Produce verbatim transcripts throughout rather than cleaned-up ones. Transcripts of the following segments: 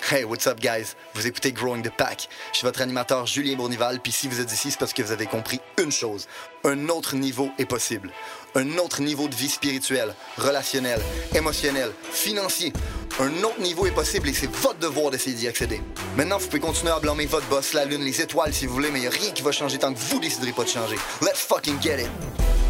Hey, what's up, guys? Vous écoutez Growing the Pack. Je suis votre animateur Julien Bournival, puis si vous êtes ici, c'est parce que vous avez compris une chose. Un autre niveau est possible. Un autre niveau de vie spirituelle, relationnelle, émotionnelle, financier. Un autre niveau est possible et c'est votre devoir d'essayer d'y accéder. Maintenant, vous pouvez continuer à blâmer votre boss, la lune, les étoiles si vous voulez, mais il n'y a rien qui va changer tant que vous déciderez pas de changer. Let's fucking get it!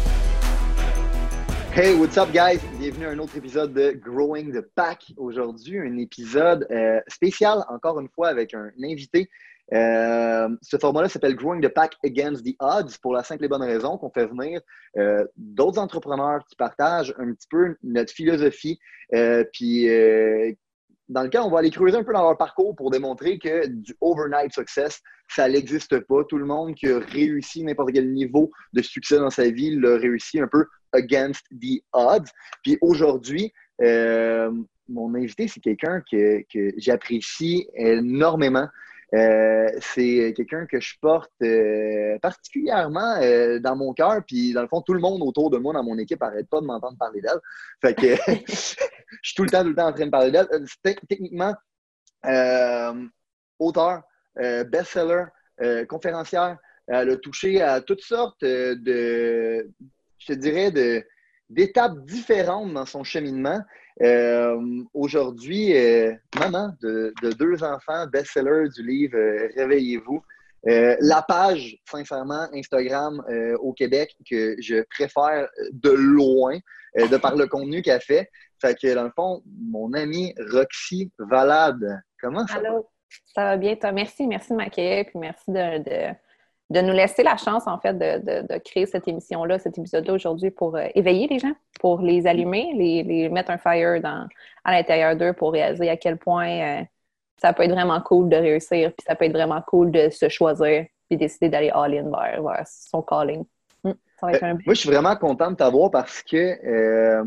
Hey, what's up, guys? Bienvenue à un autre épisode de Growing the Pack. Aujourd'hui, un épisode euh, spécial, encore une fois, avec un, un invité. Euh, ce format-là s'appelle Growing the Pack Against the Odds pour la simple et bonne raison qu'on fait venir euh, d'autres entrepreneurs qui partagent un petit peu notre philosophie. Euh, puis, euh, dans lequel on va aller creuser un peu dans leur parcours pour démontrer que du overnight success, ça n'existe pas. Tout le monde qui a réussi n'importe quel niveau de succès dans sa vie l'a réussi un peu against the odds. Puis aujourd'hui, euh, mon invité, c'est quelqu'un que, que j'apprécie énormément. Euh, c'est quelqu'un que je porte euh, particulièrement euh, dans mon cœur. Puis dans le fond, tout le monde autour de moi dans mon équipe n'arrête pas de m'entendre parler d'elle. Fait que je suis tout le temps, tout le temps en train de parler d'elle. Techniquement, euh, auteur, euh, best-seller, euh, conférencière, elle a touché à toutes sortes de, je te dirais, de, d'étapes différentes dans son cheminement. Euh, aujourd'hui, euh, maman de, de deux enfants, best-seller du livre euh, Réveillez-vous. Euh, la page, sincèrement, Instagram euh, au Québec que je préfère de loin, euh, de par le contenu qu'elle fait. Fait que, dans le fond, mon amie Roxy Valade, comment ça Allô, va? Ça va bien, toi? Merci, merci de m'accueillir, puis merci de, de, de nous laisser la chance, en fait, de, de, de créer cette émission-là, cet épisode-là aujourd'hui pour euh, éveiller les gens, pour les allumer, les, les mettre un fire dans, à l'intérieur d'eux pour réaliser à quel point euh, ça peut être vraiment cool de réussir, puis ça peut être vraiment cool de se choisir, puis décider d'aller all-in vers, vers son calling. Hum, ça va être un... euh, moi, je suis vraiment content de t'avoir parce que euh,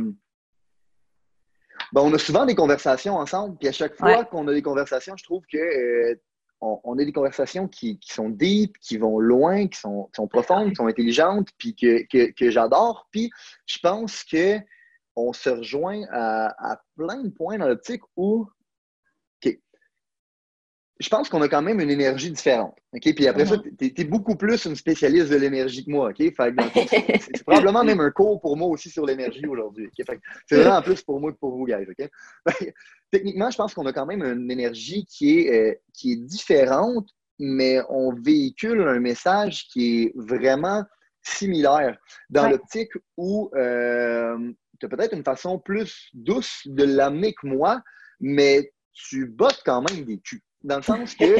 ben, on a souvent des conversations ensemble, puis à chaque fois ouais. qu'on a des conversations, je trouve que euh, on, on a des conversations qui, qui sont deep, qui vont loin, qui sont, qui sont profondes, qui sont intelligentes, puis que, que, que j'adore. Puis je pense qu'on se rejoint à, à plein de points dans l'optique où okay, je pense qu'on a quand même une énergie différente. Okay? Puis après mm-hmm. ça, tu es, es beaucoup plus une spécialiste de l'énergie que moi. Okay? Fait que, c'est, c'est probablement même un cours pour moi aussi sur l'énergie aujourd'hui. Okay? Fait que c'est vraiment plus pour moi que pour vous, guys. Okay? Fait que, techniquement, je pense qu'on a quand même une énergie qui est, euh, qui est différente, mais on véhicule un message qui est vraiment similaire dans ouais. l'optique où euh, tu as peut-être une façon plus douce de l'amener que moi, mais tu bottes quand même des culs. Dans le sens que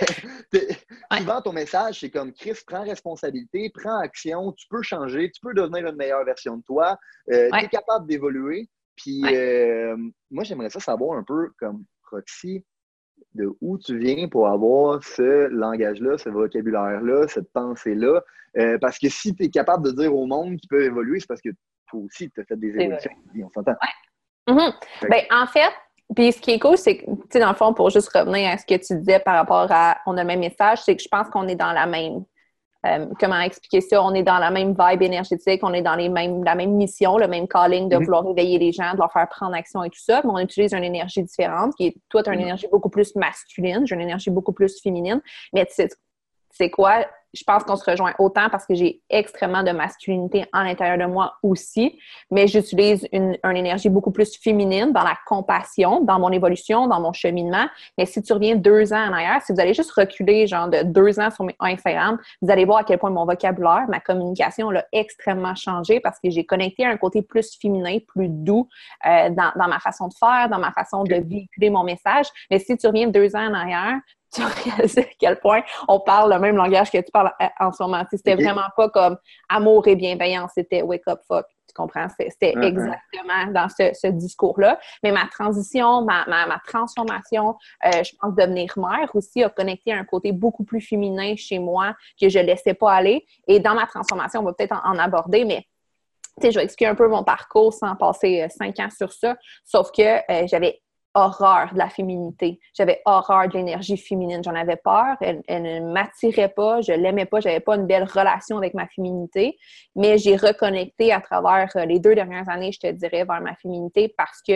souvent ton message, c'est comme Chris, prends responsabilité, prends action, tu peux changer, tu peux devenir une meilleure version de toi, euh, ouais. tu es capable d'évoluer. Puis ouais. euh, moi, j'aimerais ça savoir un peu comme Roxy, de où tu viens pour avoir ce langage-là, ce vocabulaire-là, cette pensée-là. Euh, parce que si tu es capable de dire au monde qu'ils peuvent évoluer, c'est parce que toi aussi, tu as fait des évolutions. On s'entend. Ouais. Mm-hmm. Fait ben, en fait, puis ce qui est cool, c'est que, tu sais, dans le fond, pour juste revenir à ce que tu disais par rapport à on a le même message, c'est que je pense qu'on est dans la même, euh, comment expliquer ça, on est dans la même vibe énergétique, on est dans les mêmes, la même mission, le même calling de mm-hmm. vouloir réveiller les gens, de leur faire prendre action et tout ça, mais on utilise une énergie différente, qui est, toi, tu as une mm-hmm. énergie beaucoup plus masculine, j'ai une énergie beaucoup plus féminine, mais tu sais, c'est quoi? Je pense qu'on se rejoint autant parce que j'ai extrêmement de masculinité à l'intérieur de moi aussi, mais j'utilise une, une énergie beaucoup plus féminine dans la compassion, dans mon évolution, dans mon cheminement. Mais si tu reviens deux ans en arrière, si vous allez juste reculer genre de deux ans sur mes Instagram, vous allez voir à quel point mon vocabulaire, ma communication l'a extrêmement changé parce que j'ai connecté à un côté plus féminin, plus doux euh, dans, dans ma façon de faire, dans ma façon de véhiculer mon message. Mais si tu reviens deux ans en arrière, tu réalises à quel point on parle le même langage que tu parles en ce moment. C'était okay. vraiment pas comme amour et bienveillance, c'était wake up fuck. Tu comprends? C'était uh-huh. exactement dans ce, ce discours-là. Mais ma transition, ma, ma, ma transformation, euh, je pense devenir mère aussi a connecté à un côté beaucoup plus féminin chez moi que je laissais pas aller. Et dans ma transformation, on va peut-être en, en aborder, mais tu sais, je vais expliquer un peu mon parcours sans passer euh, cinq ans sur ça. Sauf que euh, j'avais horreur de la féminité. J'avais horreur de l'énergie féminine. J'en avais peur. Elle, elle ne m'attirait pas. Je l'aimais pas. J'avais pas une belle relation avec ma féminité. Mais j'ai reconnecté à travers les deux dernières années, je te dirais, vers ma féminité parce que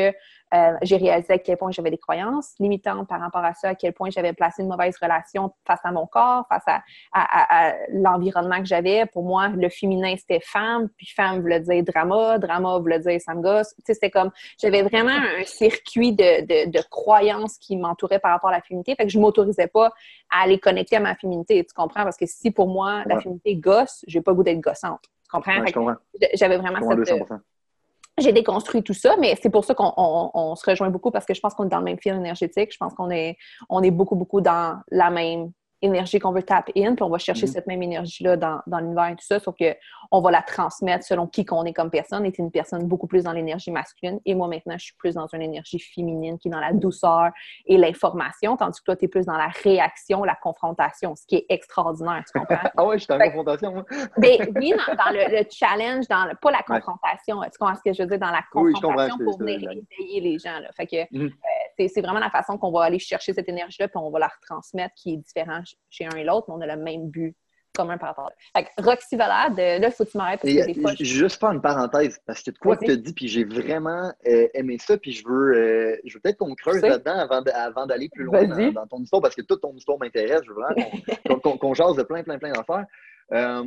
Euh, j'ai réalisé à quel point j'avais des croyances limitantes par rapport à ça, à quel point j'avais placé une mauvaise relation face à mon corps, face à, à, à, à l'environnement que j'avais. Pour moi, le féminin, c'était femme, puis femme voulait dire drama, drama voulait dire ça me gosse. Tu sais, c'était comme, j'avais vraiment un circuit de, de, de croyances qui m'entourait par rapport à la féminité, fait que je m'autorisais pas à aller connecter à ma féminité, tu comprends? Parce que si pour moi, la ouais. féminité gosse, j'ai pas le goût d'être gossante, tu comprends? Ouais, je comprends. J'avais vraiment je cette... comprends J'ai déconstruit tout ça, mais c'est pour ça qu'on on, on se rejoint beaucoup parce que je pense qu'on est dans le même fil énergétique. Je pense qu'on est, on est beaucoup, beaucoup dans la même énergie qu'on veut tap in, puis on va chercher mm-hmm. cette même énergie-là dans, dans l'univers et tout ça, sauf qu'on va la transmettre selon qui qu'on est comme personne. Et une personne beaucoup plus dans l'énergie masculine. Et moi, maintenant, je suis plus dans une énergie féminine qui est dans la douceur et l'information, tandis que toi, tu es plus dans la réaction, la confrontation, ce qui est extraordinaire, tu comprends? Ah ouais, je suis dans la confrontation, moi. Mais oui, dans, dans le, le challenge, dans le, pas la confrontation, ouais. Tu comprends ce que je veux dire? Dans la confrontation oui, pour venir éveiller les gens. Là. Fait que mm-hmm. euh, c'est, c'est vraiment la façon qu'on va aller chercher cette énergie-là, puis on va la retransmettre qui est différente chez un et l'autre, mais on a le même but commun par rapport à ça. Fait que Roxy Valade, là, il faut que tu m'arrêtes parce que des fois... Je... Juste faire une parenthèse, parce que de quoi que tu as dit, puis j'ai vraiment euh, aimé ça, puis je veux, euh, je veux peut-être qu'on creuse là-dedans avant, de, avant d'aller plus loin dans, dans ton histoire, parce que toute ton histoire m'intéresse, je veux vraiment qu'on, qu'on, qu'on jase de plein, plein, plein d'affaires. Euh,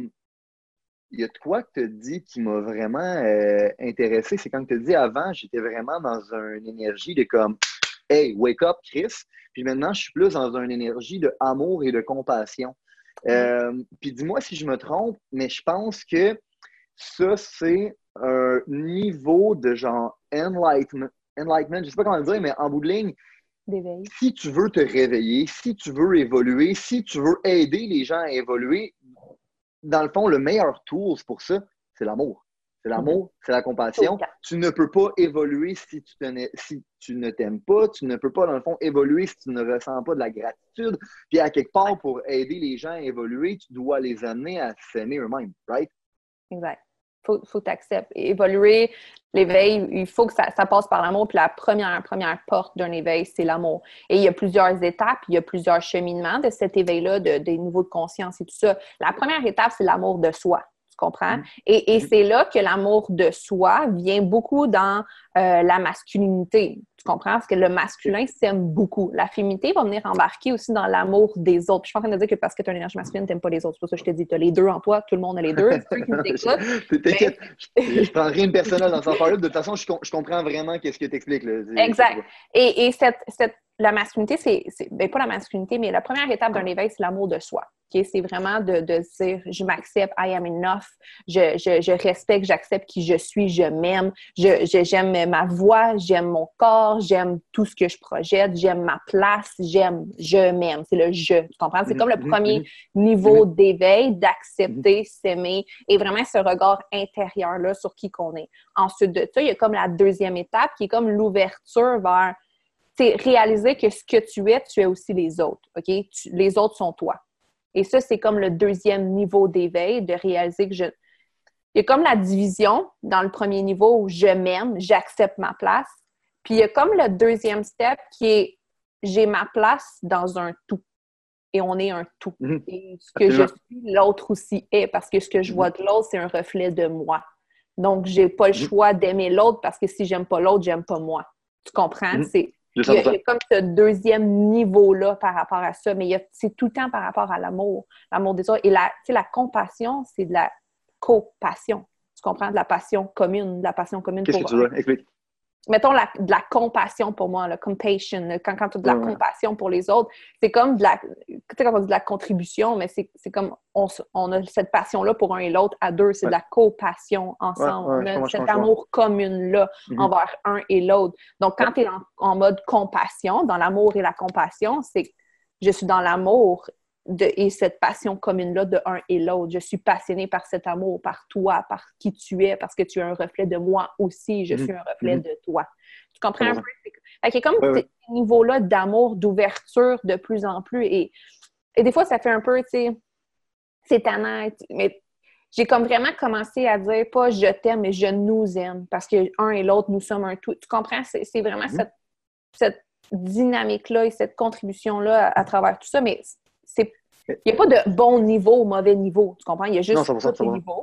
il y a de quoi que tu as dit qui m'a vraiment euh, intéressé, c'est quand tu as dit avant, j'étais vraiment dans une énergie de comme « Hey, wake up, Chris! » Puis maintenant, je suis plus dans une énergie de amour et de compassion. Euh, puis dis-moi si je me trompe, mais je pense que ça, c'est un niveau de genre enlightenment, enlightenment, je ne sais pas comment le dire, mais en bout de ligne, d'éveil. Si tu veux te réveiller, si tu veux évoluer, si tu veux aider les gens à évoluer, dans le fond, le meilleur tool pour ça, c'est l'amour. C'est l'amour, mm-hmm. c'est la compassion. Okay. Tu ne peux pas évoluer si tu, te, si tu ne t'aimes pas. Tu ne peux pas, dans le fond, évoluer si tu ne ressens pas de la gratitude. Puis, à quelque part, pour aider les gens à évoluer, tu dois les amener à s'aimer eux-mêmes, right? Exact. Il faut, faut que tu acceptes. Évoluer, l'éveil, il faut que ça, ça passe par l'amour. Puis la première, première porte d'un éveil, c'est l'amour. Et il y a plusieurs étapes, il y a plusieurs cheminements de cet éveil-là, de, des niveaux de conscience et tout ça. La première étape, c'est l'amour de soi. Tu comprends? Mm-hmm. Et, et c'est là que l'amour de soi vient beaucoup dans euh, la masculinité. Tu comprends? Parce que le masculin s'aime beaucoup. La féminité va venir embarquer aussi dans l'amour des autres. Je suis pas en train de dire que parce que tu as une énergie masculine, tu n'aimes pas les autres. C'est pour ça que je te dis, tu as les deux en toi, tout le monde a les deux. C'est ceux qui nous écoutent. T'inquiète, mais... je, je prends rien de personnel dans cette affaire-là. De toute façon, je, je comprends vraiment qu'est-ce que tu expliques. Là. Exact. Et, et cette, cette, la masculinité, c'est, c'est ben pas la masculinité, mais la première étape d'un éveil, c'est l'amour de soi. Okay? C'est vraiment de, de dire, je m'accepte, I am enough, je, je, je respecte, j'accepte qui je suis, je m'aime, je, je, j'aime ma voix, j'aime mon corps, j'aime tout ce que je projette, j'aime ma place, j'aime, je m'aime. C'est le je, tu comprends? C'est comme le premier niveau d'éveil, d'accepter, s'aimer et vraiment ce regard intérieur-là sur qui qu'on est. Ensuite de ça, il y a comme la deuxième étape qui est comme l'ouverture vers, c'est réaliser que ce que tu es, tu es aussi les autres, OK? Tu, les autres sont toi. Et ça, c'est comme le deuxième niveau d'éveil, de réaliser que je... Il y a comme la division dans le premier niveau où je m'aime, j'accepte ma place. Puis il y a comme le deuxième step qui est j'ai ma place dans un tout. Et on est un tout. Mm-hmm. Et ce que Absolument. Je suis, l'autre aussi est. Parce que ce que je vois de l'autre, c'est un reflet de moi. Donc, j'ai pas le choix d'aimer l'autre parce que si j'aime pas l'autre, j'aime pas moi. Tu comprends? Mm-hmm. C'est... Il y, a, il y a comme ce deuxième niveau-là par rapport à ça, mais il y a, c'est tout le temps par rapport à l'amour, l'amour des autres. Et la, la compassion, c'est de la co-passion. Tu comprends? De la passion commune, de la passion commune. Qu'est-ce pour que tu veux? Explique. Mettons la, de la compassion pour moi, la compassion, quand, quand tu as de la ouais. compassion pour les autres, c'est comme de la, tu sais, quand on dit de la contribution, mais c'est, c'est comme on, on a cette passion-là pour un et l'autre à deux, c'est ouais. de la co-passion ensemble. Ouais, ouais, on a cet amour commune-là mm-hmm. envers un et l'autre. Donc, quand ouais. tu es en, en mode compassion, dans l'amour et la compassion, c'est que je suis dans l'amour de, et cette passion commune-là de un et l'autre. Je suis passionnée par cet amour, par toi, par qui tu es, parce que tu es un reflet de moi aussi. Je mm-hmm. suis un reflet mm-hmm. de toi. Tu comprends un peu? Il y a comme ouais, ouais. ces niveaux-là d'amour, d'ouverture de plus en plus. Et, et des fois, ça fait un peu, tu sais, c'est tannant. Mais j'ai comme vraiment commencé à dire pas « je t'aime », mais « je nous aime ». Parce que un et l'autre, nous sommes un tout. Tu comprends? C'est, c'est vraiment mm-hmm. cette, cette dynamique-là et cette contribution-là à, à travers tout ça. Mais il n'y a pas de bon niveau ou mauvais niveau, tu comprends? Il y a juste tous les niveaux.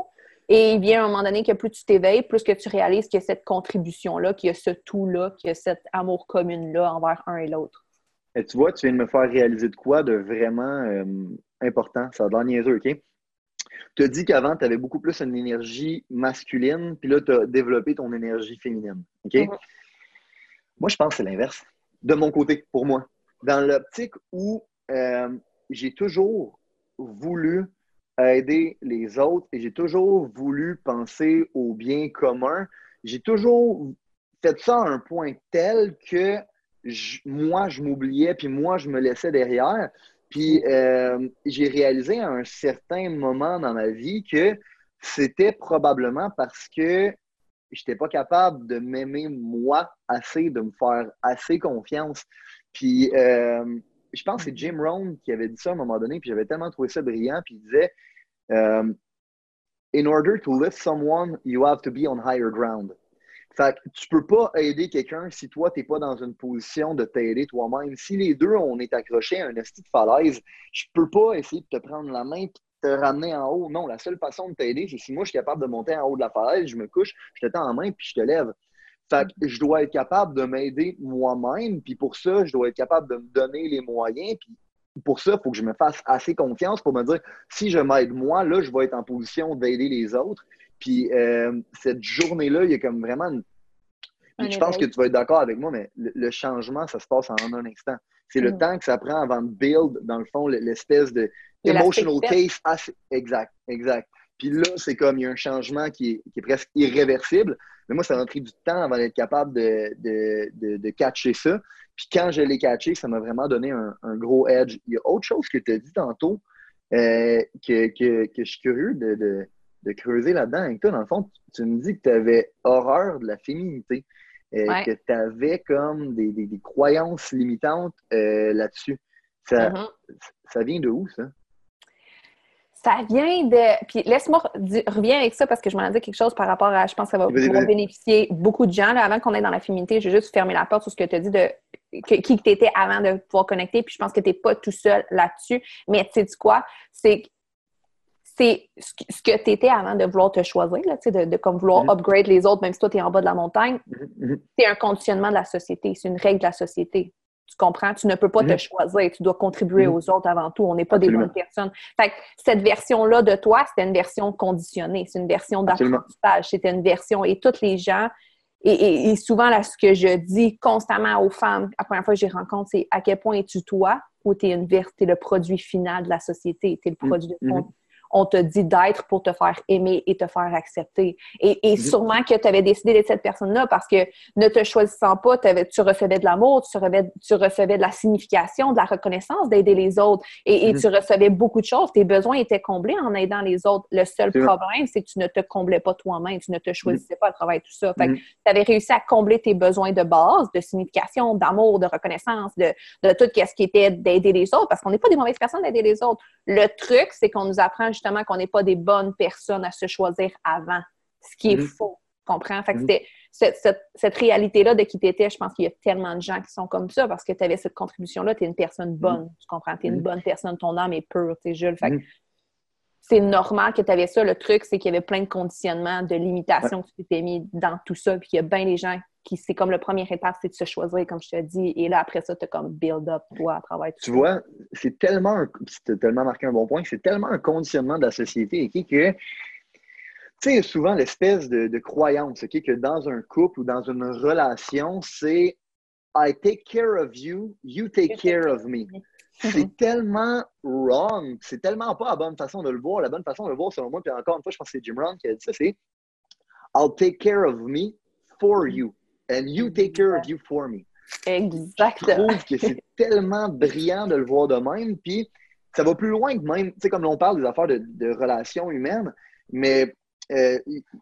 Et il vient un moment donné que plus tu t'éveilles, plus que tu réalises qu'il y a cette contribution-là, qu'il y a ce tout-là, qu'il y a cet amour commun-là envers un et l'autre. Et tu vois, tu viens de me faire réaliser de quoi de vraiment euh, important. Ça a l'air niaiseux, OK? Tu as dit qu'avant, tu avais beaucoup plus une énergie masculine, puis là, tu as développé ton énergie féminine. OK? Mm-hmm. Moi, je pense que c'est l'inverse. De mon côté, pour moi. Dans l'optique où euh, j'ai toujours voulu aider les autres et j'ai toujours voulu penser au bien commun, j'ai toujours fait ça à un point tel que je, moi, je m'oubliais, puis moi, je me laissais derrière. Puis euh, j'ai réalisé à un certain moment dans ma vie que c'était probablement parce que je n'étais pas capable de m'aimer moi assez, de me faire assez confiance. Puis euh, je pense que c'est Jim Rohn qui avait dit ça à un moment donné, puis j'avais tellement trouvé ça brillant, puis il disait euh, « In order to lift someone, you have to be on higher ground ». Fait que tu peux pas aider quelqu'un si toi, tu n'es pas dans une position de t'aider toi-même. Si les deux, on est accrochés à un esti de falaise, je peux pas essayer de te prendre la main et te ramener en haut. Non, la seule façon de t'aider, c'est si moi, je suis capable de monter en haut de la falaise, je me couche, je te tends en main puis je te lève. Fait que je dois être capable de m'aider moi-même, puis pour ça, je dois être capable de me donner les moyens, puis pour ça, il faut que je me fasse assez confiance pour me dire, si je m'aide moi, là, je vais être en position d'aider les autres. Puis euh, cette journée-là, il y a comme vraiment une... Je pense que tu vas être d'accord avec moi, mais le, le changement, ça se passe en un instant. C'est mm-hmm. le temps que ça prend avant de build, dans le fond, l'espèce de emotional case. Assez... Exact, exact. Puis là, c'est comme, il y a un changement qui est, qui est presque irréversible. Mais moi, ça m'a pris du temps avant d'être capable de, de, de, de catcher ça. Puis quand je l'ai catché, ça m'a vraiment donné un, un gros edge. Il y a autre chose que tu as dit tantôt euh, que, que, que je suis curieux de... de de creuser là-dedans avec toi. Dans le fond, tu, tu me dis que tu avais horreur de la féminité, euh, ouais. que tu avais comme des, des, des croyances limitantes euh, là-dessus. Ça, mm-hmm. ça vient de où, ça? Ça vient de... Puis laisse-moi reviens avec ça parce que je m'en ai dit quelque chose par rapport à... Je pense que ça va pouvoir bénéficier beaucoup de gens. Là, avant qu'on aille dans la féminité, je vais juste fermer la porte sur ce que tu as dit de que, qui tu étais avant de pouvoir connecter. Puis je pense que tu n'es pas tout seul là-dessus. Mais tu sais quoi? C'est c'est ce que tu étais avant de vouloir te choisir, là, de, de comme vouloir mm-hmm. upgrade les autres, même si toi, tu es en bas de la montagne. Mm-hmm. C'est un conditionnement de la société, c'est une règle de la société. Tu comprends? Tu ne peux pas mm-hmm. te choisir, tu dois contribuer mm-hmm. aux autres avant tout. On n'est pas Absolument. Des bonnes personnes. Fait que cette version-là de toi, c'était une version conditionnée, c'est une version d'apprentissage, c'était une version, et toutes les gens, et, et, et souvent, là, ce que je dis constamment aux femmes, la première fois que je les rencontre, c'est à quel point es-tu toi ou tu es une verse, tu es le produit final de la société, tu es le produit de ton... Mm-hmm. On te dit d'être pour te faire aimer et te faire accepter. Et, et sûrement que tu avais décidé d'être cette personne-là parce que ne te choisissant pas, tu recevais de l'amour, tu recevais, tu recevais de la signification, de la reconnaissance d'aider les autres et, et mm-hmm. tu recevais beaucoup de choses. Tes besoins étaient comblés en aidant les autres. Le seul c'est problème, c'est que tu ne te comblais pas toi-même, tu ne te choisissais mm-hmm. pas à travers tout ça. Fait que mm-hmm. tu avais réussi à combler tes besoins de base, de signification, d'amour, de reconnaissance, de, de tout ce qui était d'aider les autres parce qu'on n'est pas des mauvaises personnes d'aider les autres. Le truc, c'est qu'on nous apprend justement qu'on n'est pas des bonnes personnes à se choisir avant, ce qui est mmh. faux, tu comprends? Fait que mmh. cette, cette, cette réalité-là de qui tu étais, je pense qu'il y a tellement de gens qui sont comme ça parce que tu avais cette contribution-là, tu es une personne bonne, mmh. tu comprends? Tu es une bonne personne, ton âme est pure, tu sais, Jules. Fait que mmh. c'est normal que tu avais ça. Le truc, c'est qu'il y avait plein de conditionnements, de limitations ouais. que tu t'es mis dans tout ça, puis qu'il y a bien des gens qui, c'est comme le premier étape, c'est de se choisir, comme je te dis, et là, après ça, tu as comme build up, toi, à travers tout tu ça. Tu vois, c'est tellement, un, c'est tellement marqué un bon point, c'est tellement un conditionnement de la société, okay, que, tu sais, souvent l'espèce de, de croyance, okay, que dans un couple ou dans une relation, c'est « I take care of you, you take care of me ». C'est tellement wrong, c'est tellement pas la bonne façon de le voir. La bonne façon de le voir, selon moi, puis encore une fois, je pense que c'est Jim Rohn qui a dit ça, c'est « I'll take care of me for you and you take care of you for me ». Exactement. Je trouve que c'est tellement brillant de le voir de même, puis ça va plus loin que même, tu sais, comme on parle des affaires de, de relations humaines, mais euh,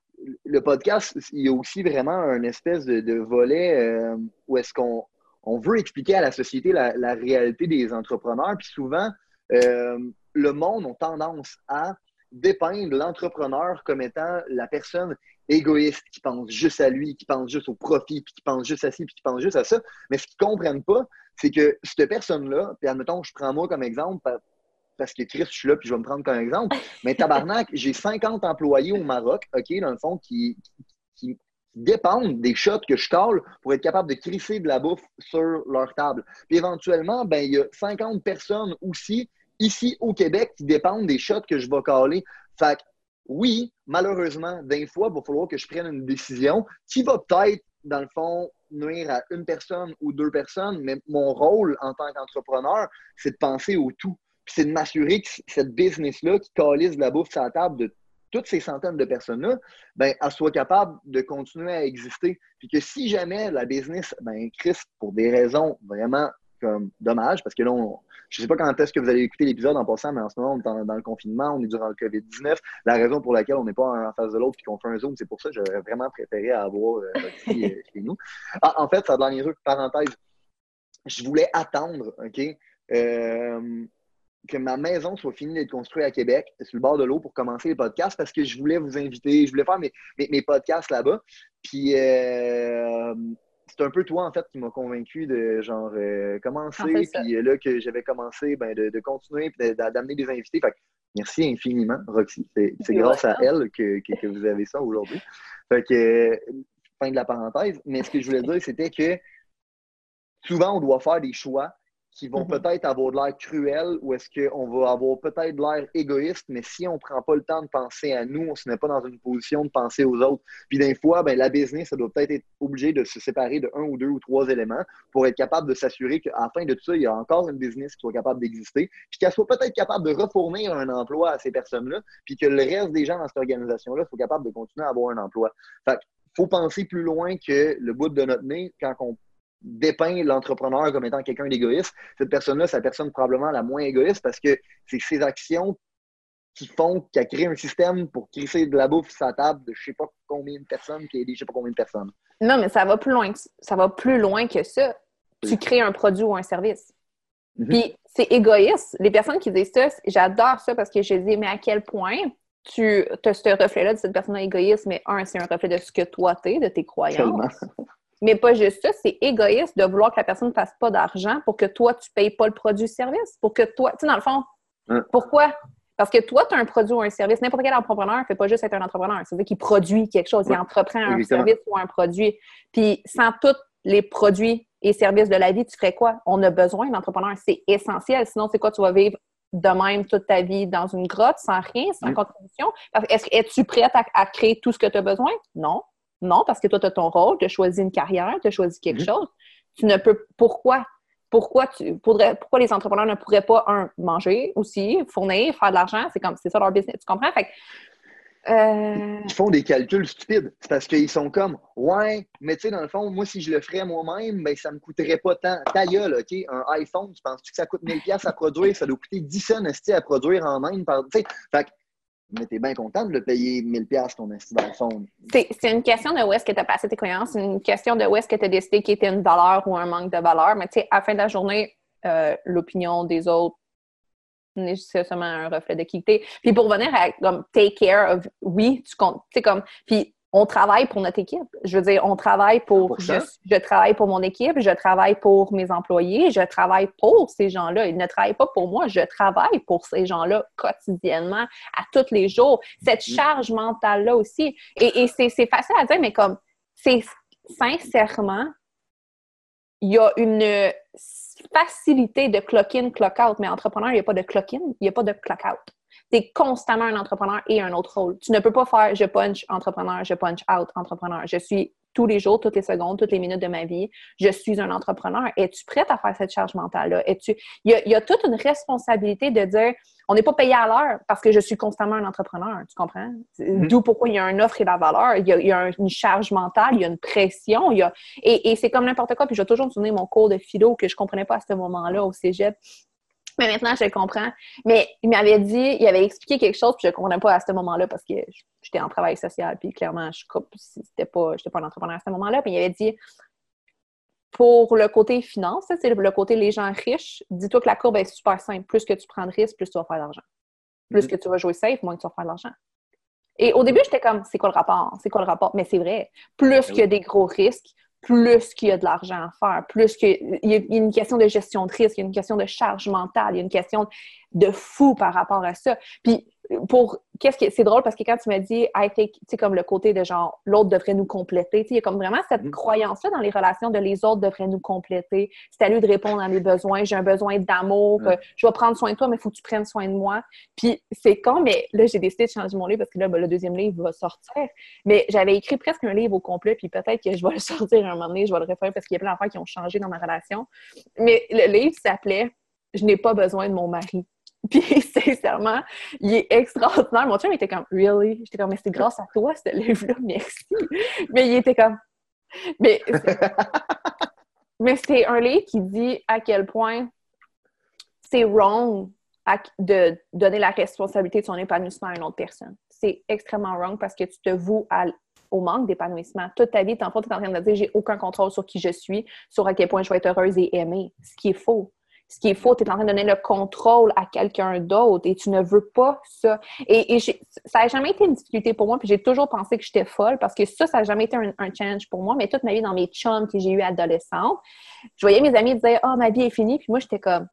le podcast, il y a aussi vraiment un espèce de, de volet euh, où est-ce qu'on on veut expliquer à la société la, la réalité des entrepreneurs. Puis souvent, euh, le monde a tendance à dépeindre l'entrepreneur comme étant la personne égoïste qui pense juste à lui, qui pense juste au profit, puis qui pense juste à ci, puis qui pense juste à ça. Mais ce qu'ils ne comprennent pas, c'est que cette personne-là, puis admettons, je prends moi comme exemple, parce que Chris, je suis là puis je vais me prendre comme exemple. Mais tabarnak, j'ai cinquante employés au Maroc, OK, dans le fond, qui, qui dépendent des shots que je cale pour être capable de crisser de la bouffe sur leur table. Puis éventuellement, ben, il y a cinquante personnes aussi, ici au Québec, qui dépendent des shots que je vais caler. Fait que, oui, malheureusement, des fois, il va falloir que je prenne une décision qui va peut-être, dans le fond, nuire à une personne ou deux personnes, mais mon rôle en tant qu'entrepreneur, c'est de penser au tout. Puis c'est de m'assurer que cette business-là qui calise de la bouffe sur la table de toutes ces centaines de personnes-là, ben, elle soit capable de continuer à exister. Puis que si jamais la business, ben, Chris, pour des raisons vraiment comme dommage, parce que là, on, je ne sais pas quand est-ce que vous allez écouter l'épisode en passant, mais en ce moment, on est dans, dans le confinement, on est durant le covid dix-neuf. La raison pour laquelle on n'est pas en face de l'autre et qu'on fait un Zoom, c'est pour ça que j'aurais vraiment préféré avoir euh, Roxy euh, chez nous. Ah, en fait, ça dernier truc, parenthèse, je voulais attendre, OK, euh, que ma maison soit finie d'être construite à Québec, sur le bord de l'eau, pour commencer les podcasts, parce que je voulais vous inviter, je voulais faire mes, mes, mes podcasts là-bas. Puis, euh, c'est un peu toi, en fait, qui m'a convaincu de, genre, euh, commencer, puis là, que j'avais commencé, ben, de, de continuer, puis d'amener des invités. Fait que merci infiniment, Roxy. C'est, c'est grâce à elle que, que, que vous avez ça aujourd'hui. Fait que, euh, fin de la parenthèse. Mais ce que je voulais dire, c'était que souvent, on doit faire des choix qui vont mm-hmm. peut-être avoir de l'air cruel ou est-ce qu'on va avoir peut-être de l'air égoïste, mais si on ne prend pas le temps de penser à nous, on ne se met pas dans une position de penser aux autres. Puis des fois, ben, la business, ça doit peut-être être obligé de se séparer de un ou deux ou trois éléments pour être capable de s'assurer qu'à la fin de tout ça, il y a encore une business qui soit capable d'exister, puis qu'elle soit peut-être capable de refournir un emploi à ces personnes-là, puis que le reste des gens dans cette organisation-là soient capables de continuer à avoir un emploi. Fait qu'il faut penser plus loin que le bout de notre nez quand on dépeint l'entrepreneur comme étant quelqu'un d'égoïste. Cette personne-là, c'est la personne probablement la moins égoïste parce que c'est ses actions qui font qu'elle crée un système pour crisser de la bouffe sur sa table de je ne sais pas combien de personnes qui aident je ne sais pas combien de personnes. Non, mais ça va plus loin que ça. Va plus loin que ça. Oui. Tu crées un produit ou un service. Mm-hmm. Puis c'est égoïste. Les personnes qui disent ça, j'adore ça parce que je dis, mais à quel point tu as ce reflet-là de cette personne égoïste, mais un, c'est un reflet de ce que toi t'es, de tes croyances. Tellement. Mais pas juste ça, c'est égoïste de vouloir que la personne ne fasse pas d'argent pour que toi, tu ne payes pas le produit-service. Pour que toi, tu sais, dans le fond, hein? Pourquoi? Parce que toi, tu as un produit ou un service. N'importe quel entrepreneur ne fait pas juste être un entrepreneur. C'est-à-dire qu'il produit quelque chose, ouais. Il entreprend un Exactement. service ou un produit. Puis sans tous les produits et services de la vie, tu ferais quoi? On a besoin d'entrepreneurs. C'est essentiel. Sinon, c'est quoi? Tu vas vivre de même toute ta vie dans une grotte, sans rien, sans mmh. contribution. Est-ce, es-tu prête à, à créer tout ce que tu as besoin? Non. Non, parce que toi, tu as ton rôle, tu as choisi une carrière, tu as choisi quelque mmh. chose. Tu ne peux... Pourquoi? Pourquoi, tu, pourrais, pourquoi les entrepreneurs ne pourraient pas, un, manger aussi, fournir, faire de l'argent? C'est comme c'est ça leur business. Tu comprends? Fait que, euh... Ils font des calculs stupides. C'est parce qu'ils sont comme « Ouais, mais tu sais, dans le fond, moi, si je le ferais moi-même, ben, ça ne me coûterait pas tant. Ta gueule, OK? Un iPhone, tu penses-tu que ça coûte mille dollars à produire? Ça doit coûter dix cents à produire en même. Par... Fait que mais t'es bien content de le payer mille dollars ton esti d'iPhone. C'est, c'est une question de où est-ce que tu as passé tes croyances, c'est une question de où est-ce que tu as décidé qu'il était une valeur ou un manque de valeur. Mais tu sais, à la fin de la journée, euh, l'opinion des autres n'est seulement un reflet de qui t'es. Puis pour revenir à comme take care of, oui, tu comptes, tu sais, comme, puis on travaille pour notre équipe. Je veux dire, on travaille pour, pour je, je travaille pour mon équipe, je travaille pour mes employés, je travaille pour ces gens-là. Ils ne travaillent pas pour moi, je travaille pour ces gens-là quotidiennement, à tous les jours. Cette charge mentale-là aussi. Et, et c'est, c'est facile à dire, mais comme, c'est sincèrement, il y a une facilité de clock-in, clock-out, mais entrepreneur, il n'y a pas de clock-in, il n'y a pas de clock-out. Tu es constamment un entrepreneur et un autre rôle. Tu ne peux pas faire « je punch entrepreneur, je punch out entrepreneur ». Je suis tous les jours, toutes les secondes, toutes les minutes de ma vie, je suis un entrepreneur. Es-tu prête à faire cette charge mentale-là? Es-tu... Il y a, il y a toute une responsabilité de dire « on n'est pas payé à l'heure parce que je suis constamment un entrepreneur ». Tu comprends? Mm-hmm. D'où pourquoi il y a une offre et la valeur. Il y a, il y a une charge mentale, il y a une pression. Il y a... et, et c'est comme n'importe quoi. Puis je vais toujours me souvenir mon cours de philo que je ne comprenais pas à ce moment-là au cégep. Mais maintenant, je le comprends. Mais il m'avait dit, il avait expliqué quelque chose, puis je ne comprenais pas à ce moment-là parce que j'étais en travail social, puis clairement, je n'étais pas, j'étais pas un entrepreneur à ce moment-là. Puis il avait dit, pour le côté finance, c'est le côté les gens riches, dis-toi que la courbe est super simple. Plus que tu prends de risques, plus tu vas faire de l'argent. Plus mm-hmm. que tu vas jouer safe, moins que tu vas faire de l'argent. Et au début, j'étais comme, c'est quoi le rapport? C'est quoi le rapport? Mais c'est vrai. Plus oui. qu'il y a des gros risques, plus qu'il y a de l'argent à faire, plus qu'il y a une question de gestion de risque, il y a une question de charge mentale, il y a une question de fou par rapport à ça. Puis, pour qu'est-ce que c'est drôle parce que quand tu m'as dit I think, tu sais, comme le côté de genre l'autre devrait nous compléter, tu sais, il y a comme vraiment cette mm-hmm. croyance-là dans les relations de les autres devraient nous compléter. C'est à lui de répondre à mes besoins, j'ai un besoin d'amour, mm-hmm. je vais prendre soin de toi, mais il faut que tu prennes soin de moi. Puis c'est con, mais là, j'ai décidé de changer mon livre parce que là, ben, le deuxième livre va sortir. Mais j'avais écrit presque un livre au complet, puis peut-être que je vais le sortir un moment donné, je vais le refaire parce qu'il y a plein d'affaires qui ont changé dans ma relation. Mais le livre s'appelait « Je n'ai pas besoin de mon mari ». Puis, sincèrement, il est extraordinaire. Mon chum était comme « Really? » J'étais comme « Mais c'est grâce à toi, ce livre-là, merci. » Mais il était comme... Mais c'est... Mais c'est un livre qui dit à quel point c'est wrong de donner la responsabilité de son épanouissement à une autre personne. C'est extrêmement wrong parce que tu te voues à... au manque d'épanouissement. Toute ta vie, t'en fais, tu es en train de dire « J'ai aucun contrôle sur qui je suis, sur à quel point je vais être heureuse et aimée. » Ce qui est faux. Ce qui est faux, tu es en train de donner le contrôle à quelqu'un d'autre et tu ne veux pas ça. Et, et ça n'a jamais été une difficulté pour moi, puis j'ai toujours pensé que j'étais folle parce que ça, ça n'a jamais été un, un challenge pour moi, mais toute ma vie, dans mes chums que j'ai eu adolescente, je voyais mes amis dire « Ah, oh, ma vie est finie », puis moi, j'étais comme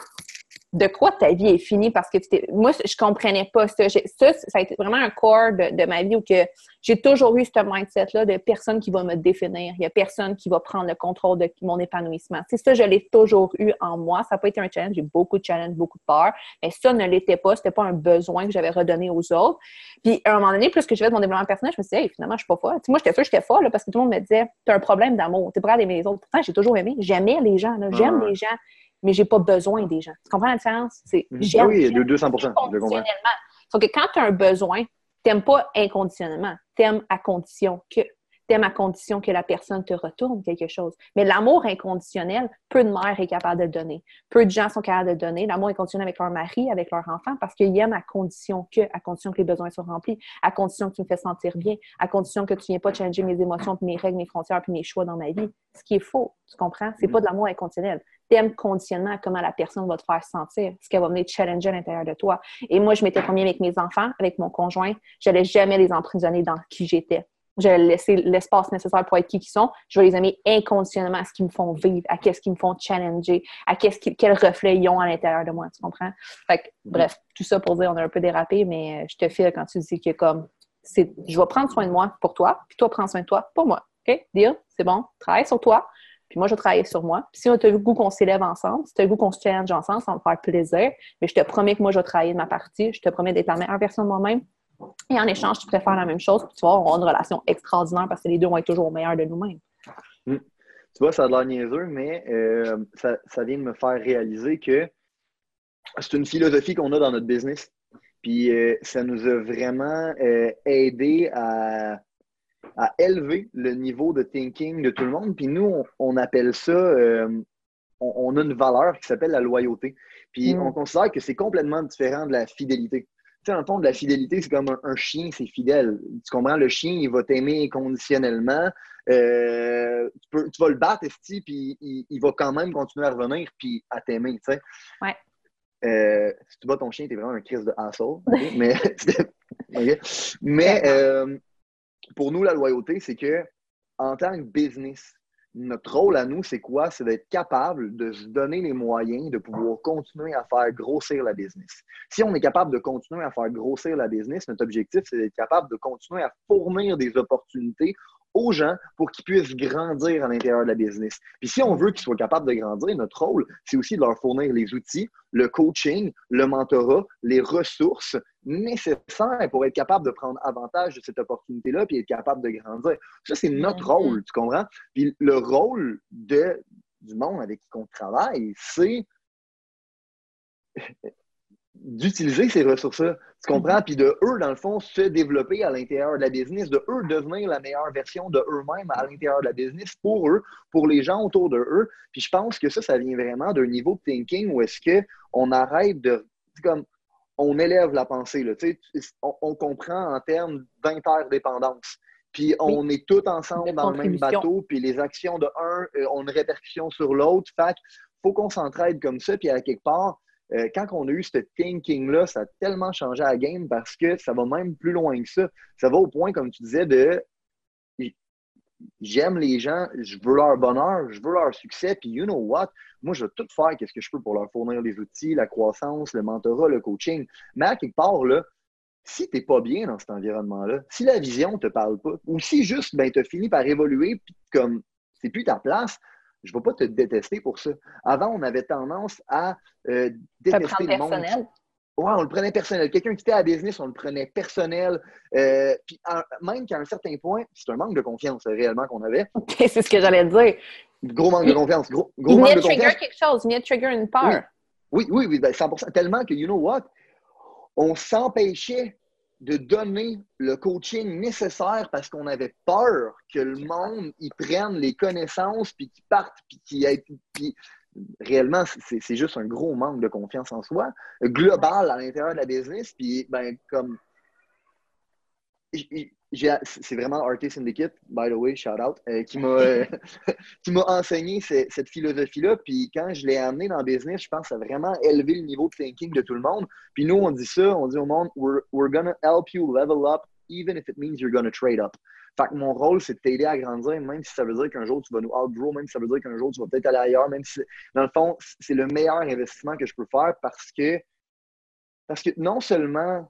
« De quoi ta vie est finie? » Parce que tu t'es... moi, je comprenais pas ça. J'ai... Ça, ça a été vraiment un core de, de ma vie où que j'ai toujours eu ce mindset-là de personne qui va me définir. Il y a personne qui va prendre le contrôle de mon épanouissement. C'est ça, je l'ai toujours eu en moi. Ça n'a pas été un challenge. J'ai beaucoup de challenges, beaucoup de peur. Mais ça ne l'était pas. C'était pas un besoin que j'avais redonné aux autres. Puis, à un moment donné, plus que je faisais de mon développement personnel, je me suis dit, hey, finalement, je suis pas folle. T'sais, moi, j'étais sûre que j'étais folle là, parce que tout le monde me disait, t'as un problème d'amour. T'es prêt à aimer les autres. Pourtant, j'ai toujours aimé. J'aimais les gens. Là. J'aime les gens. Mais j'ai pas besoin des gens. Tu comprends la différence? C'est j'aime, oui, j'aime deux cents pour cent. inconditionnellement. Sauf que quand tu as un besoin, t'aimes pas inconditionnellement. T'aimes à condition que. T'aimes à condition que la personne te retourne quelque chose. Mais l'amour inconditionnel, peu de mères est capable de le donner. Peu de gens sont capables de le donner. L'amour inconditionnel avec leur mari, avec leur enfant, parce qu'ils aiment à condition que, à condition que les besoins soient remplis, à condition que tu me fais sentir bien, à condition que tu viens pas changer mes émotions, puis mes règles, mes frontières, puis mes choix dans ma vie. Ce qui est faux, tu comprends? C'est pas de l'amour inconditionnel. T'aimes conditionnement à comment la personne va te faire sentir, ce qu'elle va venir te challenger à l'intérieur de toi. Et moi, je m'étais promis avec mes enfants, avec mon conjoint, j'allais jamais les emprisonner dans qui j'étais. Je vais laisser l'espace nécessaire pour être qui qu'ils sont. Je vais les aimer inconditionnellement à ce qu'ils me font vivre, à qu'est-ce qu'ils me font challenger, à qu'est-ce qu'ils, quel reflet ils ont à l'intérieur de moi, tu comprends? Fait que, bref, tout ça pour dire, on a un peu dérapé, mais je te file quand tu dis que comme, c'est, je vais prendre soin de moi pour toi, puis toi, prends soin de toi pour moi. OK? Deal? C'est bon? Travaille sur toi. Puis moi, je vais travailler sur moi. Puis si on a le goût qu'on s'élève ensemble, si tu as le goût qu'on se challenge ensemble, ça va me faire plaisir. Mais je te promets que moi, je vais travailler de ma partie. Je te promets d'être la meilleure version de moi-même. Et en échange, tu préfères la même chose. Puis tu vois, on va avoir une relation extraordinaire parce que les deux vont être toujours meilleurs de nous-mêmes. Mmh. Tu vois, ça a l'air niaiseux, mais euh, ça, ça vient de me faire réaliser que c'est une philosophie qu'on a dans notre business. Puis euh, ça nous a vraiment euh, aidé à... à élever le niveau de thinking de tout le monde. Puis nous, on, on appelle ça, euh, on, on a une valeur qui s'appelle la loyauté. Puis mm. on considère que c'est complètement différent de la fidélité. Tu sais, dans le fond, de la fidélité, c'est comme un, un chien, c'est fidèle. Tu comprends? Le chien, il va t'aimer inconditionnellement. Euh, tu, peux, tu vas le battre, esti, puis il, il va quand même continuer à revenir puis à t'aimer, tu sais. Ouais. Euh, si tu bats ton chien, t'es vraiment un Christ de asshole. Okay? mais okay? mais euh, pour nous, la loyauté, c'est que en tant que business, notre rôle à nous, c'est quoi? C'est d'être capable de se donner les moyens de pouvoir continuer à faire grossir la business. Si on est capable de continuer à faire grossir la business, notre objectif, c'est d'être capable de continuer à fournir des opportunités aux gens pour qu'ils puissent grandir à l'intérieur de la business. Puis si on veut qu'ils soient capables de grandir, notre rôle, c'est aussi de leur fournir les outils, le coaching, le mentorat, les ressources nécessaires pour être capable de prendre avantage de cette opportunité-là puis être capable de grandir. Ça, c'est notre rôle, tu comprends? Puis le rôle de, du monde avec qui on travaille, c'est d'utiliser ces ressources-là, tu comprends? Puis de eux, dans le fond, se développer à l'intérieur de la business, de eux devenir la meilleure version de eux-mêmes à l'intérieur de la business pour eux, pour les gens autour de eux. Puis je pense que ça, ça vient vraiment d'un niveau de thinking où est-ce qu'on arrête de... comme on élève la pensée, là, tu sais, on, on comprend en termes d'interdépendance. Puis on oui. est tous ensemble dans le même bateau, puis les actions de un euh, ont une répercussion sur l'autre. Fait qu'il faut qu'on s'entraide comme ça, puis à quelque part, Euh, quand on a eu ce thinking-là, ça a tellement changé la game parce que ça va même plus loin que ça. Ça va au point, comme tu disais, de j'aime les gens, je veux leur bonheur, je veux leur succès, puis you know what? Moi, je vais tout faire qu'est-ce que je peux pour leur fournir les outils, la croissance, le mentorat, le coaching. Mais à quelque part, là, si tu n'es pas bien dans cet environnement-là, si la vision ne te parle pas, ou si juste, ben, tu as fini par évoluer, puis comme c'est plus ta place, je ne vais pas te détester pour ça. Avant, on avait tendance à euh, détester le monde. Personnel. Ouais, on le prenait personnel. Quelqu'un qui était à la business, on le prenait personnel. Euh, puis en, même qu'à un certain point, c'est un manque de confiance réellement qu'on avait. Okay, c'est ce que j'allais dire. Gros manque de confiance. Gros, gros il manque venait de trigger confiance. quelque chose, il venait trigger une peur. Oui, oui, oui, oui ben cent pour cent. Tellement que, you know what? On s'empêchait de donner le coaching nécessaire parce qu'on avait peur que le monde y prenne les connaissances puis qu'ils partent puis qu'ils aient. Puis, réellement, c'est, c'est juste un gros manque de confiance en soi, global à l'intérieur de la business. Puis, ben, comme. J'ai, c'est vraiment Artist Syndicate, by the way, shout out, euh, qui, m'a, euh, qui m'a enseigné cette, cette philosophie-là. Puis, quand je l'ai amené dans le business, je pense que ça a vraiment élevé le niveau de thinking de tout le monde. Puis, nous, on dit ça, on dit au monde, we're, we're gonna help you level up, even if it means you're gonna trade up. Fait que mon rôle, c'est de t'aider à grandir, même si ça veut dire qu'un jour, tu vas nous outgrow, même si ça veut dire qu'un jour, tu vas peut-être aller ailleurs, même si, dans le fond, c'est le meilleur investissement que je peux faire parce que, parce que non seulement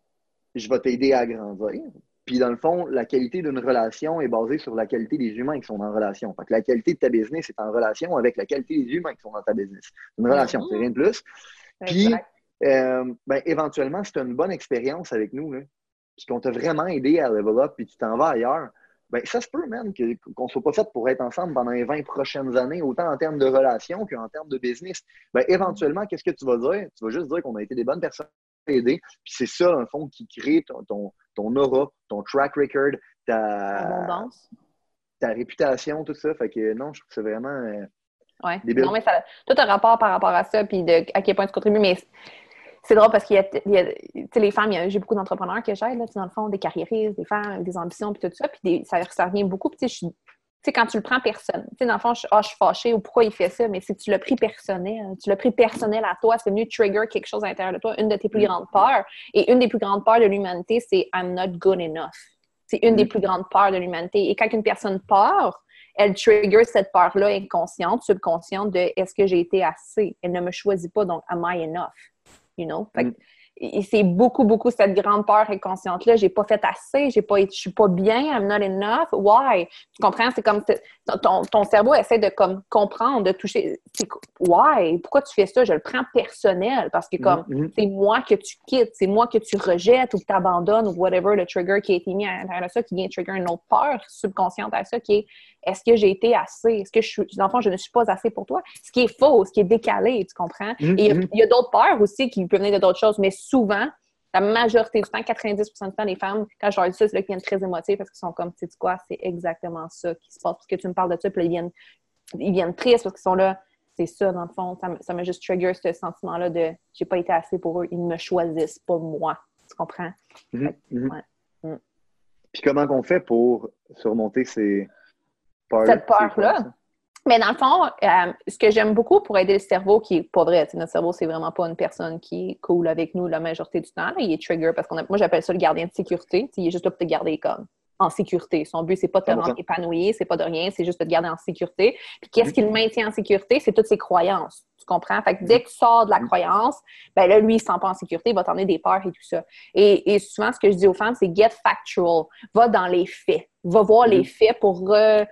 je vais t'aider à grandir, puis dans le fond, la qualité d'une relation est basée sur la qualité des humains qui sont en relation. Fait que la qualité de ta business est en relation avec la qualité des humains qui sont dans ta business. Une relation, mm-hmm. c'est rien de plus. Puis, euh, ben, éventuellement, si tu as une bonne expérience avec nous, là, puis qu'on t'a vraiment aidé à level up, puis tu t'en vas ailleurs, ben ça se peut même que, qu'on ne soit pas fait pour être ensemble pendant les vingt prochaines années, autant en termes de relation qu'en termes de business. Ben, éventuellement, qu'est-ce que tu vas dire? Tu vas juste dire qu'on a été des bonnes personnes à aider, puis c'est ça, dans le fond, qui crée ton, ton, ton aura, ton track record, ta, abondance, ta réputation, tout ça. Fait que non, je trouve que c'est vraiment euh, ouais. débile. Non, mais ça, tout un rapport par rapport à ça, puis de à quel point tu contribues, mais c'est drôle parce qu'il y a, il y a tu sais, les femmes, il y a, j'ai beaucoup d'entrepreneurs que j'aide, là, dans le fond, des carriéristes, des femmes avec des ambitions, puis tout ça, puis des, ça, ça revient beaucoup, puis tu sais, je suis tu sais, quand tu le prends personne, tu sais, dans le fond, je, ah, je suis fâchée ou pourquoi il fait ça, mais c'est que tu l'as pris personnel. Tu l'as pris personnel à toi, c'est venu trigger quelque chose à l'intérieur de toi, une de tes plus grandes peurs. Et une des plus grandes peurs de l'humanité, c'est « I'm not good enough ». C'est une des plus grandes peurs de l'humanité. Et quand une personne peur, elle trigger cette peur-là inconsciente, subconsciente de « Est-ce que j'ai été assez ?» Elle ne me choisit pas, donc « Am I enough ?» You know? Fait que, et c'est beaucoup, beaucoup cette grande peur inconsciente-là. J'ai pas fait assez, j'ai pas, je suis pas bien, I'm not enough. Why? Tu comprends? C'est comme ton, ton cerveau essaie de comme, comprendre, de toucher. C'est, why? Pourquoi tu fais ça? Je le prends personnel parce que comme mm-hmm. c'est moi que tu quittes, c'est moi que tu rejettes ou que tu abandonnes ou whatever, le trigger qui a été mis à l'intérieur de ça, qui vient trigger une autre peur subconsciente à ça, qui est est-ce que j'ai été assez? Est-ce que je suis, dans le fond, je ne suis pas assez pour toi? Ce qui est faux, ce qui est décalé, tu comprends? Mm-hmm. Et il y, y a d'autres peurs aussi qui peuvent venir de d'autres choses, mais souvent, la majorité du temps, quatre-vingt-dix pour cent du temps, les femmes, quand je leur dis ça, c'est là qu'ils viennent très émotifs parce qu'ils sont comme, tu sais quoi, c'est exactement ça qui se passe. Parce que tu me parles de ça, puis là, ils viennent, ils viennent tristes parce qu'ils sont là. C'est ça, dans le fond. Ça, ça m'a juste trigger ce sentiment-là de j'ai pas été assez pour eux. Ils me choisissent, pas moi. Tu comprends? Mm-hmm. Fait, ouais. mm. Puis comment qu'on fait pour surmonter ces peurs-là? Cette peur-là? Mais dans le fond, euh, ce que j'aime beaucoup pour aider le cerveau, qui est pas vrai, notre cerveau, c'est vraiment pas une personne qui est cool avec nous la majorité du temps. Là, il est trigger parce qu'on a, moi, j'appelle ça le gardien de sécurité. T'sais, il est juste là pour te garder comme en sécurité. Son but, c'est pas de te rendre épanoui, c'est pas de rien, c'est juste de te garder en sécurité. Puis qu'est-ce qui le maintient en sécurité? C'est toutes ses croyances. Tu comprends? Fait que dès que tu sors de la croyance, ben là, lui, il se sent pas en sécurité, il va t'emmener des peurs et tout ça. Et, et souvent, ce que je dis aux femmes, c'est get factual. Va dans les faits. Va voir mm-hmm. les faits pour re,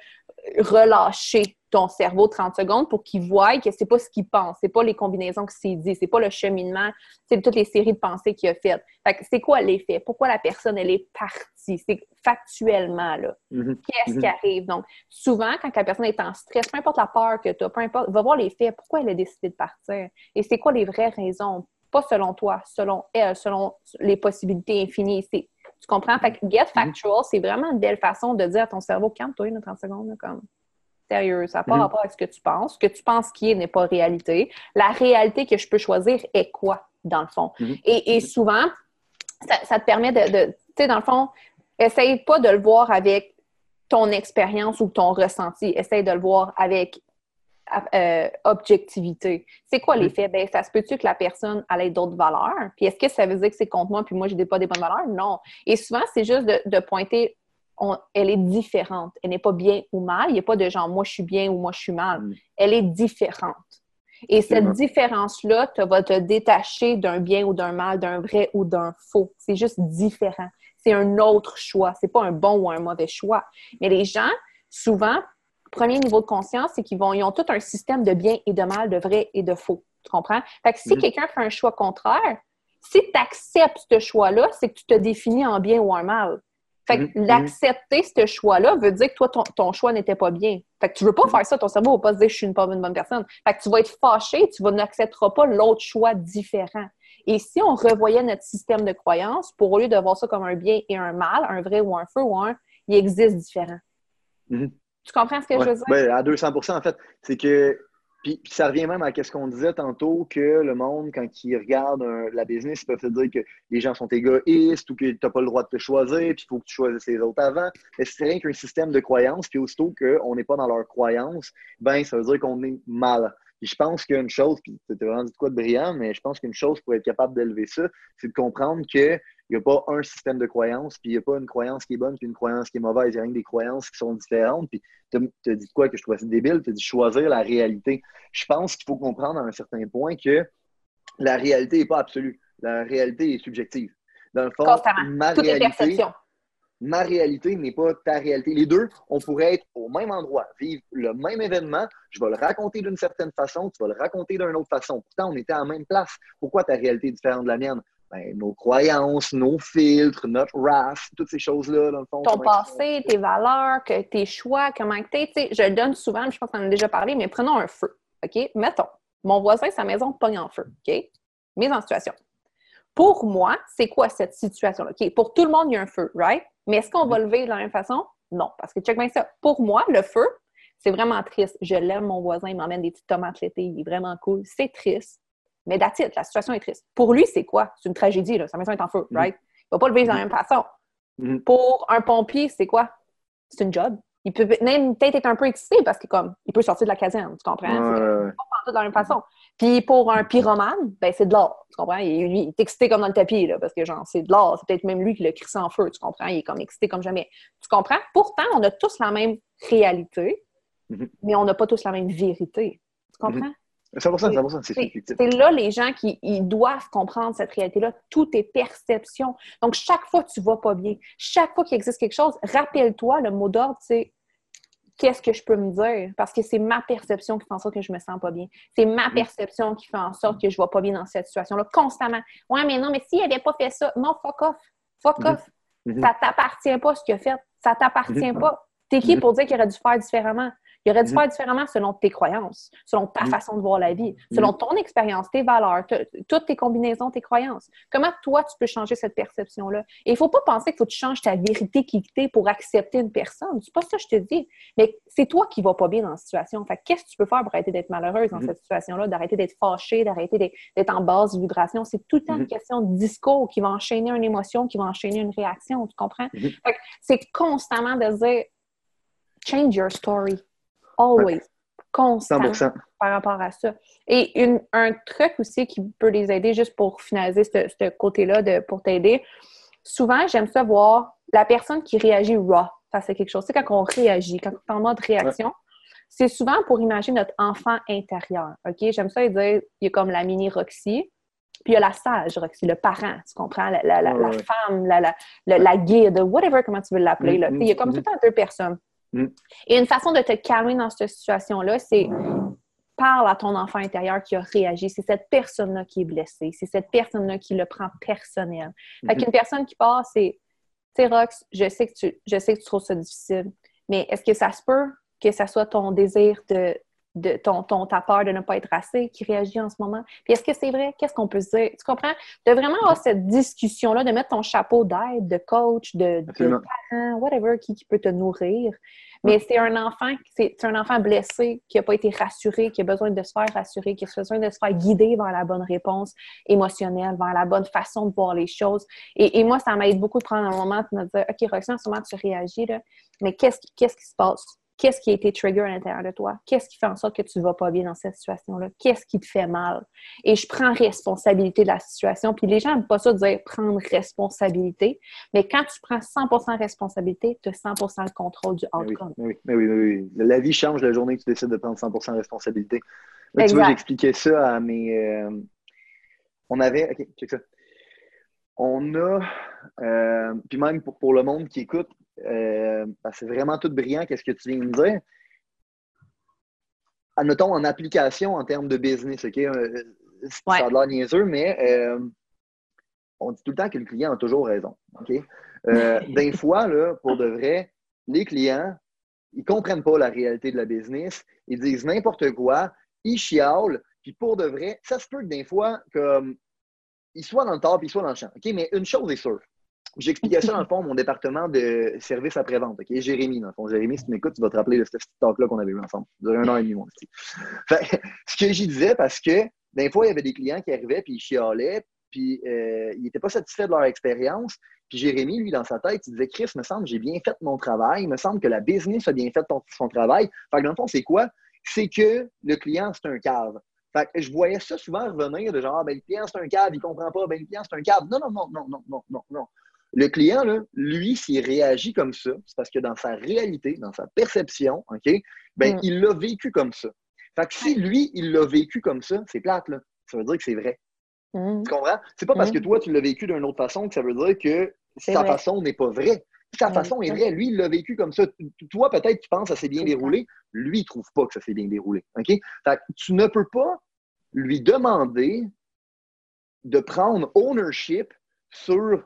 relâcher ton cerveau trente secondes pour qu'il voie que c'est pas ce qu'il pense, c'est pas les combinaisons qu'il s'est dit, c'est pas le cheminement, c'est toutes les séries de pensées qu'il a faites. Fait que c'est quoi l'effet? Pourquoi la personne, elle est partie? C'est factuellement, là. Mm-hmm. Qu'est-ce mm-hmm. qui arrive? Donc, souvent, quand la personne est en stress, peu importe la peur que tu as, peu importe, va voir les faits. Pourquoi elle a décidé de partir? Et c'est quoi les vraies raisons? Pas selon toi, selon elle, selon les possibilités infinies. C'est, tu comprends? Fait que get factual, c'est vraiment une belle façon de dire à ton cerveau, calme-toi une trente secondes, là, comme... Sérieux, ça n'a pas mm-hmm. rapport avec ce que tu penses. Ce que tu penses qui est n'est pas réalité. La réalité que je peux choisir est quoi, dans le fond? Mm-hmm. Et, et souvent, ça, ça te permet de, de tu sais, dans le fond, essaye pas de le voir avec ton expérience ou ton ressenti. Essaye de le voir avec euh, objectivité. C'est quoi les faits? Ben, ça se peut-tu que la personne elle ait d'autres valeurs? Puis est-ce que ça veut dire que c'est contre moi puis moi, j'ai pas des bonnes valeurs? Non. Et souvent, c'est juste de, de pointer... on, elle est différente. Elle n'est pas bien ou mal. Il n'y a pas de genre, moi, je suis bien ou moi, je suis mal. Mm. Elle est différente. Et cette différence-là te va te détacher d'un bien ou d'un mal, d'un vrai ou d'un faux. C'est juste différent. C'est un autre choix. C'est pas un bon ou un mauvais choix. Mais les gens, souvent, premier niveau de conscience, c'est qu'ils vont, ils ont tout un système de bien et de mal, de vrai et de faux. Tu comprends? Fait que si mm-hmm. quelqu'un fait un choix contraire, si tu acceptes ce choix-là, c'est que tu te définis en bien ou en mal. Fait que mm-hmm. l'accepter, ce choix-là, veut dire que toi, ton, ton choix n'était pas bien. Fait que tu veux pas mm-hmm. faire ça, ton cerveau va pas se dire « je suis une, pas une bonne personne ». Fait que tu vas être fâché, tu n'accepteras pas l'autre choix différent. Et si on revoyait notre système de croyance, pour au lieu de voir ça comme un bien et un mal, un vrai ou un faux ou un, il existe différent. Mm-hmm. Tu comprends ce que ouais. je veux dire? Ben, à deux cents pour cent, en fait. C'est que Puis, puis ça revient même à ce qu'on disait tantôt, que le monde, quand il regarde un, la business, ils peuvent te dire que les gens sont égoïstes ou que tu n'as pas le droit de te choisir, puis il faut que tu choisisses les autres avant. Mais c'est rien qu'un système de croyances, puis aussitôt qu'on n'est pas dans leurs croyances, ben ça veut dire qu'on est mal. Puis je pense qu'une chose, puis tu as vraiment dit quoi de brillant, mais je pense qu'une chose pour être capable d'élever ça, c'est de comprendre que il n'y a pas un système de croyances, puis il n'y a pas une croyance qui est bonne, puis une croyance qui est mauvaise. Il y a rien que des croyances qui sont différentes. Puis tu as dit quoi que je trouvais ça débile? Tu as dit choisir la réalité. Je pense qu'il faut comprendre à un certain point que la réalité n'est pas absolue. La réalité est subjective. Dans le fond, constamment. ma Toutes réalité, les perceptions. Ma réalité n'est pas ta réalité. Les deux, on pourrait être au même endroit, vivre le même événement. Je vais le raconter d'une certaine façon, tu vas le raconter d'une autre façon. Pourtant, on était à la même place. Pourquoi ta réalité est différente de la mienne? Ben, nos croyances, nos filtres, notre race, toutes ces choses-là, dans le fond. Ton passé, tes valeurs, que, tes choix, comment tu es. Je le donne souvent, je pense qu'on en a déjà parlé, mais prenons un feu. OK? Mettons, mon voisin, sa maison pogne en feu. OK? Mise en situation. Pour moi, c'est quoi cette situation-là? OK, pour tout le monde, il y a un feu, right? Mais est-ce qu'on va le vivre de la même façon? Non, parce que check bien ça. Pour moi, le feu, c'est vraiment triste. Je l'aime, mon voisin, il m'emmène des petites tomates l'été, il est vraiment cool. C'est triste. Mais that's it, la situation est triste. Pour lui, c'est quoi? C'est une tragédie, là. Sa maison est en feu, right? Il va pas le vivre de la même façon. Mm-hmm. Pour un pompier, c'est quoi? C'est une job. Il peut même peut-être être un peu excité parce que comme il peut sortir de la caserne, tu comprends? Ouais, c'est ouais. pas de la même façon. Puis pour un pyromane, ben c'est de l'or, tu comprends? Il, lui, il est excité comme dans le tapis, là, parce que genre, c'est de l'or. C'est peut-être même lui qui l'a crissé en feu, tu comprends? Il est comme excité comme jamais. Tu comprends? Pourtant, on a tous la même réalité, mm-hmm. mais on n'a pas tous la même vérité. Tu comprends? Mm-hmm. cent pour cent, cent pour cent, c'est subjectif. C'est là les gens qui ils doivent comprendre cette réalité-là. Tout est perception. Donc, chaque fois que tu vas pas bien, chaque fois qu'il existe quelque chose, rappelle-toi, le mot d'ordre, c'est qu'est-ce que je peux me dire? Parce que c'est ma perception qui fait en sorte que je me sens pas bien. C'est ma perception qui fait en sorte que je ne vais pas bien dans cette situation-là, constamment. Ouais, mais non, mais s'il n'avait pas fait ça, non, fuck off. Fuck mm-hmm. off. Mm-hmm. Ça t'appartient pas ce qu'il a fait. Ça t'appartient mm-hmm. pas. T'es qui pour dire qu'il aurait dû faire différemment? Il aurait dû mm-hmm. faire différemment selon tes croyances, selon ta mm-hmm. façon de voir la vie, selon mm-hmm. ton expérience, tes valeurs, t- toutes tes combinaisons, tes croyances. Comment toi, tu peux changer cette perception-là? Et il ne faut pas penser qu'il faut que tu changes ta vérité qui t'est pour accepter une personne. C'est pas ça que je te dis. Mais c'est toi qui ne vas pas bien dans la situation. Fait qu'est-ce que tu peux faire pour arrêter d'être malheureuse dans mm-hmm. cette situation-là, d'arrêter d'être fâchée, d'arrêter d'être, d'être en basse vibration? C'est tout le temps mm-hmm. une question de discours qui va enchaîner une émotion, qui va enchaîner une réaction. Tu comprends? Mm-hmm. Fait que c'est constamment de dire « change your story ». Always. Constant cent pour cent. Par rapport à ça. Et une, un truc aussi qui peut les aider, juste pour finaliser ce, ce côté-là, de, pour t'aider, souvent, j'aime ça voir la personne qui réagit raw face à quelque chose. C'est quand on réagit, quand on est en mode réaction, ouais. c'est souvent pour imaginer notre enfant intérieur. OK? J'aime ça dire, il y a comme la mini Roxy, puis il y a la sage Roxy, le parent, tu comprends? La, la, la, ouais, la ouais. femme, la, la, la, la guide, whatever, comment tu veux l'appeler. Là. Mm-hmm. Il y a comme tout le temps deux personnes. Mm. Et une façon de te calmer dans cette situation-là, c'est parle à ton enfant intérieur qui a réagi. C'est cette personne-là qui est blessée. C'est cette personne-là qui le prend personnel. Mm-hmm. Fait qu'une personne qui part, c'est « Tu sais, Rox, je sais que tu, je sais que tu trouves ça difficile, mais est-ce que ça se peut que ça soit ton désir de, de ton, ton, ta peur de ne pas être assez qui réagit en ce moment? Puis est-ce que c'est vrai? Qu'est-ce qu'on peut se dire? Tu comprends? De vraiment avoir cette discussion-là, de mettre ton chapeau d'aide, de coach, de, de parent, whatever, qui, qui peut te nourrir. Mais c'est un enfant, c'est, c'est un enfant blessé qui n'a pas été rassuré, qui a besoin de se faire rassurer, qui a besoin de se faire guider vers la bonne réponse émotionnelle, vers la bonne façon de voir les choses. Et, et moi, ça m'aide beaucoup de prendre un moment de me dire « OK, Roxane, en ce moment, tu réagis, là, mais qu'est-ce, qu'est-ce qui se passe? qu'est-ce qui a été trigger à l'intérieur de toi? Qu'est-ce qui fait en sorte que tu ne vas pas bien dans cette situation-là? Qu'est-ce qui te fait mal? Et je prends responsabilité de la situation. Puis les gens n'aiment pas ça de dire prendre responsabilité, mais quand tu prends cent pour cent responsabilité, tu as cent pour cent le contrôle du outcome. Mais oui, mais oui, mais oui, oui, oui. La vie change la journée que tu décides de prendre cent pour cent responsabilité. Là, tu vois, j'expliquais ça à mes... Euh, on avait... OK, check ça. On a... Euh, puis même pour, pour le monde qui écoute, euh, c'est vraiment tout brillant, qu'est-ce que tu viens de dire. Admettons, en application, en termes de business, OK? Euh, ouais. Ça a l'air niaiseux, mais euh, on dit tout le temps que le client a toujours raison, OK? Euh, des fois, là, pour de vrai, les clients, ils ne comprennent pas la réalité de la business. Ils disent n'importe quoi, ils chialent, puis pour de vrai, ça se peut que des fois, comme, ils soient dans le tort, puis ils soient dans le champ, OK? Mais une chose est sûre. J'expliquais ça, dans le fond, mon département de service après-vente. OK? Jérémy, dans le fond. Jérémy, si tu m'écoutes, tu vas te rappeler de ce petit talk-là qu'on avait eu ensemble. Ça durait un an et demi, mon petit. Fait, ce que j'y disais, parce que des fois, il y avait des clients qui arrivaient, puis ils chialaient, puis euh, ils n'étaient pas satisfaits de leur expérience. Puis Jérémy, lui, dans sa tête, il disait « Chris, me semble, j'ai bien fait mon travail. Il me semble que la business a bien fait ton, son travail. » Fait que dans le fond, c'est quoi? C'est que le client, c'est un cave. Fait que je voyais ça souvent revenir de genre, ben, le client, c'est un cave, il ne comprend pas, ben, le client, c'est un cave. Non, non, non, non, non, non, non, non. Le client, là, lui, s'il réagit comme ça, c'est parce que dans sa réalité, dans sa perception, OK, ben, mm. il l'a vécu comme ça. Fait que si lui, il l'a vécu comme ça, c'est plate, là. Ça veut dire que c'est vrai. Mm. Tu comprends? C'est pas parce mm. que toi, tu l'as vécu d'une autre façon que ça veut dire que c'est sa vrai. façon n'est pas vraie. Sa mm. façon est vraie. Lui, il l'a vécu comme ça. Toi, peut-être, tu penses que ça s'est bien déroulé. Lui, il trouve pas que ça s'est bien déroulé. OK? Fait que tu ne peux pas lui demander de prendre ownership sur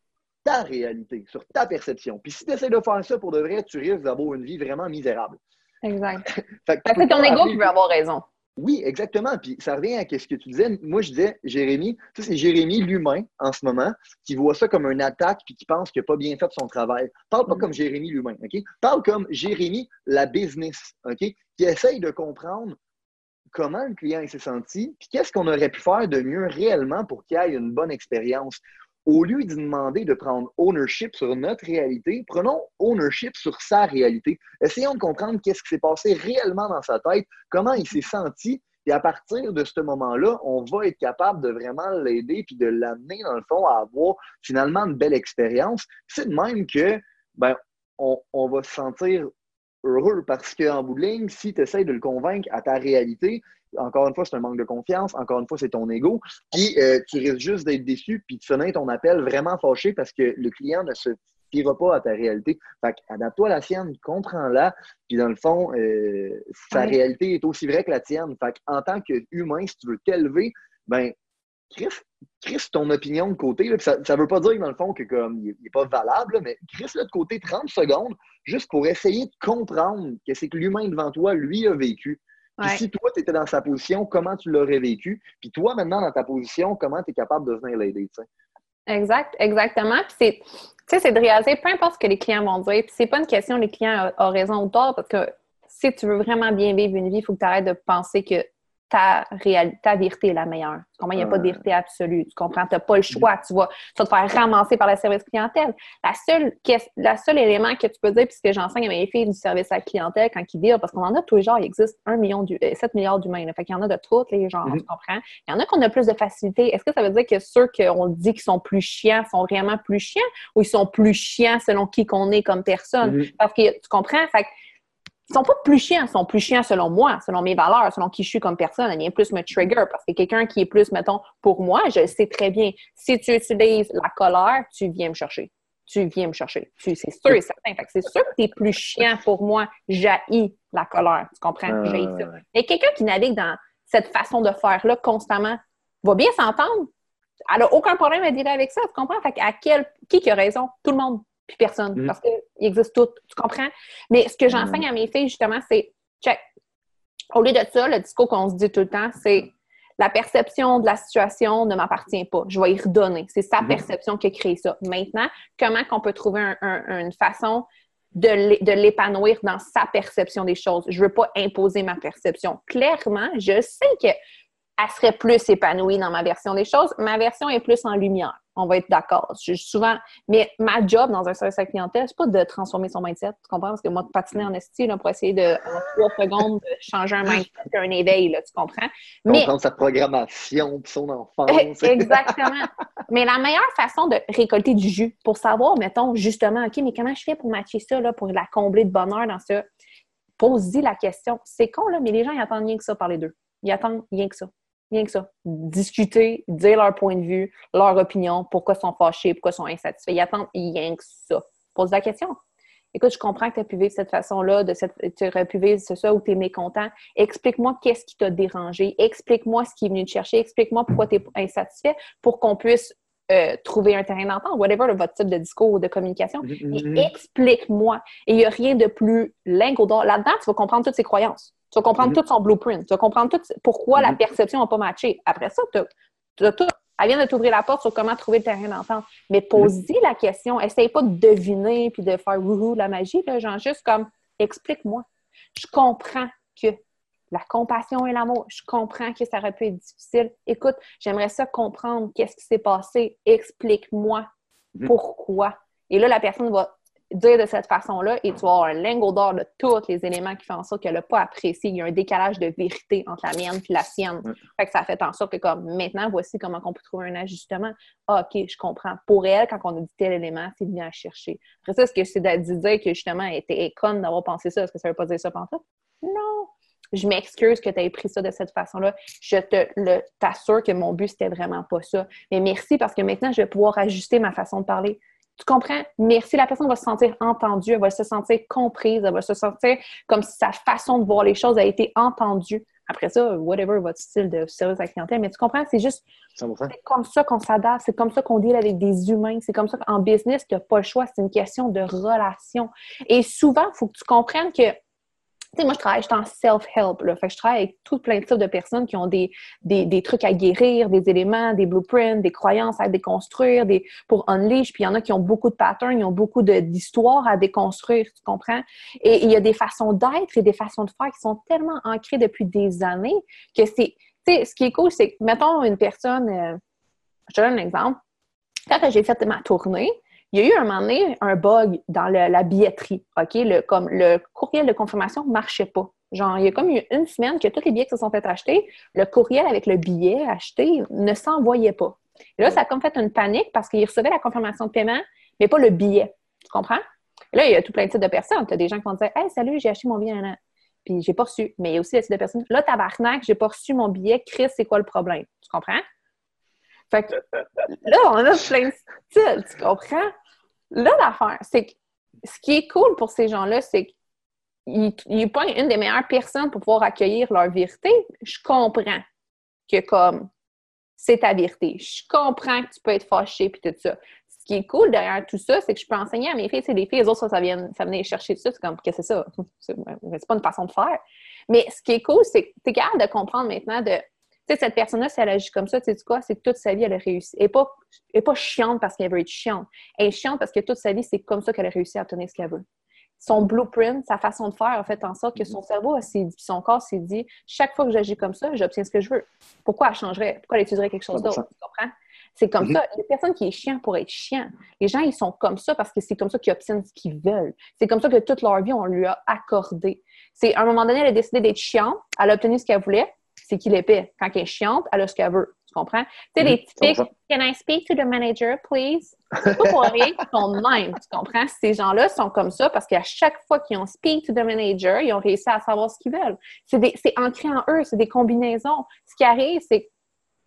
ta réalité, sur ta perception. Puis si tu essaies de faire ça pour de vrai, tu risques d'avoir une vie vraiment misérable. Exact. Fait que c'est ton ego qui veut avoir raison. Oui, exactement. Puis ça revient à ce que tu disais. Moi, je disais, Jérémy, ça c'est Jérémy, l'humain, en ce moment, qui voit ça comme une attaque puis qui pense qu'il n'a pas bien fait son travail. Parle pas mm. comme Jérémy, l'humain, OK? Parle comme Jérémy, la business, OK? Qui essaye de comprendre comment le client s'est senti puis qu'est-ce qu'on aurait pu faire de mieux réellement pour qu'il ait une bonne expérience. Au lieu de demander de prendre ownership sur notre réalité, prenons ownership sur sa réalité. Essayons de comprendre qu'est-ce qui s'est passé réellement dans sa tête, comment il s'est senti, et à partir de ce moment-là, on va être capable de vraiment l'aider puis de l'amener, dans le fond, à avoir finalement une belle expérience. C'est de même que, ben, on, on va se sentir heureux parce qu'en bout de ligne, si tu essaies de le convaincre à ta réalité, encore une fois, c'est un manque de confiance. Encore une fois, c'est ton ego. Puis, euh, tu risques juste d'être déçu puis de sonner ton appel vraiment fâché parce que le client ne se fiera pas à ta réalité. Fait qu'adapte-toi à la sienne, comprends-la. Puis, dans le fond, euh, sa oui. réalité est aussi vraie que la tienne. Fait qu'en tant qu'humain, si tu veux t'élever, ben Chris, Chris, ton opinion de côté. Là, ça ne veut pas dire, dans le fond, que comme il n'est pas valable, là, mais Chris, là, de côté, trente secondes, juste pour essayer de comprendre que c'est que l'humain devant toi, lui, a vécu. Puis ouais. si toi, tu étais dans sa position, comment tu l'aurais vécu? Puis toi, maintenant, dans ta position, comment tu es capable de venir l'aider? T'sais? Exact, exactement. Puis c'est, tu sais, c'est de réaliser, peu importe ce que les clients vont dire, puis c'est pas une question les clients ont raison ou tort, parce que si tu veux vraiment bien vivre une vie, il faut que tu arrêtes de penser que ta réalité, ta vérité est la meilleure. Tu comprends? Il n'y a pas de vérité absolue. Tu comprends? Tu n'as pas le choix. Tu vas, tu vas te faire ramasser par le service clientèle. La seule, la seule élément que tu peux dire, puis ce que j'enseigne à mes filles du service à la clientèle quand ils dealent, parce qu'on en a tous les genres, il existe un million, sept milliards d'humains. Là. Fait qu'il y en a de tous les genres, mm-hmm. tu comprends? Il y en a qu'on a plus de facilité. Est-ce que ça veut dire que ceux qu'on dit qu'ils sont plus chiants sont réellement plus chiants ou ils sont plus chiants selon qui qu'on est comme personne? Mm-hmm. Parce que tu comprends? Fait que ils sont pas plus chiants, ils sont plus chiants selon moi, selon mes valeurs, selon qui je suis comme personne. Elle vient plus me trigger parce que quelqu'un qui est plus, mettons, pour moi, je le sais très bien. Si tu utilises la colère, tu viens me chercher. Tu viens me chercher. Tu, c'est sûr et certain. Fait que c'est sûr que tu es plus chiant pour moi. J'haïs la colère. Tu comprends? Euh... J'haïs ça. Mais quelqu'un qui navigue dans cette façon de faire-là constamment va bien s'entendre. Elle n'a aucun problème à dealer avec ça. Tu comprends? Fait à quel... Qui qui a raison? Tout le monde. Puis personne, mmh. parce qu'ils existent tous, tu comprends? Mais ce que j'enseigne mmh. à mes filles, justement, c'est, check, au lieu de ça, le discours qu'on se dit tout le temps, c'est la perception de la situation ne m'appartient pas. Je vais y redonner. C'est sa mmh. perception qui a créé ça. Maintenant, comment qu'on peut trouver un, un, une façon de, de l'épanouir dans sa perception des choses? Je ne veux pas imposer ma perception. Clairement, je sais que elle serait plus épanouie dans ma version des choses. Ma version est plus en lumière. On va être d'accord. Je, je- souvent, mais ma job dans un service à la clientèle, c'est pas de transformer son mindset. Tu comprends? Parce que moi, de patiner en esti, là, pour essayer de, en trois secondes, de changer un mindset et un éveil, là, tu comprends? Mais, Comprendre sa programmation puis son enfance. exactement. Mais la meilleure façon de récolter du jus, pour savoir, mettons, justement, OK, mais comment je fais pour matcher ça, là, pour la combler de bonheur dans ça? Pose-y la question. C'est con, là, mais les gens, ils attendent rien que ça par les deux. Ils attendent rien que ça. Rien que ça. Discuter, dire leur point de vue, leur opinion, pourquoi ils sont fâchés, pourquoi ils sont insatisfaits. Ils attendent rien que ça. Pose la question. Écoute, je comprends que tu as pu vivre de cette façon-là, de cette, tu aurais pu vivre c'est ça ou tu es mécontent. Explique-moi qu'est-ce qui t'a dérangé. Explique-moi ce qui est venu te chercher. Explique-moi pourquoi tu es insatisfait pour qu'on puisse euh, trouver un terrain d'entente, whatever, votre type de discours ou de communication. Mais Mm-hmm. explique-moi. Et il n'y a rien de plus lingot d'or. Là-dedans, tu vas comprendre toutes ses croyances. Tu vas comprendre Mm-hmm. tout son blueprint. Tu vas comprendre tout pourquoi Mm-hmm. la perception n'a pas matché. Après ça, tu as tout. Elle vient de t'ouvrir la porte sur comment trouver le terrain d'entente. Mais pose-y la question. Essaye pas de deviner puis de faire wouhou la magie. Là. Genre juste comme, explique-moi. Je comprends que la compassion et l'amour, je comprends que ça aurait pu être difficile. Écoute, j'aimerais ça comprendre qu'est-ce qui s'est passé. Explique-moi pourquoi. Et là, la personne va dire de cette façon-là et tu vas avoir un lingot d'or de tous les éléments qui font en sorte qu'elle n'a pas apprécié. Il y a un décalage de vérité entre la mienne et la sienne. Ouais. Fait que ça fait en sorte que comme maintenant, voici comment on peut trouver un ajustement. Ah, OK, je comprends. Pour elle, quand on a dit tel élément, c'est venu à chercher. Après ça, est-ce que c'est de dire que justement, elle était conne d'avoir pensé ça? Est-ce que ça veut pas dire ça pantoute? Non! Je m'excuse que tu aies pris ça de cette façon-là. Je te le, t'assure que mon but, c'était vraiment pas ça. Mais merci parce que maintenant, je vais pouvoir ajuster ma façon de parler. Tu comprends? Merci. La personne va se sentir entendue, elle va se sentir comprise, elle va se sentir comme si sa façon de voir les choses a été entendue. Après ça, whatever votre style de service à la clientèle, mais tu comprends? C'est juste, cent pour cent. c'est comme ça qu'on s'adapte, c'est comme ça qu'on deal avec des humains, c'est comme ça qu'en business, tu n'as pas le choix, c'est une question de relation. Et souvent, il faut que tu comprennes que tu sais, moi, je travaille, je suis en self-help, là. Fait que je travaille avec tout plein de types de personnes qui ont des, des, des trucs à guérir, des éléments, des blueprints, des croyances à déconstruire, des, pour unleash. Puis il y en a qui ont beaucoup de patterns, ils ont beaucoup de, d'histoires à déconstruire, tu comprends? Et il y a des façons d'être et des façons de faire qui sont tellement ancrées depuis des années que c'est... Tu sais, ce qui est cool, c'est que, mettons, une personne... Euh, je te donne un exemple. Quand j'ai fait ma tournée, il y a eu un moment donné un bug dans le, la billetterie, OK? Le, comme le courriel de confirmation ne marchait pas. Genre, il y a comme eu une semaine que tous les billets qui se sont fait acheter, le courriel avec le billet acheté ne s'envoyait pas. Et là, ça a comme fait une panique parce qu'ils recevaient la confirmation de paiement, mais pas le billet. Tu comprends? Et là, il y a tout plein de types de personnes. Tu as des gens qui vont dire « Hey, salut, j'ai acheté mon billet un an. » Puis j'ai pas reçu. Mais il y a aussi des types de personnes. Là, tabarnak, j'ai pas reçu mon billet. Chris, c'est quoi le problème? Tu comprends? Fait que là, on a plein de styles, tu comprends? Là, l'affaire, c'est que ce qui est cool pour ces gens-là, c'est qu'ils ils pognent une des meilleures personnes pour pouvoir accueillir leur vérité. Je comprends que comme c'est ta vérité. Je comprends que tu peux être fâché puis tout ça. Ce qui est cool derrière tout ça, c'est que je peux enseigner à mes filles, c'est des filles, les autres, ça, ça vient, ça venait chercher tout ça, c'est comme, qu'est-ce que c'est ça? C'est, c'est pas une façon de faire. Mais ce qui est cool, c'est que tu es capable de comprendre maintenant de tu sais, cette personne-là, si elle agit comme ça, tu sais quoi? C'est que toute sa vie, elle a réussi. Elle n'est pas, elle est pas chiante parce qu'elle veut être chiante. Elle est chiante parce que toute sa vie, c'est comme ça qu'elle a réussi à obtenir ce qu'elle veut. Son blueprint, sa façon de faire, a fait en sorte que son cerveau, son corps s'est dit, chaque fois que j'agis comme ça, j'obtiens ce que je veux. Pourquoi elle changerait? Pourquoi elle utiliserait quelque chose d'autre? Tu comprends? C'est comme mm-hmm. ça. Les personnes qui sont chiantes pour être chiant, les gens, ils sont comme ça parce que c'est comme ça qu'ils obtiennent ce qu'ils veulent. C'est comme ça que toute leur vie, on lui a accordé. C'est, à un moment donné, elle a décidé d'être chiante, elle a obtenu ce qu'elle voulait, c'est qu'il est épais. Quand elle est chiante, elle a ce qu'elle veut. Tu comprends? Tu sais, les typiques « Can I speak to the manager, please? » C'est pas pour rien qu'ils sont de même. Tu comprends? Ces gens-là sont comme ça parce qu'à chaque fois qu'ils ont « speak to the manager », ils ont réussi à savoir ce qu'ils veulent. C'est, des, c'est ancré en eux, c'est des combinaisons. Ce qui arrive, c'est que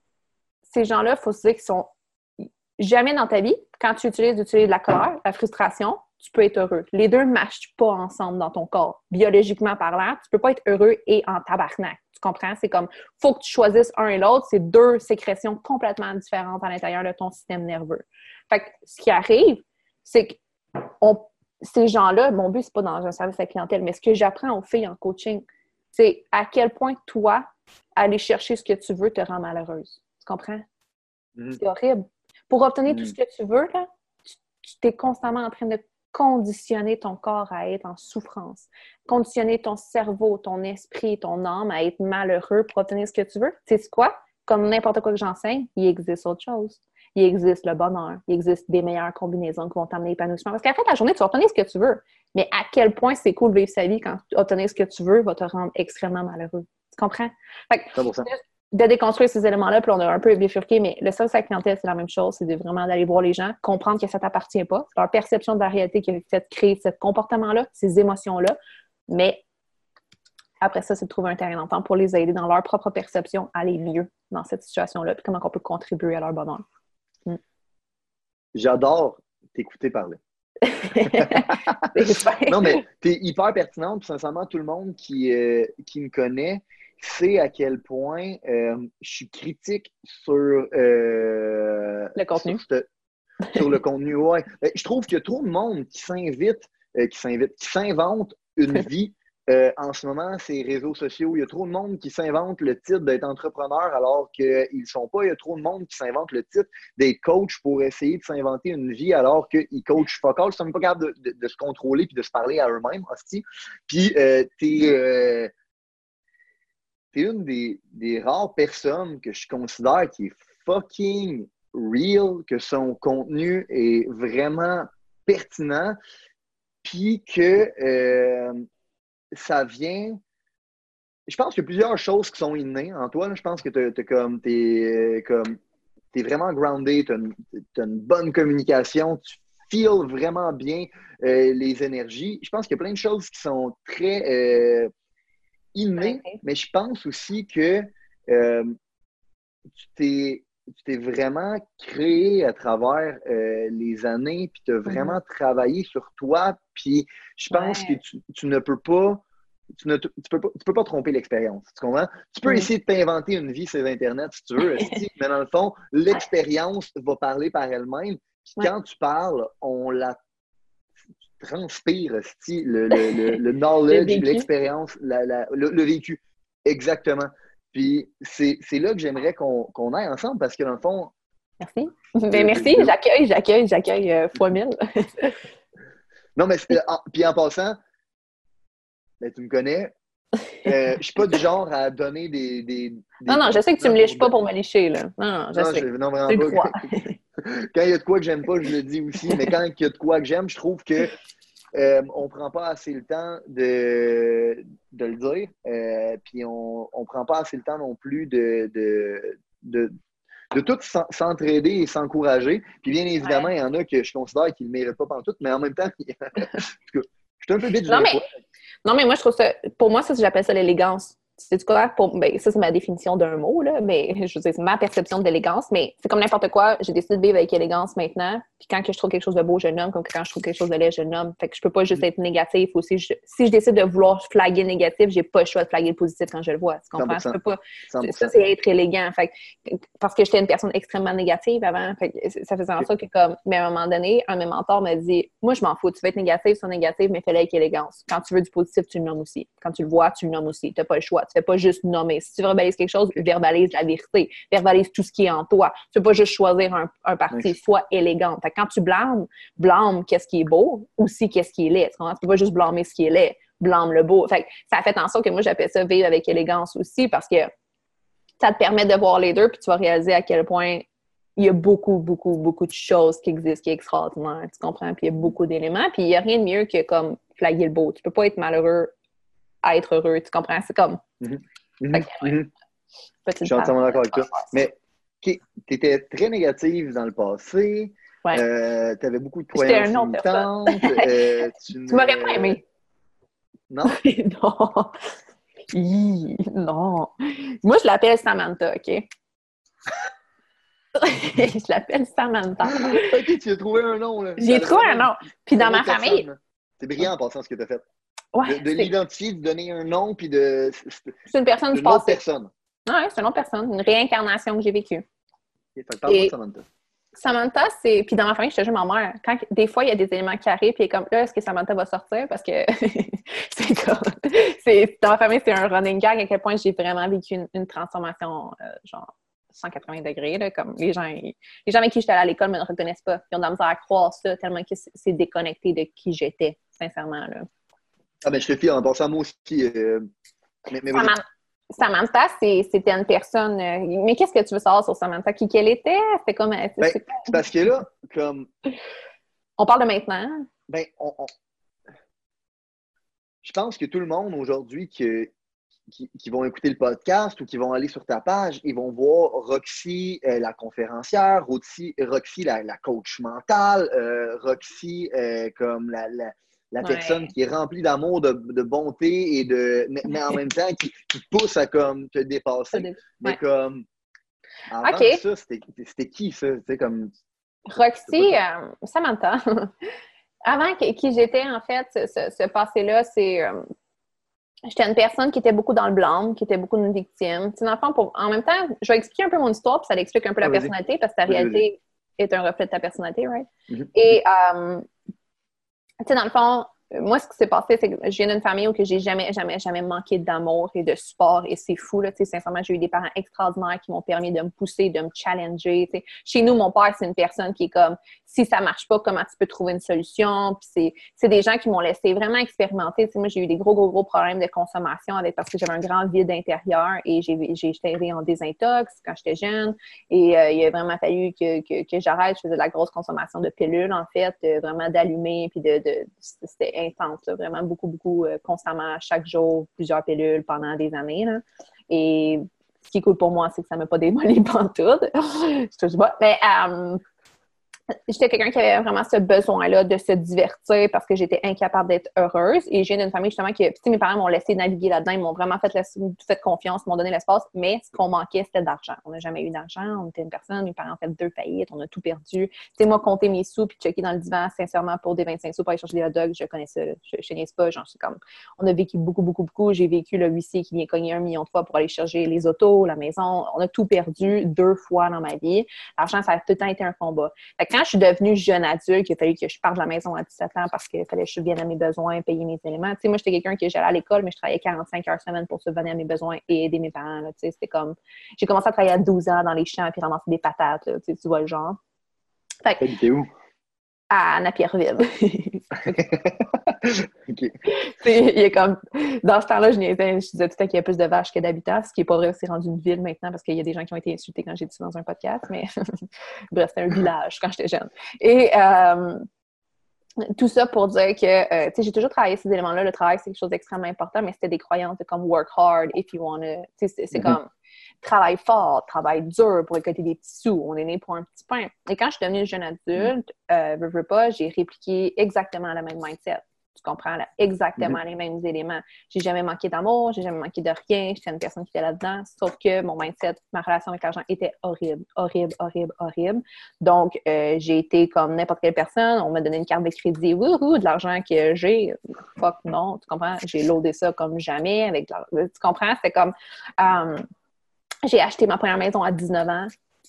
ces gens-là, il faut se dire qu'ils sont jamais dans ta vie, quand tu utilises, utilises la colère, la frustration, tu peux être heureux. Les deux ne matchent pas ensemble dans ton corps. Biologiquement parlant, tu ne peux pas être heureux et en tabarnak. Tu comprends? C'est comme, il faut que tu choisisses un et l'autre. C'est deux sécrétions complètement différentes à l'intérieur de ton système nerveux. Fait que ce qui arrive, c'est que on, ces gens-là, mon but, c'est pas dans un service à la clientèle, mais ce que j'apprends aux filles en coaching, c'est à quel point toi, aller chercher ce que tu veux te rend malheureuse. Tu comprends? Mm-hmm. C'est horrible. Pour obtenir mm-hmm. tout ce que tu veux, là, tu, tu t'es constamment en train de conditionner ton corps à être en souffrance, conditionner ton cerveau, ton esprit, ton âme à être malheureux pour obtenir ce que tu veux. Tu sais quoi? Comme n'importe quoi que j'enseigne, il existe autre chose. il existe le bonheur, il existe des meilleures combinaisons qui vont t'amener l'épanouissement. Parce qu'à la fin de la journée, tu vas obtenir ce que tu veux. Mais à quel point c'est cool de vivre sa vie quand obtenir ce que tu veux va te rendre extrêmement malheureux. Tu comprends? Fait que, cent pour cent. de déconstruire ces éléments-là, puis on a un peu bifurqué, mais le service à la clientèle, c'est la même chose, c'est de vraiment d'aller voir les gens, comprendre que ça ne t'appartient pas, c'est leur perception de la réalité qui a fait créer ce comportement-là, ces émotions-là, mais après ça, c'est de trouver un terrain d'entente pour les aider dans leur propre perception à aller mieux dans cette situation-là, puis comment on peut contribuer à leur bonheur. Mm. J'adore t'écouter parler. Non, mais t'es hyper pertinente, puis sincèrement, tout le monde qui, euh, qui me connaît sait à quel point euh, je suis critique sur euh, le contenu. Sur, ce, sur le contenu, ouais. Je trouve qu'il y a trop de monde qui s'invite, euh, qui s'invite, qui s'invente une vie euh, en ce moment, ces réseaux sociaux. Il y a trop de monde qui s'invente le titre d'être entrepreneur alors qu'ils ne sont pas. Il y a trop de monde qui s'invente le titre d'être coach pour essayer de s'inventer une vie alors qu'ils coachent fuck all. Ils ne sont même pas capables de, de, de se contrôler puis de se parler à eux-mêmes, hostie. Puis, euh, t'es... Euh, T'es une des, des rares personnes que je considère qui est fucking real, que son contenu est vraiment pertinent, puis que euh, ça vient... Je pense qu'il y a plusieurs choses qui sont innées en toi. Là. Je pense que t'es, t'es comme, t'es, comme, t'es vraiment groundé, t'as une, t'as une bonne communication, tu feels vraiment bien euh, les énergies. Je pense qu'il y a plein de choses qui sont très... Euh, inné, okay. Mais je pense aussi que euh, tu t'es, tu t'es vraiment créé à travers euh, les années, puis tu as vraiment mm-hmm. travaillé sur toi, puis je pense ouais. que tu, tu ne peux pas tu ne tu peux pas, tu peux pas tromper l'expérience, tu comprends? Tu peux mm-hmm. essayer de t'inventer une vie sur Internet si tu veux, mais dans le fond, l'expérience va parler par elle-même, puis ouais. quand tu parles, on la transpire le, le, le, le knowledge, le l'expérience, la, la, le, le vécu. Exactement. Puis c'est, c'est là que j'aimerais qu'on, qu'on aille ensemble parce que dans le fond. Merci. Ben, merci, de... j'accueille, j'accueille, j'accueille euh, fois mille. Non, mais en, puis en passant, ben, tu me connais. Euh, je suis pas du genre à donner des. des, des non, non, je sais que tu me liches pas pour me licher, là. Non, non, je non, sais. Je, non, vraiment tu pas. Quand il y a de quoi que j'aime pas, je le dis aussi, mais quand il y a de quoi que j'aime, je trouve que euh, on prend pas assez le temps de, de le dire, euh, puis on, on prend pas assez le temps non plus de, de, de, de tout s'entraider et s'encourager. Puis bien évidemment, ouais. il y en a que je considère qu'ils ne le méritent pas pantoute, mais en même temps, en tout cas, je suis un peu bitch non, mais, non, mais moi, je trouve ça, pour moi, ça, j'appelle ça l'élégance. C'est quoi? Pour, ben, ça, c'est ma définition d'un mot, là, mais je veux dire, c'est ma perception d'élégance, mais c'est comme n'importe quoi. J'ai décidé de vivre avec élégance maintenant. Puis quand que je trouve quelque chose de beau, je nomme, comme quand je trouve quelque chose de laid, je nomme. Fait que je peux pas juste être négatif aussi. Je, si je décide de vouloir flaguer le négatif, j'ai pas le choix de flaguer le positif quand je le vois. Tu comprends? Je peux pas. cent pour cent. Ça, c'est être élégant. Fait que, parce que j'étais une personne extrêmement négative avant. Fait que ça faisait en sorte que, comme, mais à un moment donné, un de mes mentors m'a dit, moi, je m'en fous. Tu veux être négatif, sois négatif, mais fais-le avec élégance. Quand tu veux du positif, tu le nommes aussi. Quand tu le vois, tu le nommes aussi. T'as pas le choix. Tu fais pas juste nommer. Si tu verbalises quelque chose, verbalise la vérité. Verbalise tout ce qui est en toi. Tu ne peux pas juste choisir un, un parti. Oui. Sois élégante. Fait que quand tu blâmes, blâme qu'est-ce qui est beau, aussi qu'est-ce qui est laid. Tu ne peux pas juste blâmer ce qui est laid. Blâme le beau. Fait que ça a fait en sorte que moi, j'appelle ça vivre avec élégance aussi parce que ça te permet de voir les deux puis tu vas réaliser à quel point il y a beaucoup, beaucoup, beaucoup de choses qui existent, qui est extraordinaire. Tu comprends? Puis il y a beaucoup d'éléments. Puis il n'y a rien de mieux que comme flaguer le beau. Tu ne peux pas être malheureux à être heureux. Tu comprends? C'est comme... Mm-hmm. Mm-hmm. Que, ouais. Je suis entièrement d'accord avec toi. Mais tu étais très négative dans le passé. Ouais. Euh, tu avais beaucoup de croyances limitantes. euh, tu tu m'aurais pas aimé. Non? non. Hi, non. Moi, je l'appelle Samantha, OK? je l'appelle Samantha. OK, tu as trouvé un nom. Là. J'ai trouvé un nom. Puis dans ma personne. famille... C'est brillant en passant ce que tu as fait. Ouais, de de l'identifier, de donner un nom, puis de... C'est une personne du passé. Une personne. Oui, c'est une autre personne. Une réincarnation que j'ai vécue. Okay, fait que parle-moi de Samantha. Samantha, c'est... Puis dans ma famille, je te jure, ma mère, quand des fois, il y a des éléments qui arrivent, puis elle est comme, là, est-ce que Samantha va sortir? Parce que c'est comme... C'est... Dans ma famille, c'est un running gag à quel point j'ai vraiment vécu une, une transformation, euh, genre, cent quatre-vingts degrés, là, comme les gens... Les gens avec qui j'étais allée à l'école ne me reconnaissent pas. Ils ont de la misère à croire ça, tellement que c'est déconnecté de qui j'étais, sincèrement, là. Ah ben je te fie en pensant moi aussi. Euh... Mais, mais Samantha, Samantha, c'est, c'était une personne... euh, mais qu'est-ce que tu veux savoir sur Samantha? Qui qu'elle était? C'était comme... c'est- Ben, c'est- c'est parce que là, comme, On parle de maintenant. ben, on, on- je pense que tout le monde aujourd'hui qui, qui, qui vont écouter le podcast ou qui vont aller sur ta page, ils vont voir Roxy, euh, la conférencière, Roxy, Roxy la, la coach mentale, euh, Roxy, euh, comme la, la, la personne Ouais. qui est remplie d'amour, de, de bonté et de, mais, mais en même temps qui, qui te pousse à comme te dépasser. Mais Ouais. comme avant OK. ça, c'était c'était qui ça? Tu sais, comme, c'est pas Roxy, comme- euh, Samantha. Avant que- qui j'étais, en fait, ce, ce- ce passé-là, c'est... euh, j'étais une personne qui était beaucoup dans le blâme, qui était beaucoup une victime. Tu sais, dans le fond, pour, en même temps, je vais expliquer un peu mon histoire, puis ça explique un peu Ah, la vas-y. personnalité, parce que ta Vas-y, vas-y. réalité est un reflet de ta personnalité, right? Mhm. Et, euh, tu sais, dans le fond, euh, moi, ce qui s'est passé, c'est que je viens d'une famille où que j'ai jamais, jamais, jamais manqué d'amour et de support, et c'est fou, là, tu sais, sincèrement, j'ai eu des parents extraordinaires qui m'ont permis de me pousser, de me challenger, tu sais. Chez nous, mon père, c'est une personne qui est comme, si ça marche pas, comment tu peux trouver une solution? Puis c'est, c'est des gens qui m'ont laissé vraiment expérimenter, tu sais, moi, j'ai eu des gros, gros, gros problèmes de consommation avec, parce que j'avais un grand vide intérieur, et j'ai, j'ai été en désintox quand j'étais jeune, et euh, il a vraiment fallu que, que, que j'arrête, je faisais de la grosse consommation de pilules, en fait, euh, vraiment d'allumer, puis de, de c'était intense, là, vraiment beaucoup, beaucoup, euh, constamment, chaque jour, plusieurs pilules pendant des années, là. Et ce qui est cool pour moi, c'est que ça ne m'a pas démoli pantoute. Je touche pas. Mais euh, j'étais quelqu'un qui avait vraiment ce besoin-là de se divertir parce que j'étais incapable d'être heureuse. Et j'ai d'une famille, justement, qui, tu sais, mes parents m'ont laissé naviguer là-dedans. Ils m'ont vraiment fait, la, fait confiance, m'ont donné l'espace. Mais ce qu'on manquait, c'était d'argent. On n'a jamais eu d'argent. On était une personne. Mes parents ont fait deux faillites. On a tout perdu. Tu sais, moi, compter mes sous puis checker dans le divan, sincèrement, pour des vingt-cinq sous pour aller chercher des hot dogs, je connais ça. Je, je niaise pas. Genre, c'est comme, on a vécu beaucoup, beaucoup, beaucoup. J'ai vécu le huissier qui vient cogner un million de fois pour aller chercher les autos, la maison. On a tout perdu deux fois dans ma vie. L'argent, ça a tout le temps été un combat. Fait que quand je suis devenue jeune adulte, il a fallu que je parte de la maison à dix-sept ans parce qu'il fallait que je subvienne à mes besoins, payer mes éléments. Tu sais, moi, j'étais quelqu'un qui j'allais à l'école, mais je travaillais quarante-cinq heures semaine pour subvenir à mes besoins et aider mes parents. Là, tu sais, c'était comme... J'ai commencé à travailler à douze ans dans les champs puis ramasser des patates. Là, tu sais, tu vois le genre. Fait que, T'habitais où? à Napierville. OK. Il est comme... Dans ce temps-là, je, niaisais, je disais tout à qu'il y a plus de vaches que d'habitants, ce qui n'est pas vrai, c'est rendu une ville maintenant parce qu'il y a des gens qui ont été insultés quand j'ai dit ça dans un podcast, mais bref, c'était un village quand j'étais jeune. Et euh, tout ça pour dire que, euh, tu sais, j'ai toujours travaillé ces éléments-là. Le travail, c'est quelque chose d'extrêmement important, mais c'était des croyances de comme work hard if you wanna. Tu sais, c'est, c'est mm-hmm. comme travaille fort, travaille dur pour récolter des petits sous. On est né pour un petit pain. Et quand je suis devenue jeune adulte, euh, veux, veux pas, j'ai répliqué exactement la même mindset. Tu comprends, là, exactement mm-hmm. les mêmes éléments. J'ai jamais manqué d'amour, j'ai jamais manqué de rien. J'étais une personne qui était là-dedans. Sauf que mon mindset, ma relation avec l'argent était horrible, horrible, horrible, horrible. Donc, euh, j'ai été comme n'importe quelle personne. On m'a donné une carte de crédit, wouhou, de l'argent que j'ai. Fuck non, tu comprends? J'ai loadé ça comme jamais. Avec de l'argent. Tu comprends? C'était comme... Um, j'ai acheté ma première maison à dix-neuf ans.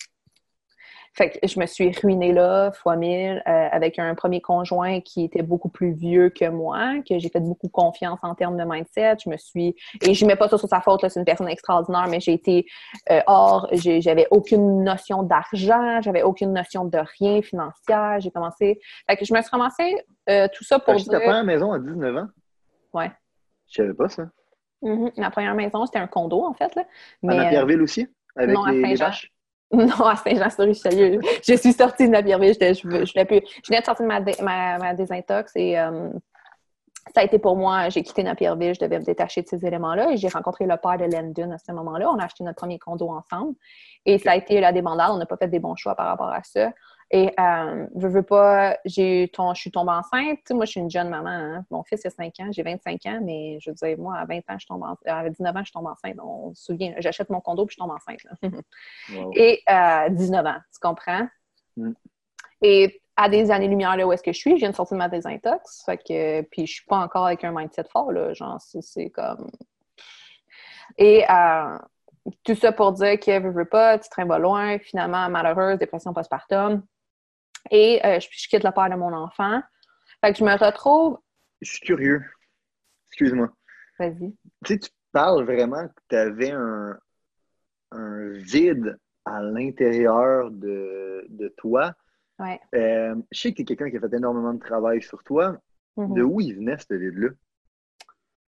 Fait que je me suis ruinée là, fois mille, euh, avec un premier conjoint qui était beaucoup plus vieux que moi, que j'ai fait beaucoup confiance en termes de mindset. Je me suis... Et je ne mets pas ça sur sa faute, là, c'est une personne extraordinaire, mais j'ai été euh, hors... J'ai, j'avais aucune notion d'argent, j'avais aucune notion de rien financière. J'ai commencé... Fait que je me suis ramassée euh, tout ça pour T'as acheté dire... ta première maison à dix-neuf ans? Ouais. Je savais pas ça. Mm-hmm. Ma première maison, c'était un condo, en fait. Là. Mais, à Napierville aussi? Avec non, les, les vaches? Non, à Saint-Jean-sur-Richelieu. Je suis sortie de Napierville. Je, je, je, je, plus... je venais de sortir de ma, dé, ma, ma désintox et euh, ça a été pour moi, j'ai quitté Napierville, je devais me détacher de ces éléments-là et j'ai rencontré le père de Landon à ce moment-là. On a acheté notre premier condo ensemble et okay. Ça a été la débandade. On n'a pas fait des bons choix par rapport à ça. Et euh, je veux pas, j'ai ton, je suis tombée enceinte. Tu sais, moi, je suis une jeune maman. Hein. Mon fils a cinq ans, j'ai vingt-cinq ans, mais je veux dire, moi, à vingt ans, je tombe enceinte. À dix-neuf ans, je tombe enceinte. On se souvient, j'achète mon condo puis je tombe enceinte. Là. Wow. Et euh, dix-neuf ans, tu comprends? Mm. Et à des années-lumière là où est-ce que je suis, je viens de sortir de ma désintox. Fait que, puis je suis pas encore avec un mindset fort, là. Genre, c'est, c'est comme... Et... Euh, tout ça pour dire que, veux, veux pas, tu traînes pas loin, finalement, malheureuse, dépression postpartum. Et euh, je, je quitte le père de mon enfant. Fait que je me retrouve... Je suis curieux. Excuse-moi. Vas-y. Tu sais, tu parles vraiment que tu avais un, un vide à l'intérieur de, de toi. Ouais. Euh, je sais que tu es quelqu'un qui a fait énormément de travail sur toi. Mm-hmm. De où il venait, ce vide-là?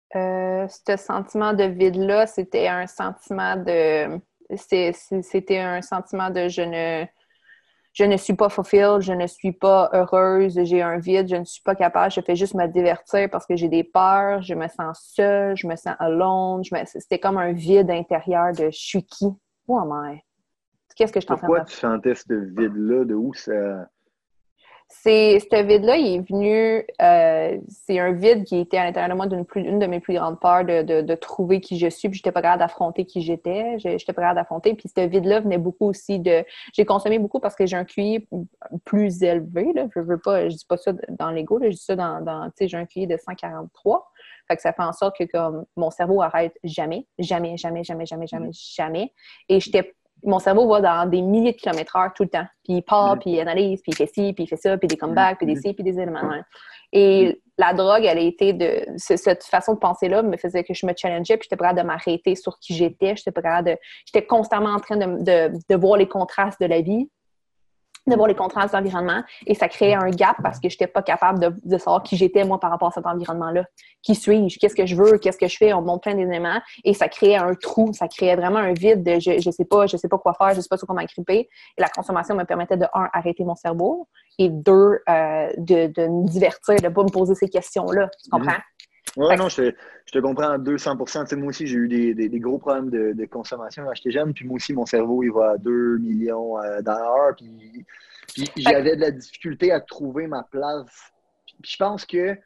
Euh, ce sentiment de vide-là, c'était un sentiment de... C'est, c'est, c'était un sentiment de je ne... Je ne suis pas fulfilled, je ne suis pas heureuse, j'ai un vide, je ne suis pas capable, je fais juste me divertir parce que j'ai des peurs, je me sens seule, je me sens alone, je me... c'était comme un vide intérieur de je suis qui? Who am I? Qu'est-ce que je suis en train de Pourquoi tu sentais ce vide-là? De où ça... C'est, ce vide-là, il est venu, euh, c'est un vide qui était à l'intérieur de moi d'une plus, une de mes plus grandes peurs de, de, de trouver qui je suis, puis j'étais pas capable d'affronter qui j'étais, j'étais pas capable d'affronter, puis ce vide-là venait beaucoup aussi de, j'ai consommé beaucoup parce que j'ai un Q I plus élevé, là, je veux pas, je dis pas ça dans l'ego, là, je dis ça dans, dans tu sais, j'ai un Q I de cent quarante-trois, fait que ça fait en sorte que comme mon cerveau arrête jamais, jamais, jamais, jamais, jamais, jamais, jamais, et j'étais mon cerveau va dans des milliers de kilomètres heure tout le temps. Puis il part, mm-hmm. puis il analyse, puis il fait ci, puis il fait ça, puis des comebacks, puis des ci, puis des éléments. Et mm-hmm. la drogue, elle a été de... Cette façon de penser-là me faisait que je me challengeais, puis j'étais pas capable de m'arrêter sur qui j'étais. J'étais pas capable de... J'étais constamment en train de, de, de voir les contrastes de la vie, de voir les contrastes de l'environnement, et ça créait un gap parce que je n'étais pas capable de, de savoir qui j'étais, moi, par rapport à cet environnement-là. Qui suis-je? Qu'est-ce que je veux? Qu'est-ce que je fais? On montre plein d'éléments, et ça créait un trou, ça créait vraiment un vide de je ne sais pas, je sais pas quoi faire, je sais pas sur quoi m'agripper. Et la consommation me permettait de, un, arrêter mon cerveau, et deux, euh, de, de me divertir, de ne pas me poser ces questions-là. Tu comprends? Mm-hmm. Oui, non, je te, je te comprends à deux cents pour cent. Tu sais, moi aussi, j'ai eu des, des, des gros problèmes de, de consommation quand j'étais jeune. Puis moi aussi, mon cerveau, il va à deux millions euh, dans l'heure. Puis, puis j'avais de la difficulté à trouver ma place. Puis je pense que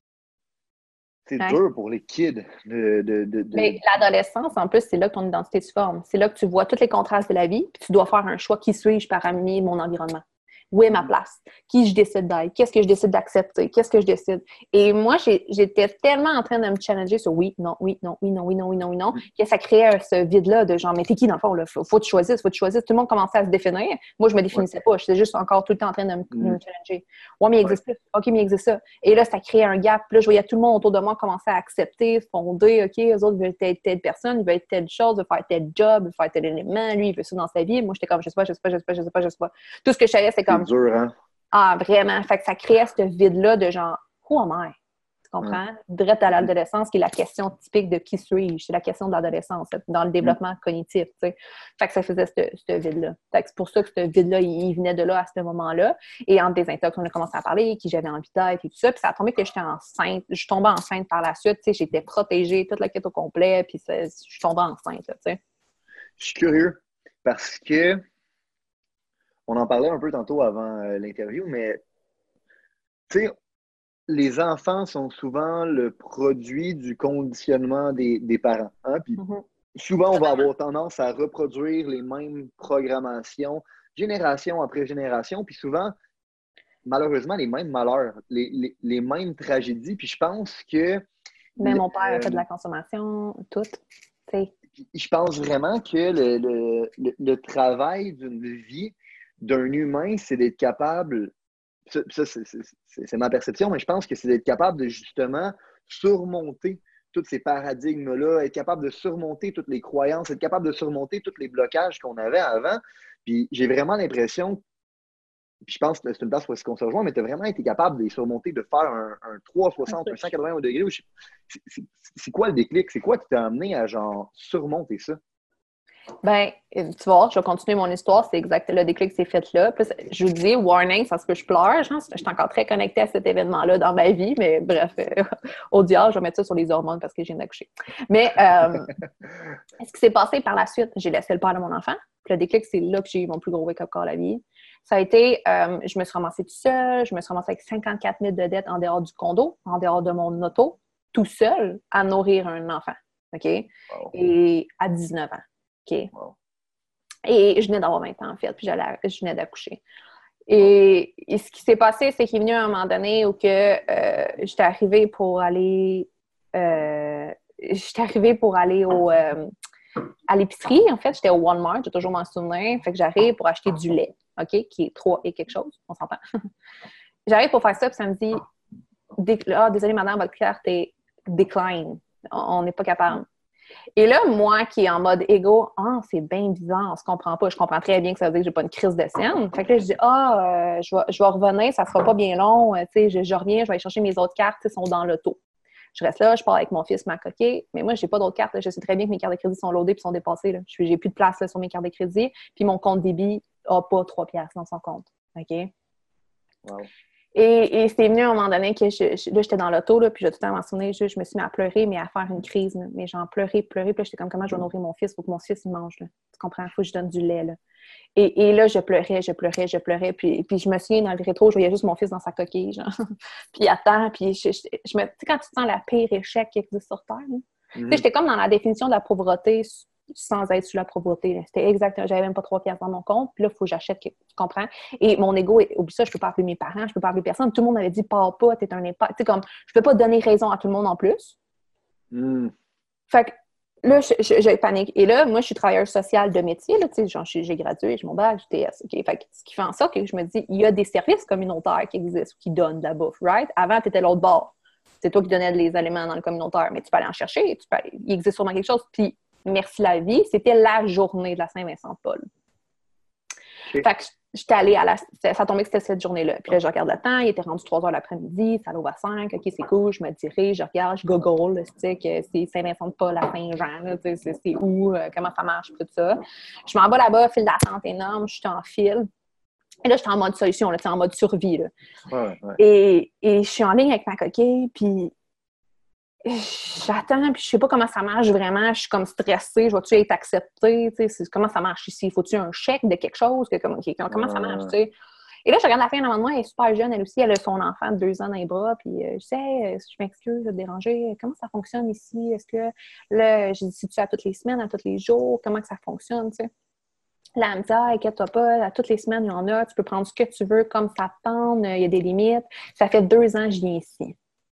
c'est ouais. dur pour les kids. De, de, de, de... Mais l'adolescence, en plus, c'est là que ton identité se forme. C'est là que tu vois tous les contrastes de la vie. Puis tu dois faire un choix. Qui suis-je parmi mon environnement? Où est ma place? Qui je décide d'être? Qu'est-ce que je décide d'accepter? Qu'est-ce que je décide? Et moi, j'ai, j'étais tellement en train de me challenger sur oui, non, oui, non, oui, non, oui, non, oui, non, oui, non, que ça créait ce vide-là de genre, mais t'es qui dans le fond? Là? Faut, faut que tu choisisses, faut que tu choisisses. Tout le monde commençait à se définir. Moi, je me définissais ouais. pas. J'étais juste encore tout le temps en train de me, mm. de me challenger. Ouais, mais il existe ouais. plus. OK, mais il existe ça. Et là, ça créait un gap. Puis là, je voyais tout le monde autour de moi commencer à accepter, fonder. OK, eux autres veulent être telle personne, ils veulent être telle chose, veulent faire tel job, veulent faire tel élément. Lui, il veut ça dans sa vie. Moi, j'étais comme, je sais pas, je sais pas, je sais pas, je sais pas, je sais pas. Tout ce que je savais, c'est comme. C'est dur, hein? Ah, vraiment. Fait que ça créait ce vide-là de genre, who am I? Tu comprends? Mm. Direct à l'adolescence, qui est la question typique de qui suis-je? C'est la question de l'adolescence, dans le développement mm. cognitif, tu sais. Fait que ça faisait ce, ce vide-là. Fait que c'est pour ça que ce vide-là, il, il venait de là à ce moment-là. Et entre des intox, on a commencé à parler, qui j'avais envie d'être et tout ça. Puis ça a tombé que j'étais enceinte. Je suis tombée enceinte par la suite, tu sais. J'étais protégée, toute la quête au complet, puis ça, je suis tombée enceinte, tu sais. Je suis curieux parce que on en parlait un peu tantôt avant euh, l'interview, mais tu sais, les enfants sont souvent le produit du conditionnement des, des parents. Hein? Puis mm-hmm. souvent, on va avoir tendance à reproduire les mêmes programmations, génération après génération, puis souvent, malheureusement, les mêmes malheurs, les, les, les mêmes tragédies. Puis je pense que... Mais le, mon père a fait de la consommation, tout, tu sais. Je pense vraiment que le, le, le, le travail d'une vie d'un humain, c'est d'être capable, ça, ça c'est, c'est, c'est ma perception, mais je pense que c'est d'être capable de justement surmonter tous ces paradigmes-là, être capable de surmonter toutes les croyances, être capable de surmonter tous les blocages qu'on avait avant. Puis j'ai vraiment l'impression, puis je pense que c'est une place pour ce qu'on se rejoint, mais tu as vraiment été capable de les surmonter, de faire un, un trois cent soixante, un cent quatre-vingts degrés. C'est, c'est, c'est quoi le déclic? C'est quoi qui t'a amené à genre surmonter ça? Ben, tu vois, je vais continuer mon histoire. C'est exact, le déclic s'est fait là. Puis, je vous dis, warning, ça se peut que je pleure. Je suis encore très connectée à cet événement-là dans ma vie, mais bref, euh, au diable, je vais mettre ça sur les hormones parce que je viens d'accoucher. Mais, euh, ce qui s'est passé par la suite, j'ai laissé le père de mon enfant. Puis le déclic, c'est là que j'ai eu mon plus gros wake-up call à la vie. Ça a été, euh, je me suis ramassée toute seule, je me suis ramassée avec cinquante-quatre mille de dettes en dehors du condo, en dehors de mon auto, tout seul, à nourrir un enfant. OK? Wow. Et à dix-neuf ans. OK. Wow. Et je venais d'avoir vingt ans, en fait, puis j'allais, je venais d'accoucher. Et, et ce qui s'est passé, c'est qu'il est venu à un moment donné où que euh, j'étais arrivée pour aller... Euh, j'étais arrivée pour aller au, euh, à l'épicerie, en fait. J'étais au Walmart, j'ai toujours m'en souvenir. Fait que j'arrive pour acheter du lait, OK, qui est trois et quelque chose, on s'entend. J'arrive pour faire ça, puis ça me dit « Ah, désolée, madame, votre carte est decline. On n'est pas capable. » Et là, moi qui est en mode égo, « Ah, c'est bien bizarre, on se comprend pas. » Je comprends très bien que ça veut dire que j'ai pas une crise de scène. Fait que là, je dis « Ah, euh, je, vais, je vais revenir, ça sera pas bien long. Tu sais, je, je reviens, je vais aller chercher mes autres cartes, ils sont dans l'auto. » Je reste là, je pars avec mon fils, ma coquille. Mais moi, j'ai pas d'autres cartes. Là. Je sais très bien que mes cartes de crédit sont loadées et sont dépassées. Là. Je J'ai plus de place là, sur mes cartes de crédit. Puis mon compte débit n'a pas trois piastres dans son compte. OK? Wow. Et, et c'est venu à un moment donné que je, je, là, j'étais dans l'auto, là, puis j'ai tout le temps mentionné, je, je me suis mis à pleurer, mais à faire une crise. Là. Mais j'en pleurais, pleurais, puis là, j'étais comme, comment je vais nourrir mon fils? Il faut que mon fils, il mange. Là. Tu comprends? Il faut que je donne du lait. Là. Et, et là, je pleurais, je pleurais, je pleurais. Puis, puis je me souviens, dans le rétro, je voyais juste mon fils dans sa coquille. Genre. Puis attends, puis je, je, je me... Tu sais, quand tu sens la pire échec qui existe sur Terre, mm-hmm. Tu sais, j'étais comme dans la définition de la pauvreté sans être sur la pauvreté. Là. C'était exactement, j'avais même pas trois piastres dans mon compte, puis là, il faut que j'achète, tu comprends? Et mon ego, oublie ça, je peux pas appeler mes parents, je peux pas appeler personne. Tout le monde m'avait dit, pars pas, t'es un impact. Tu sais, comme, je peux pas donner raison à tout le monde en plus. Mm. Fait que là, j'ai panique. Et là, moi, je suis travailleuse sociale de métier, là, tu sais, genre, j'ai gradué, j'ai mon bac, j'ai T S, OK? Fait que ce qui fait en sorte que je me dis, il y a des services communautaires qui existent, qui donnent de la bouffe, right? Avant, t'étais l'autre bord. C'est toi qui donnais les aliments dans le communautaire, mais tu peux aller en chercher, tu peux aller... il existe sûrement quelque chose, puis merci la vie, c'était la journée de la Saint-Vincent-de-Paul. Okay. Fait que j'étais allée à la... Ça tombait que c'était cette journée-là. Puis là, je regarde le temps, il était rendu trois heures l'après-midi, ça l'ouvre à cinq, OK, c'est cool, je me dirige, je regarde, je google, tu sais, que c'est Saint-Vincent-de-Paul à Saint-Jean, tu sais, c'est où, euh, comment ça marche, tout ça. Je m'en vais là-bas, file d'attente énorme, je suis en file. Et là, j'étais en mode solution, là, en mode survie, là. Ouais, ouais. Et, et je suis en ligne avec ma coquille, puis j'attends, puis je sais pas comment ça marche vraiment. Je suis comme stressée. Je vais-tu être acceptée? Comment ça marche ici? Faut-tu un chèque de quelque chose? Que, comme, okay, comment ça marche? T'sais? Et là, je regarde la fille en avant de moi. Elle est super jeune. Elle aussi, elle a son enfant de deux ans dans les bras. Puis euh, je sais, euh, je m'excuse de te déranger. Comment ça fonctionne ici? Est-ce que là, je dis, si-tu à toutes les semaines, à tous les jours? Comment que ça fonctionne? T'sais? Là, elle me dit, ah, inquiète-toi pas, à toutes les semaines, il y en a. Tu peux prendre ce que tu veux comme ça te tente. Il y a des limites. Ça fait deux ans que je viens ici.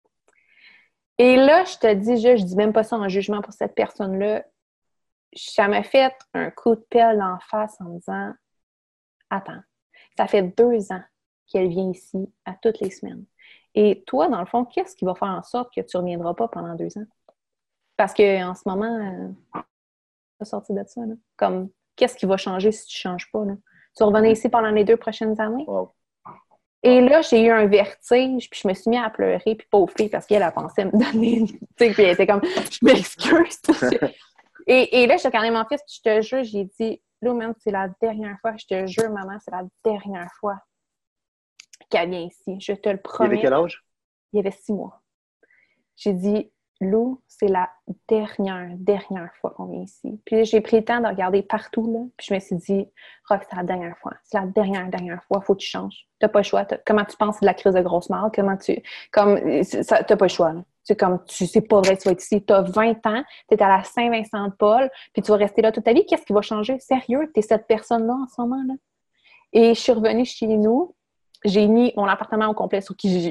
Et là, je te dis, je, je dis même pas ça en jugement pour cette personne-là. Ça m'a fait un coup de pelle en face en me disant, attends, ça fait deux ans qu'elle vient ici à toutes les semaines. Et toi, dans le fond, qu'est-ce qui va faire en sorte que tu ne reviendras pas pendant deux ans? Parce qu'en ce moment, euh, tu vas sortir de ça. Là. Comme, qu'est-ce qui va changer si tu ne changes pas? Là? Tu vas revenir ici pendant les deux prochaines années? Wow. Et là, j'ai eu un vertige, puis je me suis mis à pleurer, puis pauvre fille, parce qu'elle a pensé me donner, tu sais, puis elle était comme, je m'excuse. et, et là, j'ai regardé mon fils, puis je te jure, j'ai dit, Lou, man, c'est la dernière fois, je te jure, maman, c'est la dernière fois qu'elle vient ici. Je te le promets. Il avait quel âge? Il y avait six mois. J'ai dit, Lou, c'est la dernière, dernière fois qu'on vient ici. Puis j'ai pris le temps de regarder partout, là. Puis je me suis dit, Rox, c'est la dernière fois. C'est la dernière, dernière fois. Faut que tu changes. T'as pas le choix. T'as... Comment tu penses de la crise de grosse mort? Comment tu... Comme... Ça, t'as pas le choix, là. C'est comme, tu sais pas vrai que tu vas être ici. T'as vingt ans, t'es à la Saint-Vincent-de-Paul, puis tu vas rester là toute ta vie. Qu'est-ce qui va changer? Sérieux? T'es cette personne-là en ce moment, là? Et je suis revenue chez nous. J'ai mis mon appartement au complet sur Kijiji.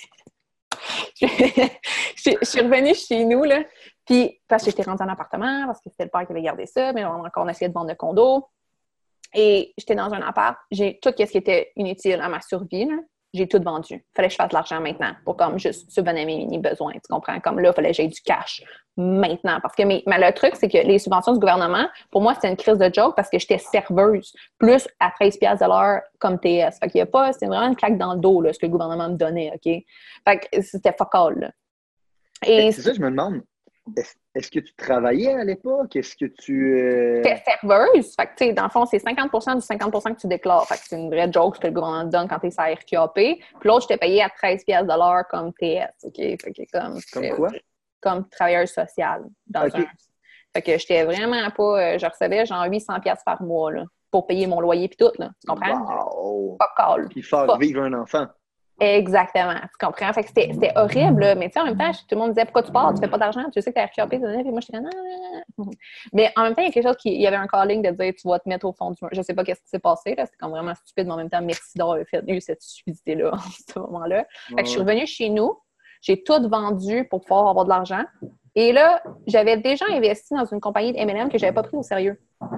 Je suis revenue chez nous, là, puis parce que j'étais rendue en appartement, parce que c'était le père qui avait gardé ça, mais on, on essayait de vendre le condo. Et j'étais dans un appart, j'ai tout ce qui était inutile à ma survie, là, j'ai tout vendu. Il fallait que je fasse de l'argent maintenant pour comme juste subvenir mes mini-besoins, tu comprends? Comme là, il fallait que j'aie du cash maintenant. Parce que mes, mais le truc, c'est que les subventions du gouvernement, pour moi, c'était une crise de joke parce que j'étais serveuse, plus à treize piastres de l'heure comme T S. Fait qu'il y a pas, c'était vraiment une claque dans le dos, là, ce que le gouvernement me donnait, OK? Fait que c'était fuck all, là. Et c'est ça, je me demande, est-ce, est-ce que tu travaillais à l'époque? Est-ce que tu... Euh... J'étais serveuse. Fait que, tu sais, dans le fond, c'est cinquante pour cent du cinquante pour cent que tu déclares. Fait que c'est une vraie joke que le gouvernement te donne quand tu es sur R Q A P. Puis l'autre, j'étais payée à treize piastres de l'heure comme T S, OK? Fait que comme... Comme quoi? Comme travailleuse sociale. Dans okay. un... Fait que j'étais vraiment pas... Je recevais genre huit cents piastres par mois, là, pour payer mon loyer puis tout, là. Tu comprends? Wow! Pas call. Puis faire pas. Vivre un enfant. Exactement, tu comprends? Fait que c'était, c'était horrible, là. Mais tu sais, en même temps, tout le monde me disait, pourquoi tu pars? Tu fais pas d'argent, tu sais que t'as R Q A P, puis moi, j'étais comme, non, non, non. Mais en même temps, il y a quelque chose qui, il y avait un calling de dire, tu vas te mettre au fond du mur. Je sais pas qu'est-ce qui s'est passé, là. C'était comme vraiment stupide, mais en même temps, merci d'avoir fait eu cette stupidité-là, en ce moment-là. Fait que je suis revenue chez nous, j'ai tout vendu pour pouvoir avoir de l'argent. Et là, j'avais déjà investi dans une compagnie de M and M que j'avais pas pris au sérieux.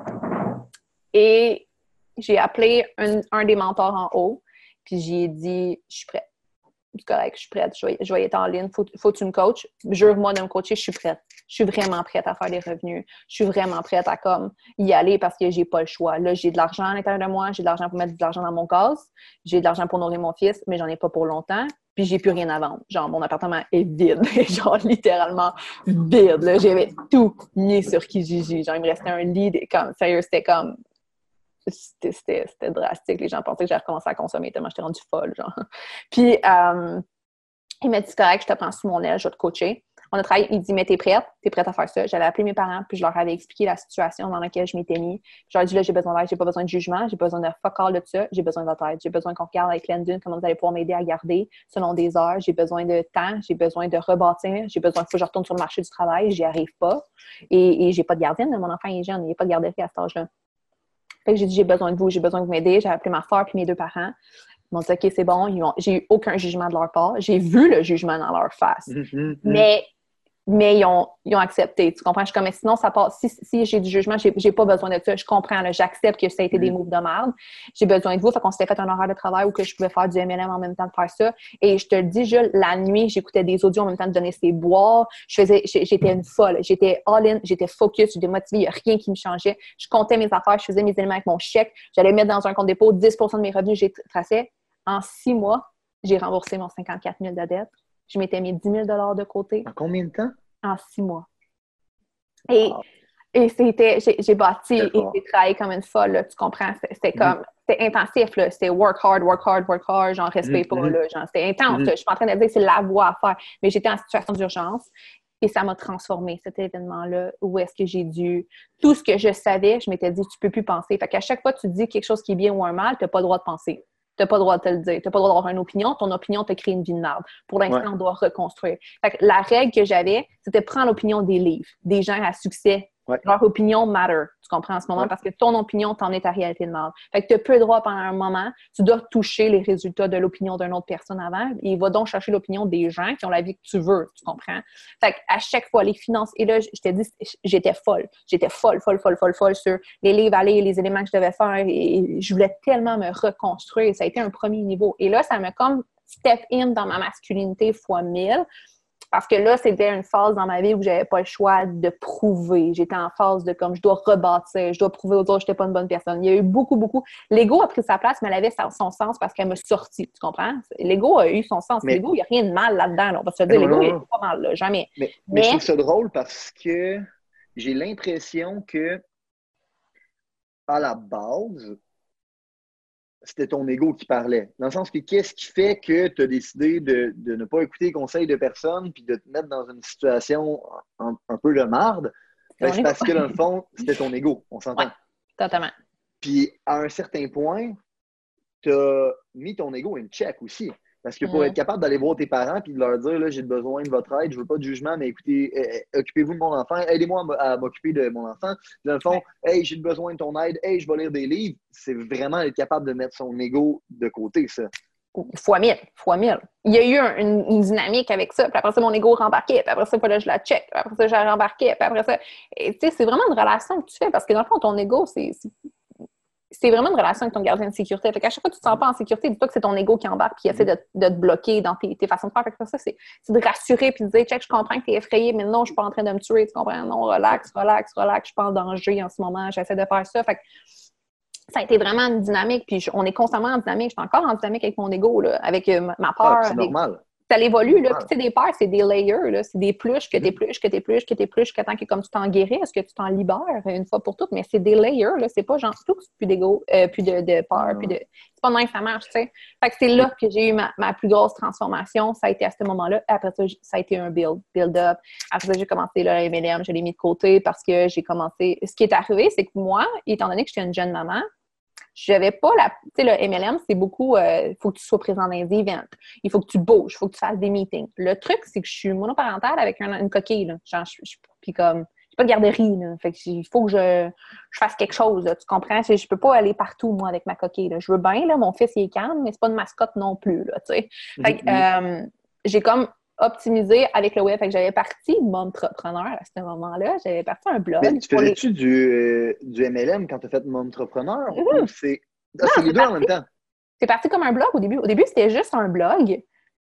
Et j'ai appelé un, un des mentors en haut. Puis j'ai dit, je suis prête. c'est correct, je suis prête, je vais, je vais être en ligne, faut, faut que tu me coaches. Jure-moi de me coacher, je suis prête. Je suis vraiment prête à faire des revenus. Je suis vraiment prête à comme y aller parce que j'ai pas le choix. Là, j'ai de l'argent à l'intérieur de moi, j'ai de l'argent pour mettre de l'argent dans mon gaz, j'ai de l'argent pour nourrir mon fils, mais j'en ai pas pour longtemps. Puis j'ai plus rien à vendre. Genre, mon appartement est vide. Genre, littéralement vide. Là. J'avais tout mis sur Kijiji. Genre, il me restait un lit. De, comme, sérieux, c'était comme... C'était, c'était, c'était drastique. Les gens pensaient que j'avais recommencé à consommer tellement j'étais rendue folle, genre. Puis, euh, il m'a dit, c'est correct, je te prends sous mon aile, je vais te coacher. On a travaillé, il dit, mais t'es prête? T'es prête à faire ça? J'allais appeler mes parents, puis je leur avais expliqué la situation dans laquelle je m'étais mis. Je leur ai dit, là, j'ai besoin d'aide, j'ai pas besoin de jugement, j'ai pas besoin de fuck all de ça, j'ai besoin de votre aide. J'ai besoin qu'on regarde avec Landon comment vous allez pouvoir m'aider à garder selon des heures. J'ai besoin de temps, j'ai besoin de rebâtir, j'ai besoin que je retourne sur le marché du travail, j'y arrive pas. Et, et j'ai pas de gardienne, mon enfant est jeune, il n'y a pas de garderie à cet âge-là. Fait que j'ai dit, j'ai besoin de vous, j'ai besoin que vous m'aidiez. J'ai appelé ma soeur puis mes deux parents. Ils m'ont dit, OK, c'est bon. Ils ont... J'ai eu aucun jugement de leur part. J'ai vu le jugement dans leur face. Mm-hmm. Mais, mais ils ont, ils ont accepté. Tu comprends? Je suis comme, mais sinon, ça passe. Si, si j'ai du jugement, j'ai, j'ai pas besoin de ça. Je comprends. Là, j'accepte que ça a été mm-hmm. des moves de merde. J'ai besoin de vous. Fait qu'on s'était fait un horaire de travail où que je pouvais faire du M L M en même temps de faire ça. Et je te le dis, Jules, la nuit, j'écoutais des audios en même temps de donner ses boires. Je faisais, j'étais une folle. J'étais all-in. J'étais focus. J'étais motivée. Il n'y a rien qui me changeait. Je comptais mes affaires. Je faisais mes éléments avec mon chèque. J'allais mettre dans un compte dépôt dix pour cent de mes revenus. J'ai tracé. En six mois, j'ai remboursé mon cinquante-quatre mille de dette. Je m'étais mis dix mille dollars de côté. En combien de temps? En six mois. Et, wow. et c'était, j'ai, j'ai bâti et j'ai travaillé comme une folle, là, tu comprends? C'était comme, mm-hmm. c'était intensif, là. C'était work hard, work hard, work hard, j'en respecte mm-hmm. pas, là. Genre, c'était intense, mm-hmm. Je suis pas en train de dire que c'est la voie à faire, mais j'étais en situation d'urgence et ça m'a transformée, cet événement-là, où est-ce que j'ai dû... Tout ce que je savais, je m'étais dit, tu peux plus penser. Fait qu'à chaque fois que tu dis quelque chose qui est bien ou un mal, tu n'as pas le droit de penser. Tu n'as pas le droit de te le dire. Tu n'as pas le droit d'avoir une opinion. Ton opinion te crée une vie de merde. Pour l'instant, ouais. on doit reconstruire. Fait que la règle que j'avais, c'était prendre l'opinion des livres, des gens à succès. Ouais. Leur opinion matter. Tu comprends en ce moment? Ouais. Parce que ton opinion t'en est ta réalité de merde. Fait que tu n'as peu le droit pendant un moment. Tu dois toucher les résultats de l'opinion d'une autre personne avant. Et va donc chercher l'opinion des gens qui ont la vie que tu veux. Tu comprends? Fait qu'à chaque fois, les finances... Et là, je t'ai dit, j'étais folle. J'étais folle, folle, folle, folle, folle sur les livres, aller, les éléments que je devais faire. Et je voulais tellement me reconstruire. Ça a été un premier niveau. Et là, ça m'a comme step in dans ma masculinité fois mille. Parce que là, c'était une phase dans ma vie où j'avais pas le choix de prouver. J'étais en phase de comme je dois rebâtir, je dois prouver aux autres que j'étais pas une bonne personne. Il y a eu beaucoup, beaucoup. L'ego a pris sa place, mais elle avait son sens parce qu'elle m'a sorti. Tu comprends? L'ego a eu son sens. Mais... L'ego, il n'y a rien de mal là-dedans. Là. On va se dire, non, l'ego, non, non. il est pas mal, là. Jamais. Mais, mais... mais je trouve ça drôle parce que j'ai l'impression que à la base, c'était ton ego qui parlait. Dans le sens que qu'est-ce qui fait que tu as décidé de, de ne pas écouter les conseils de personne puis de te mettre dans une situation un, un peu de marde? Ben, c'est parce que, dans le fond, c'était ton ego. On s'entend? Ouais, totalement. Puis, à un certain point, tu as mis ton ego in check aussi. Parce que pour mmh. être capable d'aller voir tes parents puis de leur dire, là, j'ai besoin de votre aide, je veux pas de jugement, mais écoutez, euh, occupez-vous de mon enfant, aidez-moi à, à m'occuper de mon enfant. Dans le fond, hey, j'ai besoin de ton aide, hey, je vais lire des livres. C'est vraiment être capable de mettre son ego de côté, ça. Fois mille, fois mille. Il y a eu un, une, une dynamique avec ça. Puis après ça, mon ego rembarquait. Puis après ça, là, je la check. Puis après ça, je la rembarquais. Puis après ça, tu sais, c'est vraiment une relation que tu fais parce que dans le fond, ton ego, c'est... c'est... c'est vraiment une relation avec ton gardien de sécurité. Fait qu'à chaque fois que tu te sens pas en sécurité, dis-toi que c'est ton ego qui embarque et qui essaie de, de te bloquer dans tes, tes façons de faire. Fait que ça, c'est, c'est de rassurer puis de dire, check, je comprends que tu es effrayé, mais non, je suis pas en train de me tuer. Tu comprends? Non, relax, relax, relax. Je suis pas en danger en ce moment. J'essaie de faire ça. Fait que ça a été vraiment une dynamique. Puis je, on est constamment en dynamique. Je suis encore en dynamique avec mon ego, là, avec euh, ma peur. Ah, c'est avec... normal. Ça évolue, là. Puis, tu sais, des peurs, c'est des layers, là. C'est des pluches, que t'épluches, que t'épluches, que t'épluches, que tant que comme tu t'en guéris, est-ce que tu t'en libères une fois pour toutes? Mais c'est des layers, là. C'est pas genre, tout, c'est plus d'ego, euh, plus de, de peur, mmh. plus de... C'est pas de même que ça marche, tu sais. Fait que c'est là que j'ai eu ma, ma plus grosse transformation. Ça a été à ce moment-là. Après ça, ça a été un build, build-up. Après ça, j'ai commencé le M L M, je l'ai mis de côté parce que j'ai commencé... Ce qui est arrivé, c'est que moi, étant donné que j'étais une jeune maman, j'avais pas la... Tu sais, le M L M, c'est beaucoup... Il euh, faut que tu sois présent dans les events. Il faut que tu bouges. Il faut que tu fasses des meetings. Le truc, c'est que je suis monoparentale avec un, une coquille, là. Genre, je, je, puis comme... J'ai pas de garderie, là. Fait que il faut que je, je fasse quelque chose, là. Tu comprends? Je, je peux pas aller partout, moi, avec ma coquille, là. Je veux bien, là. Mon fils, il est calme, mais c'est pas une mascotte non plus, là, tu sais. Fait que euh, j'ai comme... optimisé avec le web. Fait que j'avais parti Momtrepreneur à ce moment-là. J'avais parti un blog. Mais tu faisais-tu les... du, euh, du M L M quand tu as fait Momtrepreneur? Mm-hmm. Ou c'est, ah, non, c'est les deux parti, en même temps? C'est parti comme un blog au début. Au début, c'était juste un blog.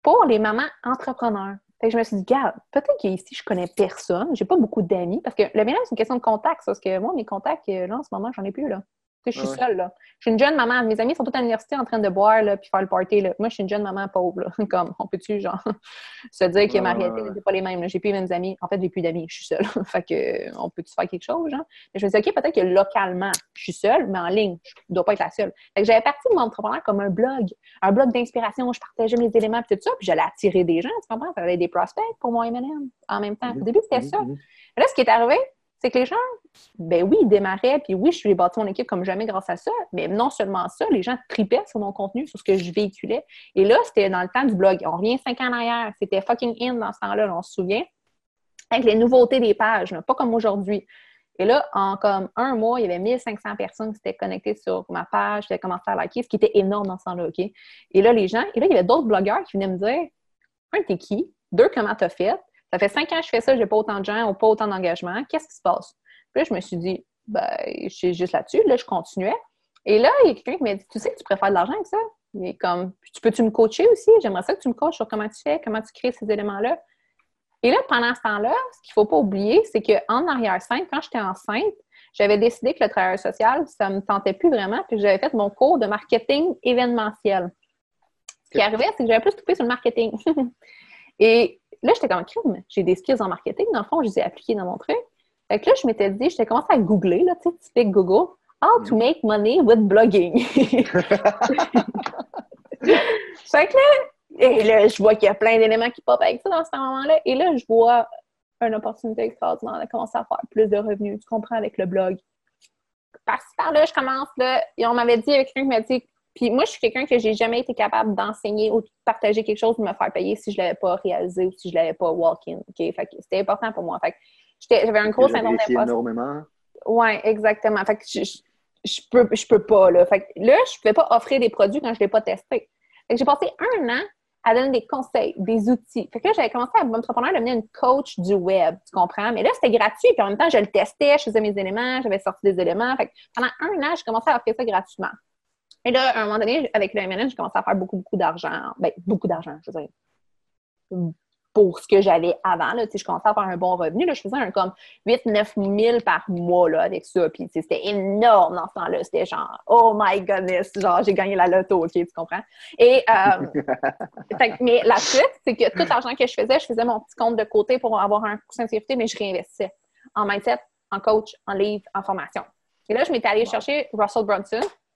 pour les mamans entrepreneurs. Fait que je me suis dit, regarde, peut-être qu'ici, je connais personne. J'ai pas beaucoup d'amis. Parce que le ménage, c'est une question de contact. Parce que moi, mes contacts, là, en ce moment, j'en ai plus, là. Tu sais, je suis Ouais. seule, là. Je suis une jeune maman. Mes amis sont tous à l'université en train de boire, là, puis faire le party, là. Moi, je suis une jeune maman pauvre, là. Comme, on peut-tu, genre, se dire que Ouais, ma ouais, réalité ouais. n'était pas les mêmes, là. J'ai plus les mêmes amis. En fait, j'ai plus d'amis. Je suis seule. Fait que, on peut-tu faire quelque chose, genre? Mais je me suis dit, OK, peut-être que localement, je suis seule, mais en ligne, je ne dois pas être la seule. Fait que j'avais parti de mon entrepreneur comme un blog. Un blog d'inspiration où je partageais mes éléments, puis tout ça, puis j'allais attirer des gens, tu comprends? Ça avait des prospects pour mon M and M en même temps. Au début, c'était Mhm, ça. mhm. Mais là, ce qui est arrivé, c'est que les gens, ben oui, ils démarraient, puis oui, je suis bâti mon équipe comme jamais grâce à ça, mais non seulement ça, les gens tripaient sur mon contenu, sur ce que je véhiculais. Et là, c'était dans le temps du blog. On revient cinq ans en arrière. C'était fucking in dans ce temps-là, là, on se souvient. Avec les nouveautés des pages, là, pas comme aujourd'hui. Et là, en comme un mois, il y avait mille cinq cents personnes qui s'étaient connectées sur ma page, qui avaient commencé à liker, ce qui était énorme dans ce temps-là, OK? Et là, les gens, et là, il y avait d'autres blogueurs qui venaient me dire, un, t'es qui? Deux, comment t'as fait? Ça fait cinq ans que je fais ça, j'ai pas autant de gens ou pas autant d'engagement. Qu'est-ce qui se passe? Puis là, je me suis dit, ben, je suis juste là-dessus. Là, je continuais. Et là, il y a quelqu'un qui m'a dit, tu sais que tu préfères de l'argent avec ça? Il est comme, tu peux-tu me coacher aussi? J'aimerais ça que tu me coaches sur comment tu fais, comment tu crées ces éléments-là. Et là, pendant ce temps-là, ce qu'il ne faut pas oublier, c'est qu'en arrière-scène, quand j'étais enceinte, j'avais décidé que le travail social, ça ne me tentait plus vraiment, puis j'avais fait mon cours de marketing événementiel. Ce qui arrivait, c'est que j'avais plus coupé sur le marketing. Et là, j'étais comme crime. J'ai des skills en marketing. Dans le fond, je les ai appliqués dans mon truc. Fait que là, je m'étais dit, j'étais commencé à googler, là, tu sais, typique Google, how to make money with blogging. Fait que là, et là, je vois qu'il y a plein d'éléments qui pop avec ça dans ce moment-là. Et là, je vois une opportunité extraordinaire de commencer à faire plus de revenus. Tu comprends, avec le blog. Parce que par là, je commence, là, et on m'avait dit, avec quelqu'un qui m'a dit, puis moi, je suis quelqu'un que j'ai jamais été capable d'enseigner ou de partager quelque chose ou de me faire payer si je l'avais pas réalisé ou si je l'avais pas walk-in. OK? Fait que c'était important pour moi. Fait que j'avais un gros syndrome d'imposteur. énormément. Oui, exactement. Fait que je, je, je, peux, je peux pas, là. Fait que là, je pouvais pas offrir des produits quand je l'ai pas testé. Fait que j'ai passé un an à donner des conseils, des outils. Fait que là, j'avais commencé à m'entrepreneur à devenir une coach du web, tu comprends? Mais là, c'était gratuit, puis en même temps, je le testais, je faisais mes éléments, j'avais sorti des éléments. Fait que pendant un an, j'ai commencé à offrir ça gratuitement. Et là, à un moment donné, avec le M and M, j'ai commencé à faire beaucoup, beaucoup d'argent. Ben, beaucoup d'argent, je veux dire. Pour ce que j'avais avant, là, tu sais, je commençais à faire un bon revenu. Là, je faisais un comme huit neuf mille par mois là, avec ça. Puis, tu sais, c'était énorme dans ce temps-là. C'était genre, oh my goodness, genre, j'ai gagné la loto, OK, tu comprends? Et, euh, fait, mais la suite, c'est que tout l'argent que je faisais, je faisais mon petit compte de côté pour avoir un coussin de sécurité, mais je réinvestissais en mindset, en coach, en livre, en formation. Et là, je m'étais allée wow. chercher Russell Brunson,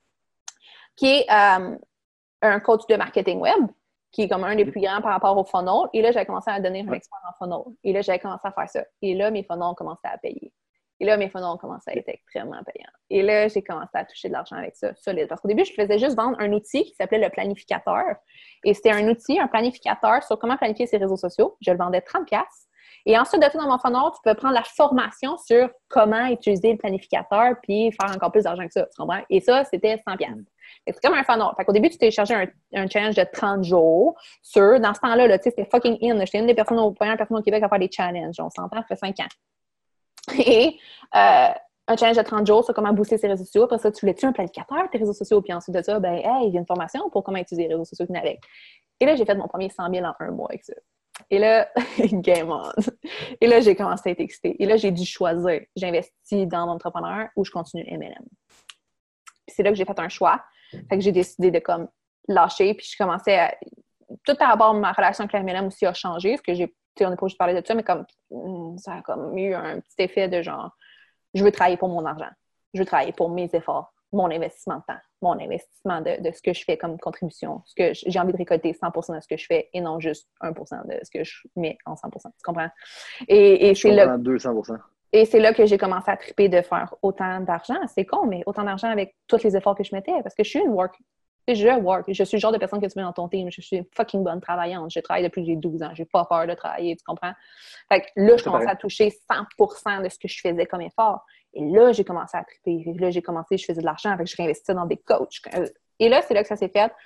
qui est euh, un coach de marketing web, qui est comme un des plus grands par rapport au funnel. Et là, j'avais commencé à devenir un expert en funnel. Et là, j'avais commencé à faire ça. Et là, mes funnels ont commencé à payer. Et là, mes funnels ont commencé à être extrêmement payants. Et là, j'ai commencé à toucher de l'argent avec ça, solide. Parce qu'au début, je faisais juste vendre un outil qui s'appelait le planificateur. Et c'était un outil, un planificateur sur comment planifier ses réseaux sociaux. Je le vendais trente dollars. Et ensuite de tout, dans mon funnel, tu peux prendre la formation sur comment utiliser le planificateur puis faire encore plus d'argent que ça. Tu comprends? Et ça, c'était cent dollars. C'est comme un funnel. Fait qu'au début, tu téléchargeais un, un challenge de trente jours sur, dans ce temps-là, là, tu sais, c'était fucking in. J'étais une des personnes, aux premières personnes au Québec à faire des challenges. On s'entend, ça fait cinq ans. Et euh, un challenge de trente jours sur comment booster ses réseaux sociaux. Après ça, tu voulais-tu un planificateur tes réseaux sociaux? Puis ensuite de ça, ben, hey, il y a une formation pour comment utiliser les réseaux sociaux avec. Et là, j'ai fait mon premier cent mille en un mois avec ça. Et là, game on. Et là, j'ai commencé à être excitée. Et là, j'ai dû choisir. J'investis dans l'entrepreneur ou je continue M and M. Puis c'est là que j'ai fait un choix. Fait que j'ai décidé de comme lâcher. Puis je commençais à... Tout par rapport à ma relation avec la M and M aussi a changé. Parce que j'ai... Tu sais, on n'est pas juste parlé de ça, mais comme ça a comme eu un petit effet de genre je veux travailler pour mon argent. Je veux travailler pour mes efforts, mon investissement de temps, mon investissement de, de ce que je fais comme contribution. Ce que j'ai envie de récolter cent pour cent de ce que je fais et non juste un pour cent de ce que je mets en cent pour cent. Tu comprends? Et, et je c'est comprends là, deux cents pour cent. Et c'est là que j'ai commencé à triper de faire autant d'argent. C'est con, mais autant d'argent avec tous les efforts que je mettais. Parce que je suis une work. Je work. Je suis le genre de personne que tu mets dans ton team. Je suis une fucking bonne travaillante. Je travaille depuis que j'ai douze ans. J'ai pas peur de travailler, tu comprends? Fait que là, je commençais à toucher cent pour cent de ce que je faisais comme effort. Et là, j'ai commencé à triper. Et là, j'ai commencé, je faisais de l'argent. Fait que je réinvestissais dans des coachs. Et là, c'est là que ça s'est fait.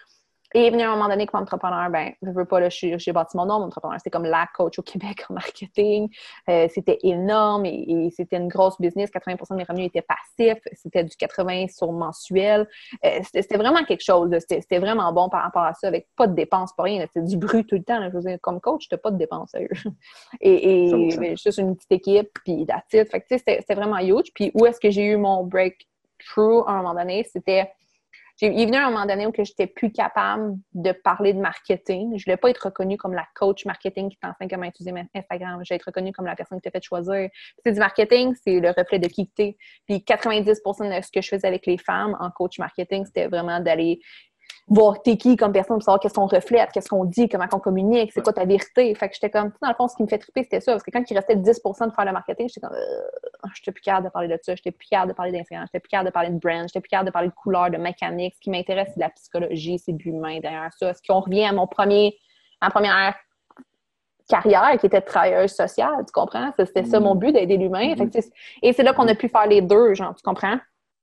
Et est venu un moment donné comme entrepreneur, ben, je veux pas, là, j'ai, j'ai bâti mon nom, mon entrepreneur. C'était comme la coach au Québec en marketing. Euh, c'était énorme et, et c'était une grosse business. quatre-vingts pour cent de mes revenus étaient passifs. C'était du quatre-vingts sur mensuel. Euh, c'était, c'était vraiment quelque chose. C'était, c'était vraiment bon par rapport à ça, avec pas de dépenses, pas rien. Là. C'était du bruit tout le temps. Là. Je veux dire, comme coach, t'as pas de dépenses, sérieux. Et, et ben, juste une petite équipe, puis that's it. Fait que, tu sais, c'était, c'était vraiment huge. Puis où est-ce que j'ai eu mon breakthrough à un moment donné? C'était... Il est venu à un moment donné où je n'étais plus capable de parler de marketing. Je ne voulais pas être reconnue comme la coach marketing qui t'enseigne comment utiliser Instagram. Je voulais être reconnue comme la personne qui t'a fait choisir. Puis c'est du marketing, c'est le reflet de qui tu es. Puis quatre-vingt-dix pour cent de ce que je faisais avec les femmes en coach marketing, c'était vraiment d'aller voir t'es qui comme personne pour savoir qu'est-ce qu'on reflète, qu'est-ce qu'on dit, comment on communique, c'est quoi ta vérité. Fait que j'étais comme, dans le fond, ce qui me fait triper, c'était ça. Parce que quand il restait dix pour cent de faire le marketing, j'étais comme, euh, j'étais plus capable de parler de ça, j'étais plus capable de parler d'influence, j'étais plus capable de parler de brand, j'étais plus capable de parler de couleur, de mécanique. Ce qui m'intéresse, c'est de la psychologie, c'est de l'humain derrière ça. Ce qu'on revient à mon premier, à ma première carrière qui était de travailleuse sociale, tu comprends? C'était ça mon but, d'aider l'humain. Fait que, et c'est là qu'on a pu faire les deux, genre, tu comprends?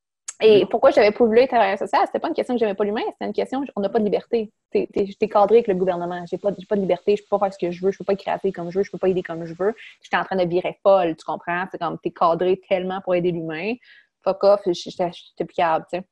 Et pourquoi j'avais pas voulu être travailleuse sociale? C'était pas une question que j'aimais pas l'humain, c'était une question on n'a pas de liberté. T'es, t'es, t'es cadré avec le gouvernement. J'ai pas, j'ai pas de liberté, je peux pas faire ce que je veux, je peux pas être créative comme je veux, je peux pas aider comme je veux. J'étais en train de virer folle, tu comprends? C'est comme t'es cadré tellement pour aider l'humain. Fuck off, j'étais, j'étais plus capable, tu sais.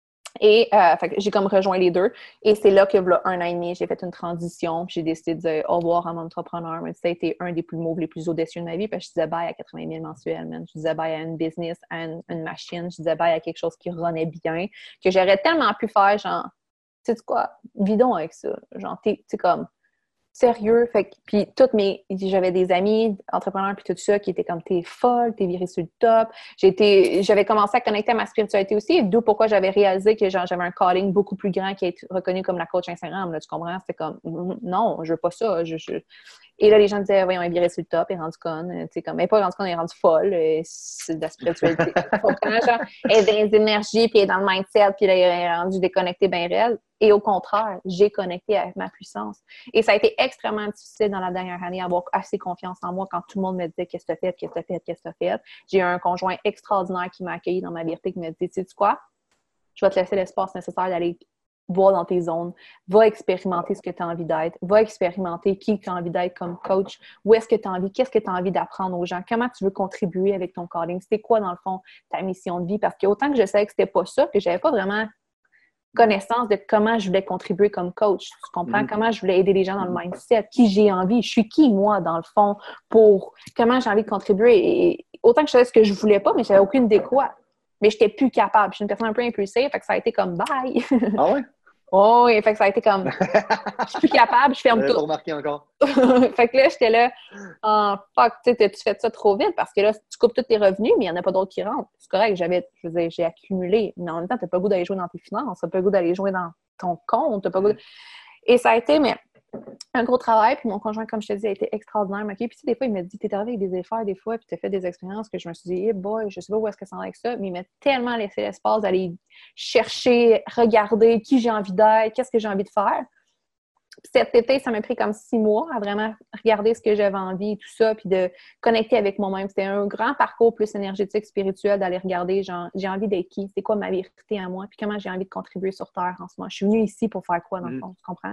Et euh, fait que j'ai comme rejoint les deux. Et c'est là que, là, un an et demi, j'ai fait une transition. Puis j'ai décidé de dire au revoir à mon entrepreneur. Mais ça a été un des plus moves les plus audacieux de ma vie. Parce que je disais bye à quatre-vingt mille mensuels, man. Je disais bye à une business, à une, une machine. Je disais bye à quelque chose qui runnait bien. Que j'aurais tellement pu faire, genre, tu sais quoi, vidons avec ça. Genre, tu sais, comme, sérieux. Fait que, puis toutes mes, j'avais des amis entrepreneurs puis tout ça qui étaient comme t'es folle, t'es virée sur le top. J'ai été, j'avais commencé à connecter à ma spiritualité aussi, d'où pourquoi j'avais réalisé que genre j'avais un calling beaucoup plus grand qui est reconnu comme la coach Instagram. Là, tu comprends? C'était comme non, je veux pas ça. Je, je... Et là, les gens disaient, voyons, elle est virée sur le top, elle est rendue conne. Tu sais, comme, elle n'est pas rendue conne, elle est rendue folle. C'est de la spiritualité. Tu comprends? Genre, elle est dans les énergies, puis elle est dans le mindset, puis là, elle est rendue déconnectée bien réelle. Et au contraire, j'ai connecté avec ma puissance. Et ça a été extrêmement difficile dans la dernière année d'avoir assez confiance en moi quand tout le monde me disait qu'est-ce que tu as fait, qu'est-ce que tu as fait, qu'est-ce que tu as fait. J'ai eu un conjoint extraordinaire qui m'a accueilli dans ma vérité, qui m'a dit, tu sais quoi? Je vais te laisser l'espace nécessaire d'aller voir dans tes zones, va expérimenter ce que tu as envie d'être, va expérimenter qui tu as envie d'être comme coach, où est-ce que tu as envie, qu'est-ce que tu as envie d'apprendre aux gens, comment tu veux contribuer avec ton calling, c'était quoi dans le fond ta mission de vie, parce qu'autant que je savais que c'était pas ça, que j'avais pas vraiment connaissance de comment je voulais contribuer comme coach, tu comprends? Mm-hmm. Comment je voulais aider les gens dans le mindset, qui j'ai envie, je suis qui moi dans le fond, pour comment j'ai envie de contribuer, et autant que je savais ce que je voulais pas, mais j'avais aucune idée quoi. Mais j'étais plus capable. Je suis une personne un peu impulsive, fait que ça a été comme bye. Ah ouais? Oh, oui, fait que ça a été comme je suis plus capable, je ferme tout. Pas remarqué encore. Fait que là, j'étais là, oh, fuck, tu sais, tu fais ça trop vite parce que là, tu coupes tous tes revenus, mais il n'y en a pas d'autres qui rentrent. C'est correct, j'avais, je veux dire, j'ai accumulé, mais en même temps, tu n'as pas le goût d'aller jouer dans tes finances, tu n'as pas le goût d'aller jouer dans ton compte, tu n'as pas le goût de... Et ça a été, mais un gros travail, puis mon conjoint, comme je te dis, a été extraordinaire. Okay? Puis tu sais, des fois, il m'a dit, t'es arrivé avec des efforts, des fois, puis t'as fait des expériences que je me suis dit, hey boy, je sais pas où est-ce que ça va avec ça, mais il m'a tellement laissé l'espace d'aller chercher, regarder qui j'ai envie d'être, qu'est-ce que j'ai envie de faire. Puis cet été, ça m'a pris comme six mois à vraiment regarder ce que j'avais envie et tout ça, puis de connecter avec moi-même. C'était un grand parcours plus énergétique, spirituel, d'aller regarder, genre, j'ai envie d'être qui, c'est quoi ma vérité à moi, puis comment j'ai envie de contribuer sur Terre en ce moment. Je suis venue ici pour faire quoi, dans le fond, tu comprends?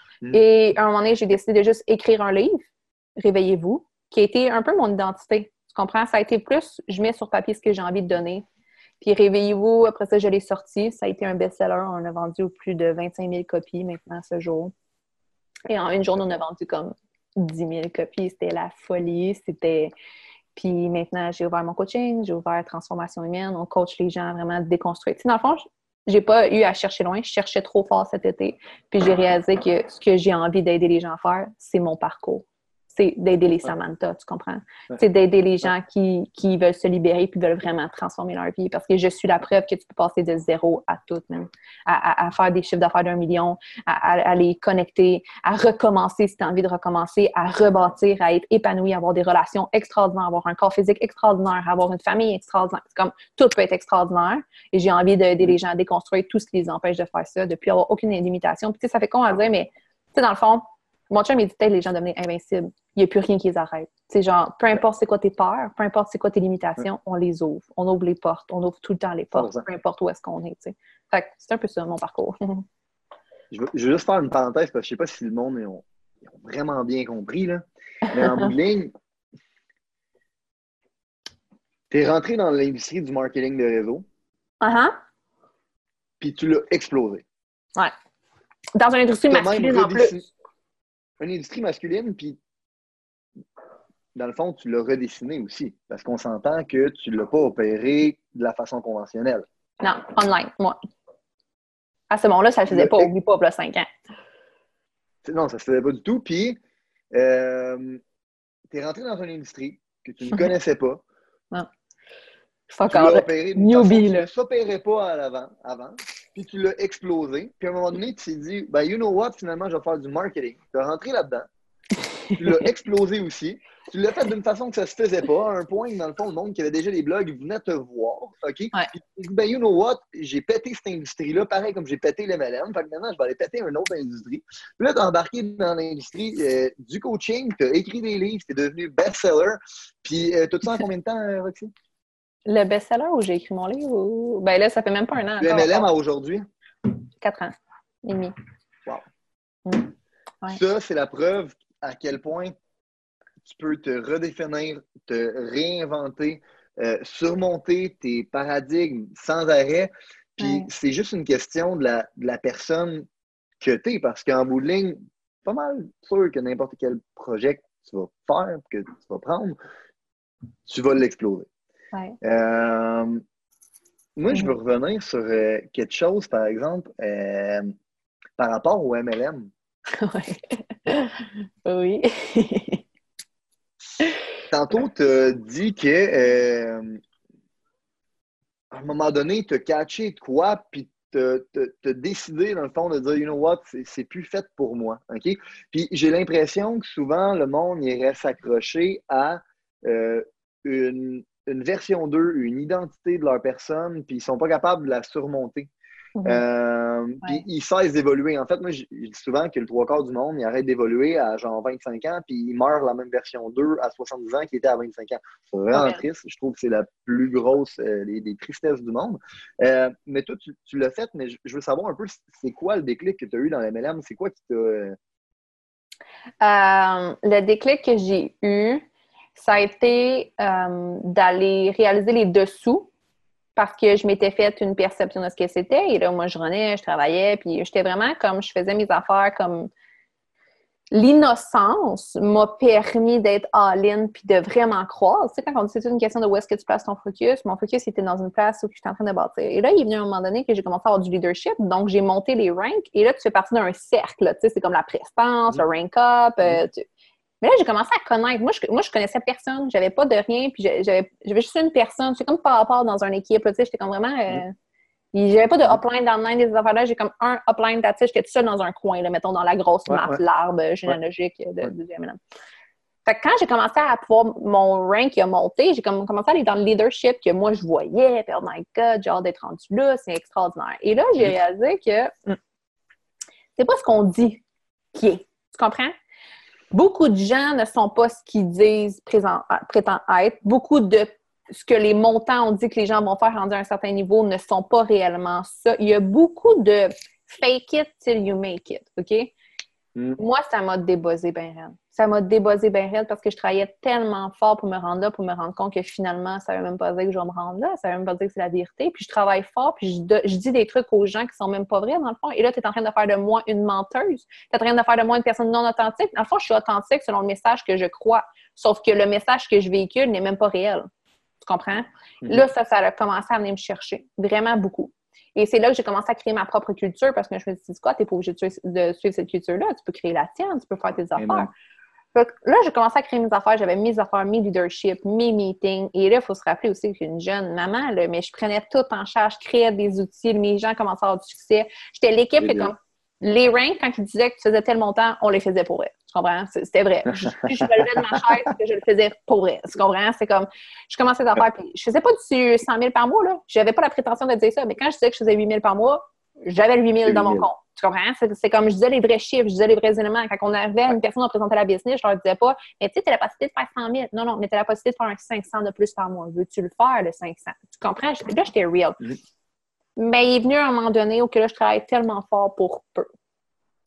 Et à un moment donné, j'ai décidé de juste écrire un livre, Réveillez-vous, qui a été un peu mon identité. Tu comprends? Ça a été plus, je mets sur papier ce que j'ai envie de donner. Puis Réveillez-vous, après ça, je l'ai sorti. Ça a été un best-seller. On a vendu plus de vingt-cinq mille copies maintenant ce jour. Et en une journée, on a vendu comme dix mille copies. C'était la folie. C'était... Puis maintenant, j'ai ouvert mon coaching, j'ai ouvert Transformation humaine. On coach les gens à vraiment déconstruire. Tu sais, dans le fond, je... j'ai pas eu à chercher loin, je cherchais trop fort cet été. Puis j'ai réalisé que ce que j'ai envie d'aider les gens à faire, c'est mon parcours. C'est d'aider les Samantha, tu comprends? Ouais. C'est d'aider les gens qui, qui veulent se libérer puis veulent vraiment transformer leur vie. Parce que je suis la preuve que tu peux passer de zéro à tout, même. À, à, à faire des chiffres d'affaires d'un million, à, à, à les connecter, à recommencer si tu as envie de recommencer, à rebâtir, à être épanoui, à avoir des relations extraordinaires, avoir un corps physique extraordinaire, avoir une famille extraordinaire. C'est comme, tout peut être extraordinaire. Et j'ai envie d'aider les gens à déconstruire tout ce qui les empêche de faire ça, de ne plus avoir aucune limitation. Puis tu sais, ça fait con à dire, mais tu sais, dans le fond, mon chum, il dit peut-être les gens devenaient invincibles. Il n'y a plus rien qui les arrête. C'est genre, peu importe c'est quoi tes peurs, peu importe c'est quoi tes limitations, on les ouvre. On ouvre les portes. On ouvre tout le temps les portes, peu importe où est-ce qu'on est, tu sais. Fait que c'est un peu ça, mon parcours. je veux, je veux juste faire une parenthèse parce que je sais pas si le monde ils ont, ils ont vraiment bien compris, là. Mais en bout de ligne, tu es rentré dans l'industrie du marketing de réseau, Uh-huh. puis tu l'as explosé. Ouais. Dans une industrie T'as masculine même en plus. Une industrie masculine, puis dans le fond, tu l'as redessiné aussi. Parce qu'on s'entend que tu ne l'as pas opéré de la façon conventionnelle. Non, online, moi. À ce moment-là, ça ne le faisait Le... pas, oublie pas, il y a cinq ans. Non, ça ne se faisait pas du tout. Puis, euh, tu es rentré dans une industrie que tu ne connaissais pas. Non. Fuck tu l'as opéré d'une façon que tu ne s'opérais pas à l'avant, avant, puis tu l'as explosé. Puis à un moment donné, tu t'es dit, ben, you know what, finalement, je vais faire du marketing. Tu es rentré là-dedans. Tu l'as explosé aussi. Tu l'as fait d'une façon que ça se faisait pas, à un point que, dans le fond, le monde qui avait déjà des blogs venait te voir, OK? Ouais. Puis tu dis, ben, you know what, j'ai pété cette industrie-là, pareil comme j'ai pété l'M L M. Fait que maintenant, je vais aller péter une autre industrie. Puis là, tu as embarqué dans l'industrie euh, du coaching, tu as écrit des livres, tu es devenu best-seller. Puis, euh, tout ça en combien de temps, euh, Roxy? Le best-seller où j'ai écrit mon livre? Ou... Ben là, ça fait même pas un an. Du M L M à aujourd'hui? Quatre ans et demi. Wow. Mmh. Ouais. Ça, c'est la preuve à quel point tu peux te redéfinir, te réinventer, euh, surmonter tes paradigmes sans arrêt. Puis ouais. c'est juste une question de la, de la personne que tu es, parce qu'en bout de ligne, pas mal sûr que n'importe quel projet que tu vas faire, que tu vas prendre, tu vas l'exploser. Ouais. Euh, moi, je veux revenir sur euh, quelque chose, par exemple, euh, par rapport au M L M. Oui. Tantôt, tu as dit que euh, à un moment donné, tu as catché de quoi, puis tu as décidé, dans le fond, de dire, you know what, c'est plus fait pour moi. OK? Puis j'ai l'impression que souvent, le monde irait s'accrocher à euh, une, une version d'eux, une identité de leur personne, puis ils sont pas capables de la surmonter. Mm-hmm. Euh, ouais. Puis ils cessent d'évoluer. En fait, moi, je dis souvent que le trois quarts du monde, il arrête d'évoluer à genre vingt-cinq ans, puis il meurt la même version d'eux à soixante-dix ans qui était à vingt-cinq ans. C'est vraiment okay. triste. Je trouve que c'est la plus grosse euh, des, des tristesses du monde. Euh, mais toi, tu, tu l'as fait, mais je, je veux savoir un peu, c'est quoi le déclic que tu as eu dans la M L M? C'est quoi qui t'a... Euh... Euh, le déclic que j'ai eu, ça a été euh, d'aller réaliser les dessous. Parce que je m'étais fait une perception de ce que c'était. Et là, moi, je renais, je travaillais, puis j'étais vraiment comme, je faisais mes affaires comme... L'innocence m'a permis d'être all-in puis de vraiment croire. Tu sais, quand on dit c'est une question de où est-ce que tu places ton focus, mon focus était dans une place où j'étais en train de bâtir. Et là, il est venu un moment donné que j'ai commencé à avoir du leadership, donc j'ai monté les ranks. Et là, tu fais partie d'un cercle. Tu sais, c'est comme la prestance, mmh. le rank-up. Euh, tu... Mais là, j'ai commencé à connaître. Moi, je, moi, je connaissais personne. J'avais pas de rien. Puis j'avais, j'avais juste une personne. C'est comme par rapport dans une équipe. Tu sais, j'étais comme vraiment... Euh, j'avais pas de upline dans le line des affaires-là. J'ai comme un upline d'attitude. J'étais toute seule dans un coin, là, mettons, dans la grosse ouais, map, ouais. l'arbre généalogique ouais. de, de, de M L M. Fait que quand j'ai commencé à pouvoir... Mon rank a monté, j'ai comme, commencé à aller dans le leadership que moi, je voyais. Puis, oh my God, j'ai hâte d'être rendu là. C'est extraordinaire. Et là, j'ai réalisé que c'est pas ce qu'on dit qui est. Tu comprends? Beaucoup de gens ne sont pas ce qu'ils disent présent, prétendent être. Beaucoup de ce que les montants ont dit que les gens vont faire rendus à un certain niveau ne sont pas réellement ça. Il y a beaucoup de fake it till you make it, OK? Mm. Moi, ça m'a débossé bien raide. Ça m'a débossé bien raide parce que je travaillais tellement fort pour me rendre là, pour me rendre compte que finalement, ça ne veut même pas dire que je vais me rendre là, ça ne veut même pas dire que c'est la vérité. Puis je travaille fort, puis je, de, je dis des trucs aux gens qui sont même pas vrais, dans le fond. Et là, tu es en train de faire de moi une menteuse. Tu es en train de faire de moi une personne non authentique. Dans le fond, je suis authentique selon le message que je crois. Sauf que le message que je véhicule n'est même pas réel. Tu comprends? Mm-hmm. Là, ça, ça a commencé à venir me chercher. Vraiment beaucoup. Et c'est là que j'ai commencé à créer ma propre culture parce que je me suis dit, quoi, t'es pas obligé de suivre, de suivre cette culture-là. Tu peux créer la tienne, tu peux faire tes affaires. Amen. Donc, là, j'ai commencé à créer mes affaires. J'avais mes affaires, mes leaderships, mes meetings. Et là, il faut se rappeler aussi qu'une jeune maman, là, mais je prenais tout en charge, je créais des outils. Mes gens commençaient à avoir du succès. J'étais l'équipe que, comme les ranks, quand ils disaient que tu faisais tel montant, on les faisait pour elle. Tu comprends? C'était vrai. Je, je me levais de ma chaise que je le faisais pour vrai. Tu comprends? C'est comme, je commençais à faire, puis je faisais pas du cent mille par mois, là. J'avais pas la prétention de dire ça, mais quand je disais que je faisais huit mille par mois, j'avais le huit mille dans mon compte. Tu comprends? C'est, c'est comme, je disais les vrais chiffres, je disais les vrais éléments. Quand on avait une personne qui représentait la business, je leur disais pas, mais tu sais, t'as la possibilité de faire cent mille. Non, non, mais t'as la possibilité de faire un cinq cents de plus par mois. Veux-tu le faire, le cinq cents? Tu comprends? Là, j'étais real. Mm-hmm. Mais il est venu à un moment donné où que là, je travaille tellement fort pour peu.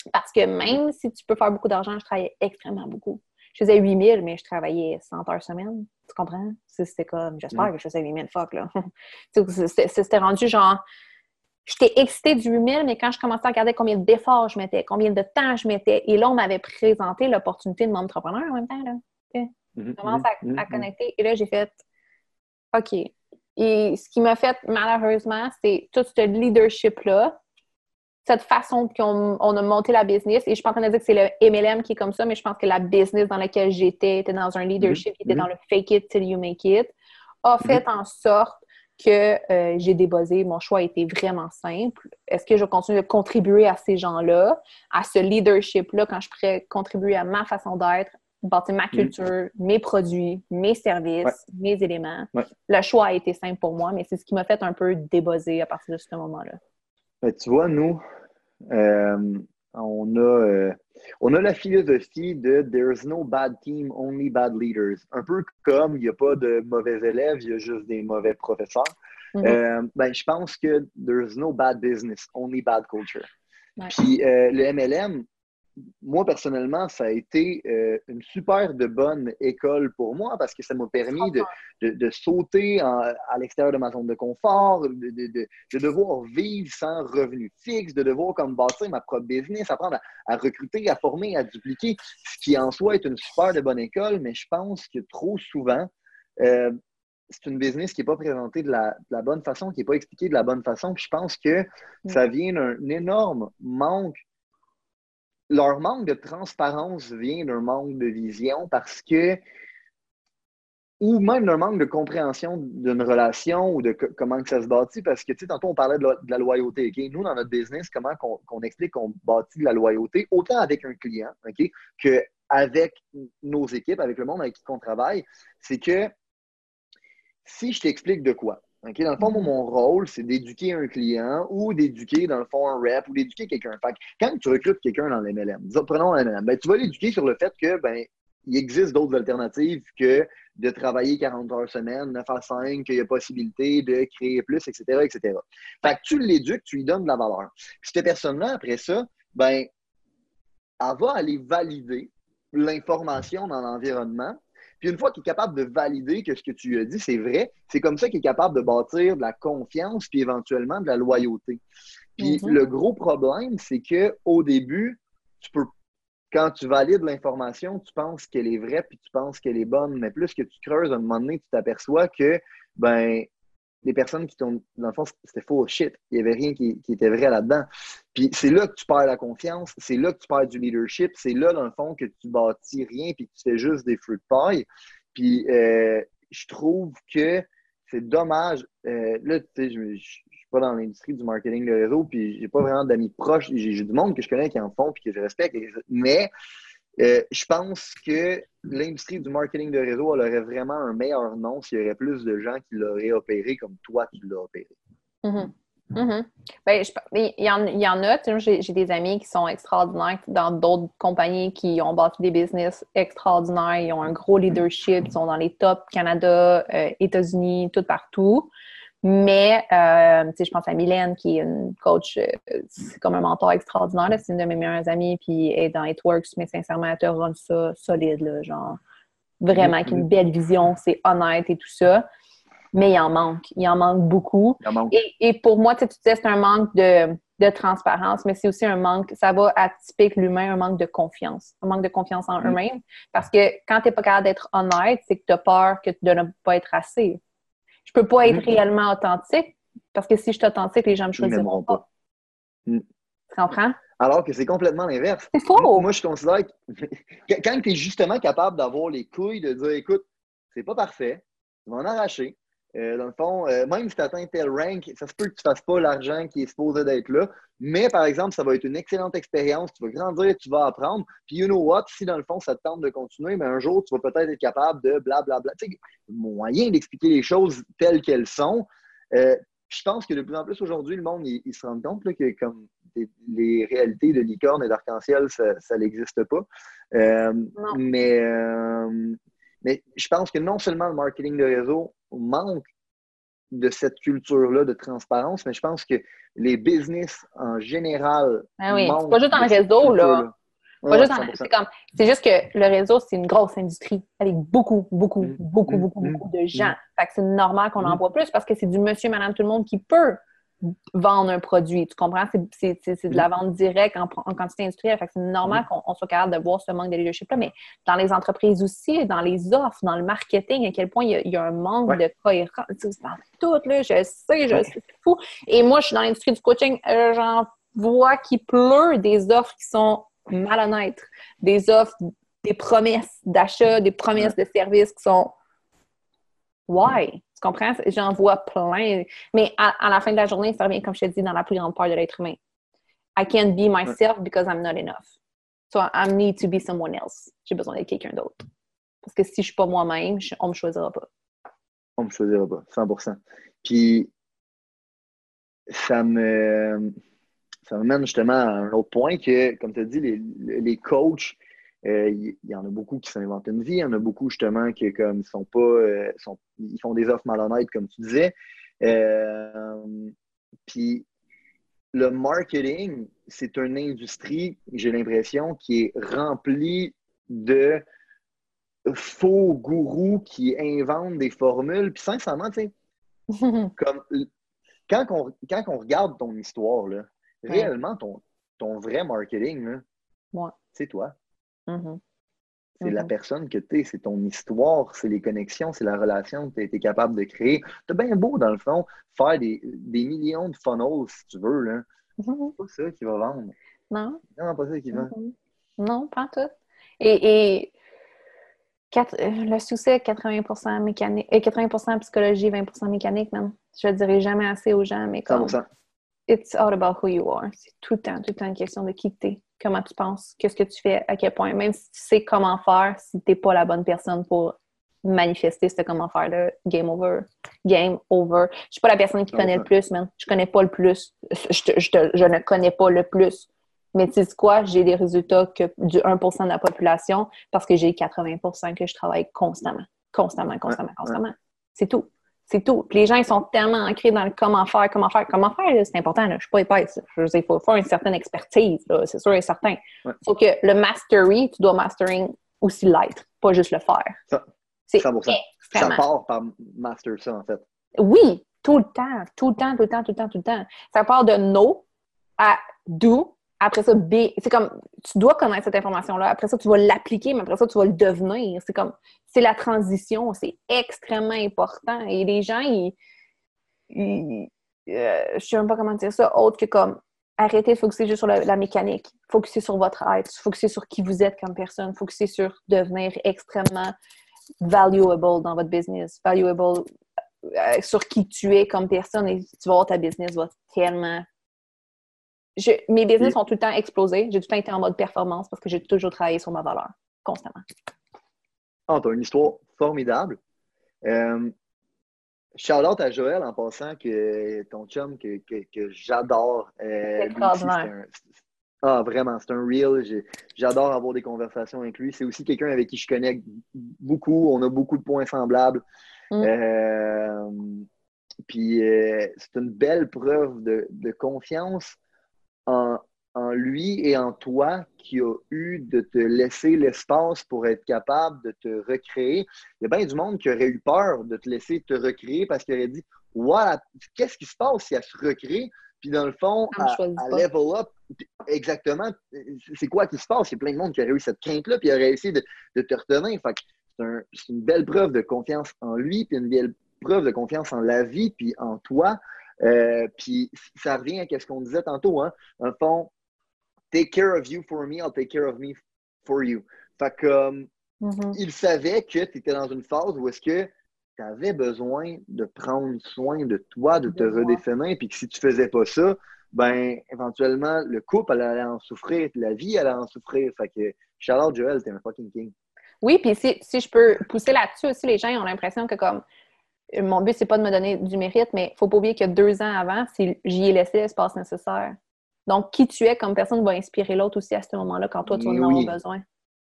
Parce que même si tu peux faire beaucoup d'argent, je travaillais extrêmement beaucoup. Je faisais huit mille, mais je travaillais cent heures semaine. Tu comprends? C'était comme, j'espère que je faisais huit mille, fuck, là. C'était rendu genre, j'étais excitée du huit mille, mais quand je commençais à regarder combien d'efforts je mettais, combien de temps je mettais, et là, on m'avait présenté l'opportunité de m'entrepreneur en même temps, là. Je commence à, à connecter, et là, j'ai fait, OK. Et ce qui m'a fait, malheureusement, c'est tout ce leadership-là, cette façon qu'on on a monté la business, et je suis pas en train de dire que c'est le M L M qui est comme ça, mais je pense que la business dans laquelle j'étais était dans un leadership qui était dans le fake it till you make it, a fait en sorte que euh, j'ai débuzzé. Mon choix a été vraiment simple. Est-ce que je continue de contribuer à ces gens-là, à ce leadership-là, quand je pourrais contribuer à ma façon d'être, bâtir ma culture, mmh. mes produits, mes services, ouais. mes éléments? Ouais. Le choix a été simple pour moi, mais c'est ce qui m'a fait un peu débuzzer à partir de ce moment-là. Ben, tu vois, nous, euh, on, a, euh, on a la philosophie de « There's no bad team, only bad leaders ». Un peu comme il n'y a pas de mauvais élèves, il y a juste des mauvais professeurs. Mm-hmm. euh, ben, je pense que « There's no bad business, only bad culture ». Ouais. Puis euh, le M L M, moi, personnellement, ça a été euh, une super de bonne école pour moi parce que ça m'a permis de, de, de sauter en, à l'extérieur de ma zone de confort, de, de, de, de devoir vivre sans revenu fixe, de devoir comme bâtir ma propre business, apprendre à, à recruter, à former, à dupliquer, ce qui en soi est une super de bonne école, mais je pense que trop souvent, euh, c'est une business qui n'est pas présentée de la, de la bonne façon, qui n'est pas expliquée de la bonne façon. Puis je pense que ça vient d'un énorme manque. Leur manque de transparence vient d'un manque de vision parce que, ou même d'un manque de compréhension d'une relation ou de co- comment que ça se bâtit, parce que, tu sais, tantôt on parlait de, lo- de la loyauté, OK? Nous, dans notre business, comment qu'on, qu'on explique qu'on bâtit de la loyauté, autant avec un client, OK, qu'avec nos équipes, avec le monde avec qui on travaille, c'est que si je t'explique de quoi, OK? Dans le fond, moi, mon rôle, c'est d'éduquer un client ou d'éduquer, dans le fond, un rep ou d'éduquer quelqu'un. Fait que quand tu recrutes quelqu'un dans l'M L M, disons, prenons l'M L M, ben, tu vas l'éduquer sur le fait que, ben, il existe d'autres alternatives que de travailler quarante heures semaine, neuf à cinq, qu'il y a possibilité de créer plus, et cetera, et cetera. Fait que tu l'éduques, tu lui donnes de la valeur. Puis cette personne-là, après ça, ben, elle va aller valider l'information dans l'environnement. Puis une fois qu'il est capable de valider que ce que tu lui as dit, c'est vrai, c'est comme ça qu'il est capable de bâtir de la confiance puis éventuellement de la loyauté. Puis mm-hmm. le gros problème, c'est qu'au début, tu peux, quand tu valides l'information, tu penses qu'elle est vraie puis tu penses qu'elle est bonne, mais plus que tu creuses, à un moment donné, tu t'aperçois que ben les personnes qui t'ont, dans le fond, c'était faux shit. Il n'y avait rien qui, qui était vrai là-dedans. Puis c'est là que tu perds la confiance, c'est là que tu perds du leadership, c'est là, dans le fond, que tu bâtis rien puis que tu fais juste des feux de paille. Puis euh, je trouve que c'est dommage. Euh, là, tu sais, je ne suis pas dans l'industrie du marketing de réseau, puis j'ai pas vraiment d'amis proches. J'ai, j'ai du monde que je connais qui en font puis que je respecte. Mais Euh, je pense que l'industrie du marketing de réseau, elle aurait vraiment un meilleur nom s'il y aurait plus de gens qui l'auraient opéré comme toi tu l'as opéré. Mm-hmm. Mm-hmm. Ben, je, il, y en, il y en a, tu sais, j'ai, j'ai des amis qui sont extraordinaires dans d'autres compagnies qui ont bâti des business extraordinaires, ils ont un gros leadership, ils sont dans les tops Canada, euh, États-Unis, tout partout. Mais, euh, tu sais, je pense à Mylène, qui est une coach, euh, c'est comme un mentor extraordinaire, là, c'est une de mes meilleures amies, puis elle est dans It Works, mais sincèrement, elle te rend ça solide, là, genre, vraiment, avec une belle vision, c'est honnête et tout ça. Mais il en manque, il en manque beaucoup. Il en manque. Et, et pour moi, tu sais, tu disais, c'est un manque de, de transparence, mais c'est aussi un manque, ça va atypique l'humain, un manque de confiance, un manque de confiance en mm. eux-mêmes. Parce que quand tu n'es pas capable d'être honnête, c'est que tu as peur que de ne pas être assez. Je peux pas être mmh. réellement authentique parce que si je suis authentique, les gens me choisiront pas. pas. Mmh. Tu comprends? Alors que c'est complètement l'inverse. C'est faux! Moi, je considère que quand tu es justement capable d'avoir les couilles de dire, écoute, c'est pas parfait, tu vas en arracher. Euh, dans le fond, euh, même si tu atteins tel rank, ça se peut que tu ne fasses pas l'argent qui est supposé d'être là. Mais par exemple, ça va être une excellente expérience. Tu vas grandir, tu vas apprendre. Puis, you know what, si dans le fond, ça te tente de continuer, mais un jour, tu vas peut-être être capable de blablabla. Tu sais, moyen d'expliquer les choses telles qu'elles sont. Euh, je pense que de plus en plus aujourd'hui, le monde, il, il se rend compte là, que comme des, les réalités de licorne et d'arc-en-ciel, ça n'existe pas. Euh, mais, euh, mais je pense que non seulement le marketing de réseau manque de cette culture-là de transparence, mais je pense que les business en général Ah oui, c'est manquent pas juste dans de le cette réseau, là. culture-là. Pas Ouais, juste dans- cent pour cent. c'est comme, c'est juste que le réseau, c'est une grosse industrie avec beaucoup, beaucoup, Mm, beaucoup, mm, beaucoup, mm, beaucoup de gens. mm, Fait que c'est normal qu'on en mm. voit plus parce que c'est du monsieur, madame, tout le monde qui peut vendre un produit. Tu comprends? C'est, c'est, c'est, c'est de la vente directe en, en quantité industrielle. Fait que c'est normal qu'on on soit capable de voir ce manque de leadership-là. Mais dans les entreprises aussi, dans les offres, dans le marketing, à quel point il y a, il y a un manque Ouais. de cohérence. Tu sais, c'est dans tout, là. Je sais, je Ouais. sais, c'est fou. Et moi, je suis dans l'industrie du coaching. Euh, j'en vois qui pleut des offres qui sont malhonnêtes. Des offres, des promesses d'achat, des promesses Ouais. de services qui sont why? Tu comprends? J'en vois plein. Mais à, à la fin de la journée, ça revient, comme je te dis, dans la plus grande part de l'être humain. I can't be myself because I'm not enough. So I need to be someone else. J'ai besoin d'être quelqu'un d'autre. Parce que si je suis pas moi-même, je, on me choisira pas. On me choisira pas, cent pour cent. Puis, ça me, ça me mène justement à un autre point que, comme tu as dit, les, les coachs, euh, il y, y en a beaucoup qui s'inventent une vie, il y en a beaucoup justement qui comme sont pas, euh, sont, ils font des offres malhonnêtes, comme tu disais. Euh, puis le marketing, c'est une industrie, j'ai l'impression, qui est remplie de faux gourous qui inventent des formules. Puis sincèrement, tu sais, comme quand on, quand on regarde ton histoire, là, Ouais. réellement, ton, ton vrai marketing, là, Ouais. c'est toi. Mm-hmm. C'est Mm-hmm. la personne que tu es, c'est ton histoire, c'est les connexions, c'est la relation que tu as été capable de créer. C'est bien beau, dans le fond, faire des, des millions de funnels, si tu veux. Là. Mm-hmm. C'est pas ça qui va vendre. Non. Non, pas ça qui vend. Mm-hmm. Non, pas tout. Et, et quatre, le succès, quatre-vingts pour cent mécanique, et quatre-vingts pour cent psychologie, vingt pour cent mécanique, même. Je le dirai jamais assez aux gens, mais cent comme pour cent. it's all about who you are. C'est tout le temps, tout le temps une question de qui tu es, comment tu penses, qu'est-ce que tu fais, à quel point. Même si tu sais comment faire, si tu n'es pas la bonne personne pour manifester ce comment faire-là, game over. Game over. Je suis pas la personne qui cent pour cent. connaît le plus, man. Je connais pas le plus. Je, te, je, te, je ne connais pas le plus. Mais tu sais quoi? J'ai des résultats que du un pour cent de la population parce que j'ai quatre-vingts pour cent que je travaille constamment. Constamment, constamment, Ouais, constamment. ouais. C'est tout. C'est tout. Puis les gens, ils sont tellement ancrés dans le comment faire, comment faire. Comment faire, là, c'est important. Là. Je ne suis pas épaisse. Je veux dire, il faut faire une certaine expertise, là, c'est sûr et certain. Ouais. Sauf que le mastery, tu dois mastering aussi l'être, pas juste le faire. Ça, c'est cent pour cent. extrêmement. Ça part par master ça, en fait. Oui, tout le temps, tout le temps, tout le temps, tout le temps, tout le temps. Ça part de no à do. Après ça, B. C'est comme, tu dois connaître cette information-là. Après ça, tu vas l'appliquer, mais après ça, tu vas le devenir. C'est comme, c'est la transition. C'est extrêmement important. Et les gens, ils, ils euh, je sais même pas comment dire ça, autre que comme, arrêtez de focuser juste sur la, la mécanique. Focuser sur votre être. Focuser sur qui vous êtes comme personne. Focuser sur devenir extrêmement valuable dans votre business. Valuable euh, sur qui tu es comme personne. Et tu vas voir ta business va tellement... Je, mes business Et... ont tout le temps explosé. J'ai tout le temps été en mode performance parce que j'ai toujours travaillé sur ma valeur, constamment. Ah, tu as une histoire formidable. Euh, shout-out à Joël en passant, que ton chum que, que, que j'adore. Euh, lui aussi, c'est un, ah, vraiment, c'est un real. J'ai, j'adore avoir des conversations avec lui. C'est aussi quelqu'un avec qui je connecte beaucoup. On a beaucoup de points semblables. Mm. Euh, puis, euh, c'est une belle preuve de, de confiance en, en lui et en toi qui a eu de te laisser l'espace pour être capable de te recréer. Il y a bien du monde qui aurait eu peur de te laisser te recréer parce qu'il aurait dit « Wow, qu'est-ce qui se passe si elle se recrée? » Puis dans le fond, à, à level up, exactement, c'est quoi qui se passe? Il y a plein de monde qui aurait eu cette crainte-là puis aurait essayé de, de te retenir. Fait que c'est, un, c'est une belle preuve de confiance en lui puis une belle preuve de confiance en la vie puis en toi. Euh, puis ça revient à ce qu'on disait tantôt, hein. Dans le fond, take care of you for me, I'll take care of me for you. Fait que um, mm-hmm. il savait que tu étais dans une phase où est-ce que tu avais besoin de prendre soin de toi, de, de te redéfinir, puis que si tu faisais pas ça, ben éventuellement, le couple allait en souffrir, la vie allait en souffrir. Fait que shout-out Joël, t'es un fucking king. Oui, puis si, si je peux pousser là-dessus aussi, les gens ils ont l'impression que comme mon but, c'est pas de me donner du mérite, mais il ne faut pas oublier que deux ans avant, c'est, j'y ai laissé l'espace nécessaire. Donc, qui tu es comme personne va inspirer l'autre aussi à ce moment-là quand toi, tu en oui. auras besoin.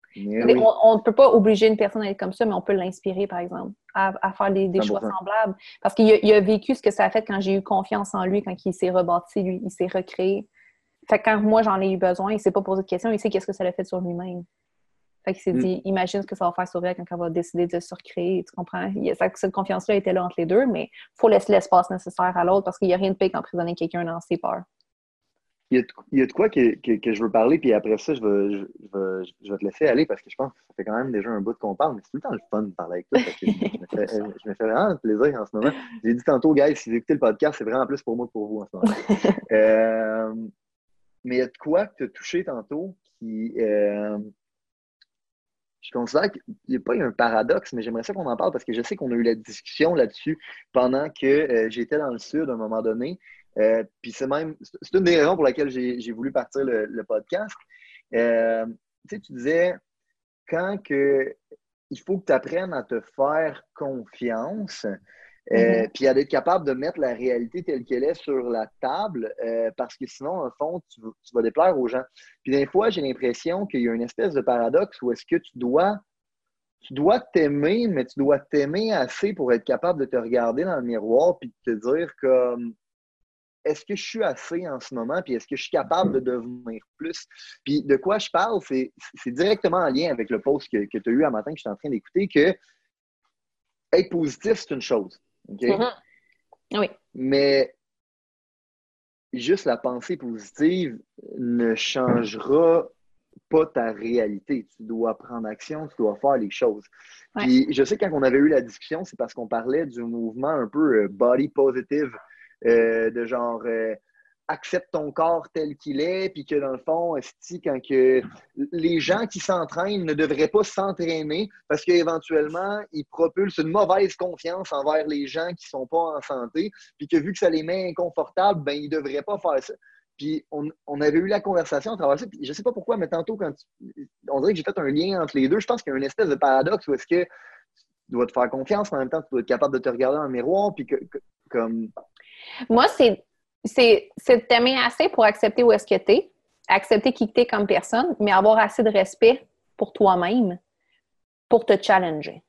Mais oui. On ne peut pas obliger une personne à être comme ça, mais on peut l'inspirer, par exemple, à, à faire des, des choix semblables. Parce qu'il a, il a vécu ce que ça a fait quand j'ai eu confiance en lui, quand il s'est rebâti, lui, il s'est recréé. Fait que quand moi, j'en ai eu besoin, il ne s'est pas posé de questions, il sait qu'est-ce que ça a fait sur lui-même. Fait qu'il s'est mm. dit, imagine ce que ça va faire sur elle quand elle va décider de se recréer, tu comprends? Il, cette confiance-là était là entre les deux, mais il faut laisser l'espace nécessaire à l'autre parce qu'il n'y a rien de pire qu'emprisonner quelqu'un dans ses peurs. Il y, a de, il y a de quoi que, que, que je veux parler, puis après ça, je vais, je, je, vais, je vais te laisser aller parce que je pense que ça fait quand même déjà un bout qu'on parle, mais c'est tout le temps le fun de parler avec toi. Parce que je, me fais, je me fais vraiment plaisir en ce moment. J'ai dit tantôt, guys, si vous écoutez le podcast, c'est vraiment plus pour moi que pour vous en ce moment. euh, mais il y a de quoi que tu as touché tantôt qui. Euh, je considère qu'il n'y a pas eu un paradoxe, mais j'aimerais ça qu'on en parle parce que je sais qu'on a eu la discussion là-dessus pendant que euh, j'étais dans le Sud à un moment donné. Euh, puis c'est même, c'est une des raisons pour laquelle j'ai, j'ai voulu partir le, le podcast. Euh, tu sais, tu disais, quand que, il faut que tu apprennes à te faire confiance, euh, mm-hmm. puis à être capable de mettre la réalité telle qu'elle est sur la table, euh, parce que sinon, en fond, tu, tu vas déplaire aux gens. Puis des fois, j'ai l'impression qu'il y a une espèce de paradoxe où est-ce que tu dois, tu dois t'aimer, mais tu dois t'aimer assez pour être capable de te regarder dans le miroir puis de te dire comme est-ce que je suis assez en ce moment, puis est-ce que je suis capable de devenir plus? Puis de quoi je parle, c'est, c'est directement en lien avec le post que, que tu as eu un matin que je suis en train d'écouter, que être positif, c'est une chose. Okay? Mm-hmm. Oui. Mais juste la pensée positive ne changera pas ta réalité. Tu dois prendre action, tu dois faire les choses. Ouais. Puis je sais que quand on avait eu la discussion, c'est parce qu'on parlait du mouvement un peu euh, body positive, Euh, de genre euh, accepte ton corps tel qu'il est, puis que dans le fond, esti, quand que les gens qui s'entraînent ne devraient pas s'entraîner parce qu'éventuellement, ils propulsent une mauvaise confiance envers les gens qui ne sont pas en santé, puis que vu que ça les met inconfortables, ben ils ne devraient pas faire ça. Puis on, on avait eu la conversation à travers ça, puis je ne sais pas pourquoi, mais tantôt, quand tu, on dirait que j'ai fait un lien entre les deux, je pense qu'il y a une espèce de paradoxe où est-ce que tu dois te faire confiance, mais en même temps, tu dois être capable de te regarder dans le miroir, puis que, que comme... Moi, c'est, c'est, c'est de t'aimer assez pour accepter où est-ce que tu es, accepter qui tu es comme personne, mais avoir assez de respect pour toi-même pour te challenger.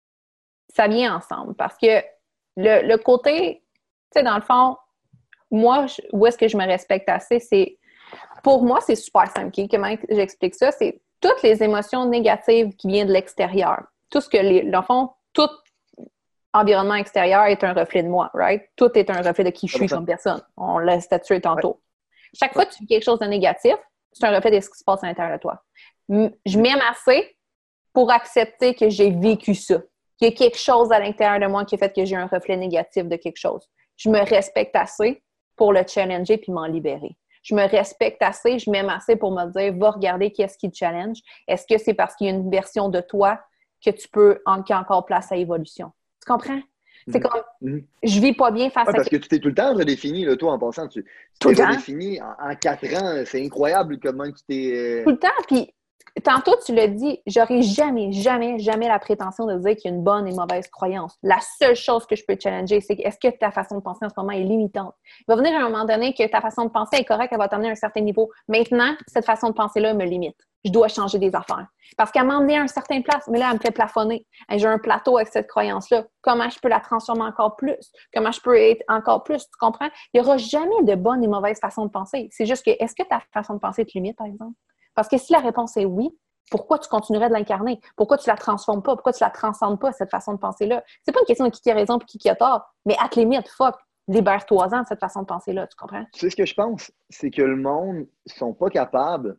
Ça vient ensemble parce que le, le côté, tu sais, dans le fond, moi, je, où est-ce que je me respecte assez, c'est, pour moi, c'est super simple. Okay? Comment j'explique ça? C'est toutes les émotions négatives qui viennent de l'extérieur. Tout ce que, les, dans le fond, tout environnement extérieur est un reflet de moi, right? Tout est un reflet de qui je suis comme personne. On l'a statué tantôt. Ouais. Chaque fois que tu vis quelque chose de négatif, c'est un reflet de ce qui se passe à l'intérieur de toi. Je m'aime assez pour accepter que j'ai vécu ça. Qu'il y a quelque chose à l'intérieur de moi qui a fait que j'ai un reflet négatif de quelque chose. Je me respecte assez pour le challenger puis m'en libérer. Je me respecte assez, je m'aime assez pour me dire, va regarder qui est-ce qui te challenge. Est-ce que c'est parce qu'il y a une version de toi que tu peux, qui a encore place à évolution? Tu comprends? C'est mm-hmm. comme, mm-hmm. je vis pas bien face ouais, à... Parce que tu t'es tout le temps redéfini, là, toi, en passant. Tu, tu t'es redéfini en, en quatre ans. C'est incroyable comment tu t'es... Tout le temps, puis tantôt, tu l'as dit, j'aurais jamais, jamais, jamais la prétention de dire qu'il y a une bonne et mauvaise croyance. La seule chose que je peux te challenger, c'est est-ce que ta façon de penser en ce moment est limitante? Il va venir un moment donné que ta façon de penser est correcte, elle va t'amener à un certain niveau. Maintenant, cette façon de penser-là me limite. Je dois changer des affaires. Parce qu'elle m'a emmené à une certaine place, mais là, elle me fait plafonner. J'ai un plateau avec cette croyance-là. Comment je peux la transformer encore plus? Comment je peux être encore plus? Tu comprends? Il n'y aura jamais de bonne et mauvaise façon de penser. C'est juste que, est-ce que ta façon de penser te limite, par exemple? Parce que si la réponse est oui, pourquoi tu continuerais de l'incarner? Pourquoi tu ne la transformes pas? Pourquoi tu ne la transcendes pas, cette façon de penser-là? C'est pas une question de qui a raison et qui a tort, mais à te limite, fuck, libère-toi-en de cette façon de penser-là, tu comprends? Tu sais ce que je pense? C'est que le monde ne sont pas capables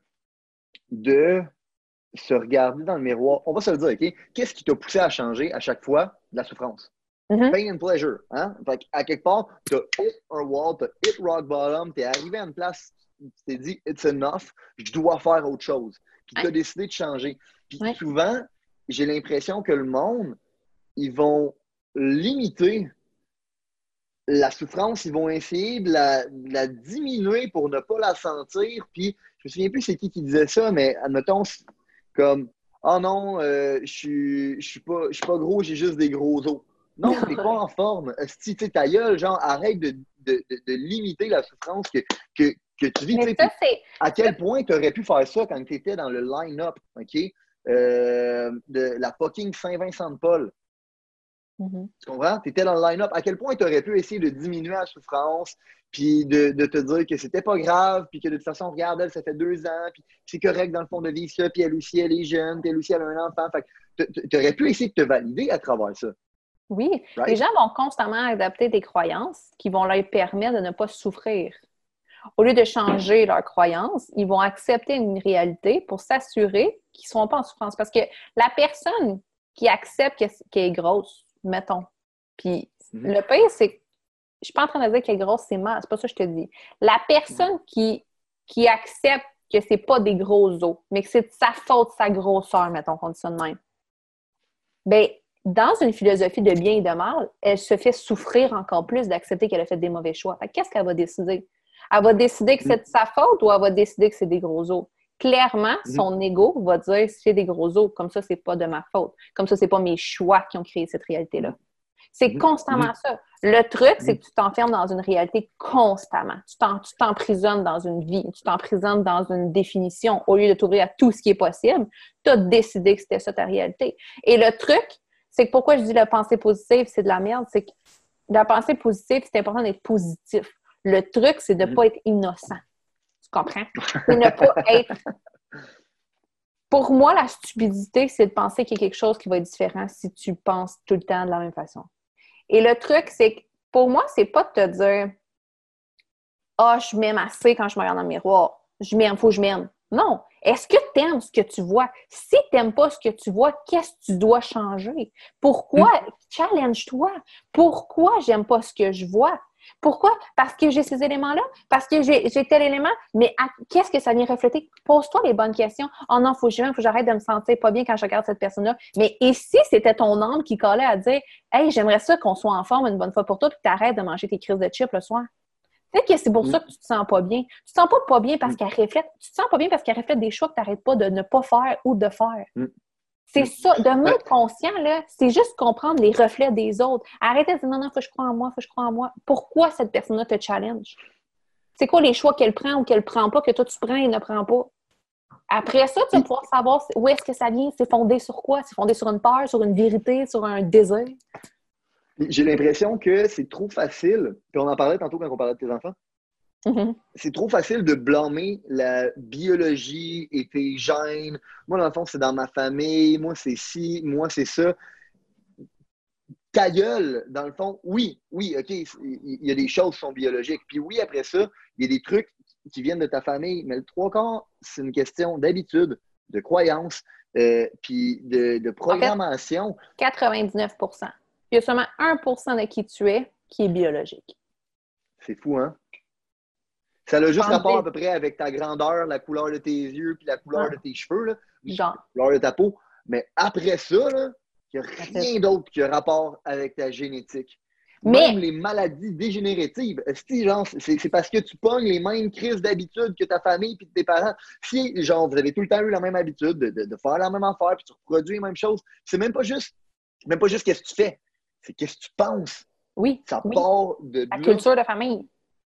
de se regarder dans le miroir. On va se le dire, OK? Qu'est-ce qui t'a poussé à changer à chaque fois? De la souffrance. Mm-hmm. Pain and pleasure. Hein? Fait à quelque part, tu as hit un wall, tu as hit rock bottom, tu es arrivé à une place, tu t'es dit, it's enough, je dois faire autre chose. Puis tu as décidé de changer. Puis ouais. souvent, j'ai l'impression que le monde, ils vont limiter la souffrance, ils vont essayer de la, de la diminuer pour ne pas la sentir. Puis, je me souviens plus c'est qui qui disait ça, mais admettons, comme « Ah oh non, euh, je suis, je suis pas, je suis pas gros, j'ai juste des gros os. » Non, t'es pas en forme. Si tu ta gueule, genre, arrête de, de, de, de limiter la souffrance que, que, que tu vis. Ça, à quel point tu aurais pu faire ça quand tu étais dans le line-up, OK? euh, de la fucking Saint-Vincent-de-Paul. Mm-hmm. Tu comprends? Tu étais dans le line-up. À quel point tu aurais pu essayer de diminuer la souffrance, puis de, de te dire que c'était pas grave, puis que de toute façon, regarde, elle, ça fait deux ans, puis c'est correct dans le fond de vivre ça, puis elle aussi, elle est jeune, puis elle aussi, elle a un enfant. Fait que tu aurais pu essayer de te valider à travers ça. Oui. Right? Les gens vont constamment adapter des croyances qui vont leur permettre de ne pas souffrir. Au lieu de changer leurs croyances, ils vont accepter une réalité pour s'assurer qu'ils ne seront pas en souffrance. Parce que la personne qui accepte qu'elle est grosse, mettons, puis mm-hmm. le pire, c'est que je ne suis pas en train de dire qu'elle est grosse, c'est mal, c'est pas ça que je te dis. La personne mm-hmm. qui, qui accepte que ce n'est pas des gros os, mais que c'est de sa faute, sa grosseur, mettons qu'on dit ça de même, bien, dans une philosophie de bien et de mal, elle se fait souffrir encore plus d'accepter qu'elle a fait des mauvais choix. Fait qu'est-ce qu'elle va décider? Elle va décider que c'est de sa faute ou elle va décider que c'est des gros os? Clairement, son ego va dire si c'est des gros os, comme ça, c'est pas de ma faute. Comme ça, c'est pas mes choix qui ont créé cette réalité-là. C'est constamment ça. Le truc, c'est que tu t'enfermes dans une réalité constamment. Tu t'emprisonnes dans une vie, tu t'emprisonnes dans une définition. Au lieu de t'ouvrir à tout ce qui est possible, tu as décidé que c'était ça ta réalité. Et le truc, c'est que pourquoi je dis la pensée positive, c'est de la merde, c'est que la pensée positive, c'est important d'être positif. Le truc, c'est de ne pas être innocent. Tu comprends? C'est ne pas être... Pour moi, la stupidité, c'est de penser qu'il y a quelque chose qui va être différent si tu penses tout le temps de la même façon. Et le truc, c'est que pour moi, c'est pas de te dire « Ah, oh, je m'aime assez quand je me regarde dans le miroir. Je m'aime, faut que je m'aime. » Non. Est-ce que tu aimes ce que tu vois? Si tu n'aimes pas ce que tu vois, qu'est-ce que tu dois changer? Pourquoi? Mm. Challenge-toi. Pourquoi j'aime pas ce que je vois? Pourquoi? Parce que j'ai ces éléments-là? Parce que j'ai, j'ai tel élément? Mais à, qu'est-ce que ça vient refléter? Pose-toi les bonnes questions. Oh non, faut que je, faut que j'arrête de me sentir pas bien quand je regarde cette personne-là. Mais et si c'était ton âme qui collait à dire « Hey, j'aimerais ça qu'on soit en forme une bonne fois pour toi, puis que tu arrêtes de manger tes crises de chips le soir. » Peut-être que c'est pour ça que tu te sens pas bien. Tu te sens pas pas bien parce qu'elle reflète. Tu te sens pas bien parce qu'elle reflète des choix que tu n'arrêtes pas de ne pas faire ou de faire. Mm. C'est ça. De m'être conscient, là, c'est juste comprendre les reflets des autres. Arrêtez de dire non, non, faut que je croie en moi, faut que je croie en moi. Pourquoi cette personne-là te challenge? C'est quoi les choix qu'elle prend ou qu'elle prend pas, que toi tu prends et ne prends pas? Après ça, tu vas pouvoir savoir où est-ce que ça vient. C'est fondé sur quoi? C'est fondé sur une peur, sur une vérité, sur un désir? J'ai l'impression que c'est trop facile, puis on en parlait tantôt quand on parlait de tes enfants, mm-hmm. c'est trop facile de blâmer la biologie et tes gènes. Moi, dans le fond, c'est dans ma famille, moi, c'est ci, moi, c'est ça. Ta gueule, dans le fond, oui, oui, OK, il y a des choses qui sont biologiques. Puis oui, après ça, il y a des trucs qui viennent de ta famille, mais le trois quarts, c'est une question d'habitude, de croyance, euh, puis de, de programmation. En fait, quatre-vingt-dix-neuf pour cent. Il y a seulement un pour cent de qui tu es qui est biologique. C'est fou, hein? Ça a juste rapport à peu près avec ta grandeur, la couleur de tes yeux puis la couleur ah. de tes cheveux, là, genre. La couleur de ta peau. Mais après ça, il n'y a rien d'autre qui a rapport avec ta génétique. Mais... Même les maladies dégénératives, genre, c'est, c'est parce que tu pognes les mêmes crises d'habitude que ta famille et tes parents. Si, genre, vous avez tout le temps eu la même habitude de, de, de faire la même affaire puis tu reproduis les mêmes choses, c'est même pas juste, même pas juste qu'est-ce que tu fais. C'est qu'est-ce que tu penses. Oui. Ça oui. part de la là. culture de famille.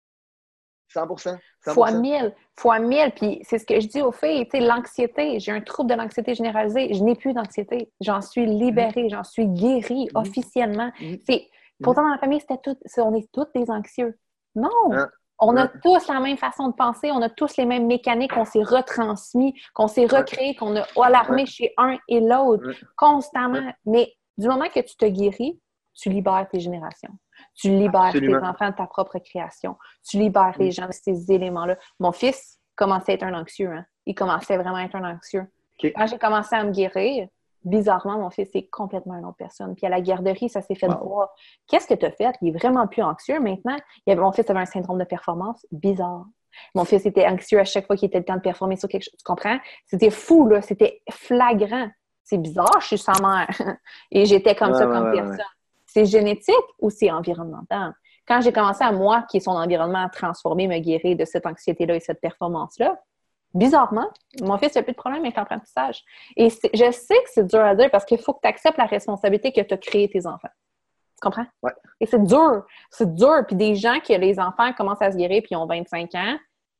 cent pour cent. cent pour cent. Fois mille. Fois mille. Puis c'est ce que je dis aux filles. Tu sais, l'anxiété. J'ai un trouble de l'anxiété généralisée. Je n'ai plus d'anxiété. J'en suis libérée. J'en suis guérie mmh. officiellement. Mmh. C'est, pourtant, dans la famille, c'était tout, on est tous des anxieux. Non! Hein? On a hein? tous la même façon de penser. On a tous les mêmes mécaniques qu'on s'est retransmis, qu'on s'est recréé, ouais. qu'on a alarmé ouais. chez un et l'autre ouais. constamment. Ouais. Mais du moment que tu te guéris, tu libères tes générations. Tu libères Absolument. tes enfants de ta propre création. Tu libères les gens de ces éléments-là. Mon fils commençait à être un anxieux. Hein? Il commençait vraiment à être un anxieux. Okay. Quand j'ai commencé à me guérir, bizarrement, mon fils est complètement une autre personne. Puis à la garderie, ça s'est fait wow. voir. Qu'est-ce que tu as fait? Il est vraiment plus anxieux maintenant. Il avait, mon fils avait un syndrome de performance bizarre. Mon fils était anxieux à chaque fois qu'il était le temps de performer sur quelque chose. Tu comprends? C'était fou, là. C'était flagrant. C'est bizarre, je suis sa mère. Et j'étais comme ouais, ça ouais, comme ouais, personne. Ouais. C'est génétique ou c'est environnemental? Quand j'ai commencé à moi, qui est son environnement, à transformer, me guérir de cette anxiété-là et cette performance-là, bizarrement, mon fils n'a plus de problème avec l'apprentissage. Et je sais que c'est dur à dire parce qu'il faut que tu acceptes la responsabilité que tu as créé tes enfants. Tu comprends? Ouais. Et c'est dur. C'est dur. Puis des gens qui, les enfants, commencent à se guérir puis ils ont vingt-cinq ans,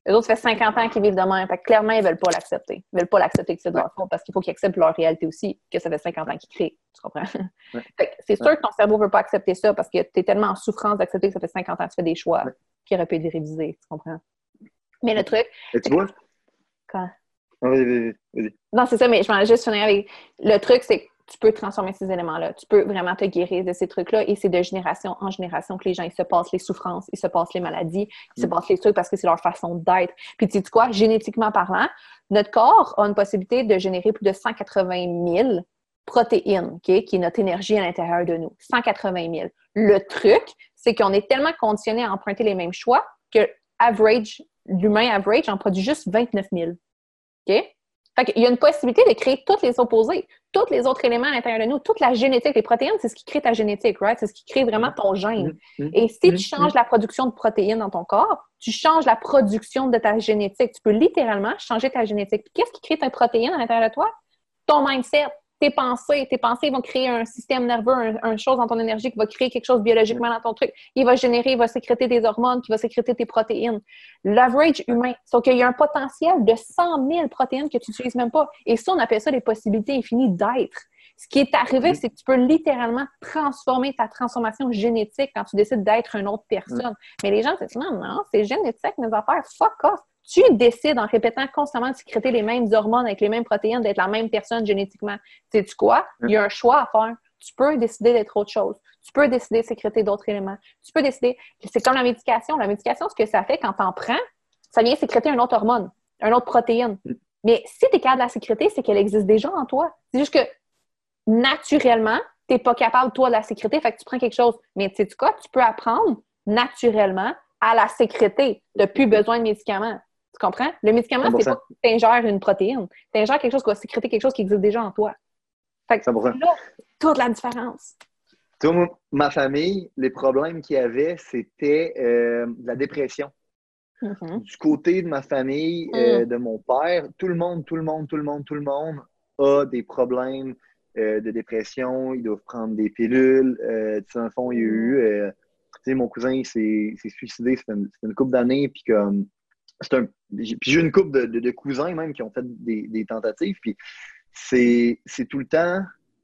Eux autres, ça fait cinquante ans qu'ils vivent de même. Fait que clairement, ils ne veulent pas l'accepter. Ils ne veulent pas l'accepter que c'est de leur faute parce qu'il faut qu'ils acceptent leur réalité aussi, que ça fait cinquante ans qu'ils créent. Tu comprends? Ouais. Fait que c'est sûr ouais. que ton cerveau ne veut pas accepter ça parce que tu es tellement en souffrance d'accepter que ça fait cinquante ans que tu fais des choix ouais. qui auraient pu être révisés. Tu comprends? Mais le truc. Et tu vois? Quand? Ah, vas-y, vas-y, vas-y. Non, c'est ça, mais je m'en ai juste finir avec. Le truc, c'est que tu peux transformer ces éléments-là. Tu peux vraiment te guérir de ces trucs-là. Et c'est de génération en génération que les gens, ils se passent les souffrances, ils se passent les maladies, ils se passent les trucs parce que c'est leur façon d'être. Puis, tu sais quoi? Génétiquement parlant, notre corps a une possibilité de générer plus de cent quatre-vingt mille protéines, okay, qui est notre énergie à l'intérieur de nous. cent quatre-vingt mille. Le truc, c'est qu'on est tellement conditionné à emprunter les mêmes choix que average, l'humain average en produit juste vingt-neuf mille. OK? Fait qu'il y a une possibilité de créer tous les opposés, tous les autres éléments à l'intérieur de nous, toute la génétique. Les protéines, c'est ce qui crée ta génétique, right? C'est ce qui crée vraiment ton gène. Et si tu changes la production de protéines dans ton corps, tu changes la production de ta génétique. Tu peux littéralement changer ta génétique. Puis qu'est-ce qui crée ta protéine à l'intérieur de toi? Ton mindset, tes pensées. Tes pensées vont créer un système nerveux, un, un chose dans ton énergie qui va créer quelque chose biologiquement dans ton truc. Il va générer, il va sécréter des hormones, qui va sécréter tes protéines. L'average humain, c'est qu'il y a un potentiel de cent mille protéines que tu n'utilises même pas. Et ça, on appelle ça les possibilités infinies d'être. Ce qui est arrivé, c'est que tu peux littéralement transformer ta transformation génétique quand tu décides d'être une autre personne. Mais les gens se disent, non, non, c'est génétique, mes affaires, fuck off. Tu décides en répétant constamment de sécréter les mêmes hormones avec les mêmes protéines, d'être la même personne génétiquement. Sais-tu quoi? Il y a un choix à faire. Tu peux décider d'être autre chose. Tu peux décider de sécréter d'autres éléments. Tu peux décider... C'est comme la médication. La médication, ce que ça fait quand tu en prends, ça vient sécréter une autre hormone, une autre protéine. Mais si tu es capable de la sécréter, c'est qu'elle existe déjà en toi. C'est juste que naturellement, tu n'es pas capable, toi, de la sécréter, fait que tu prends quelque chose. Mais sais-tu quoi? Tu peux apprendre naturellement à la sécréter. Tu n'as plus besoin de médicaments. Tu comprends? Le médicament, cent pour cent. C'est pas que tu ingères une protéine. Tu ingères quelque chose qui va sécréter quelque chose qui existe déjà en toi. Fait que c'est là toute la différence. Tu vois, ma famille, les problèmes qu'il y avait, c'était euh, la dépression. Mm-hmm. Du côté de ma famille, mm. euh, de mon père, tout le monde, tout le monde, tout le monde, tout le monde a des problèmes euh, de dépression. Ils doivent prendre des pilules. Euh, tu sais, dans le fond, il y a eu... Euh, tu sais, mon cousin, il s'est, s'est suicidé. C'était une, c'était une couple d'années, puis comme... C'est un, puis j'ai une couple de, de, de cousins même qui ont fait des, des tentatives. Puis c'est, c'est tout le temps,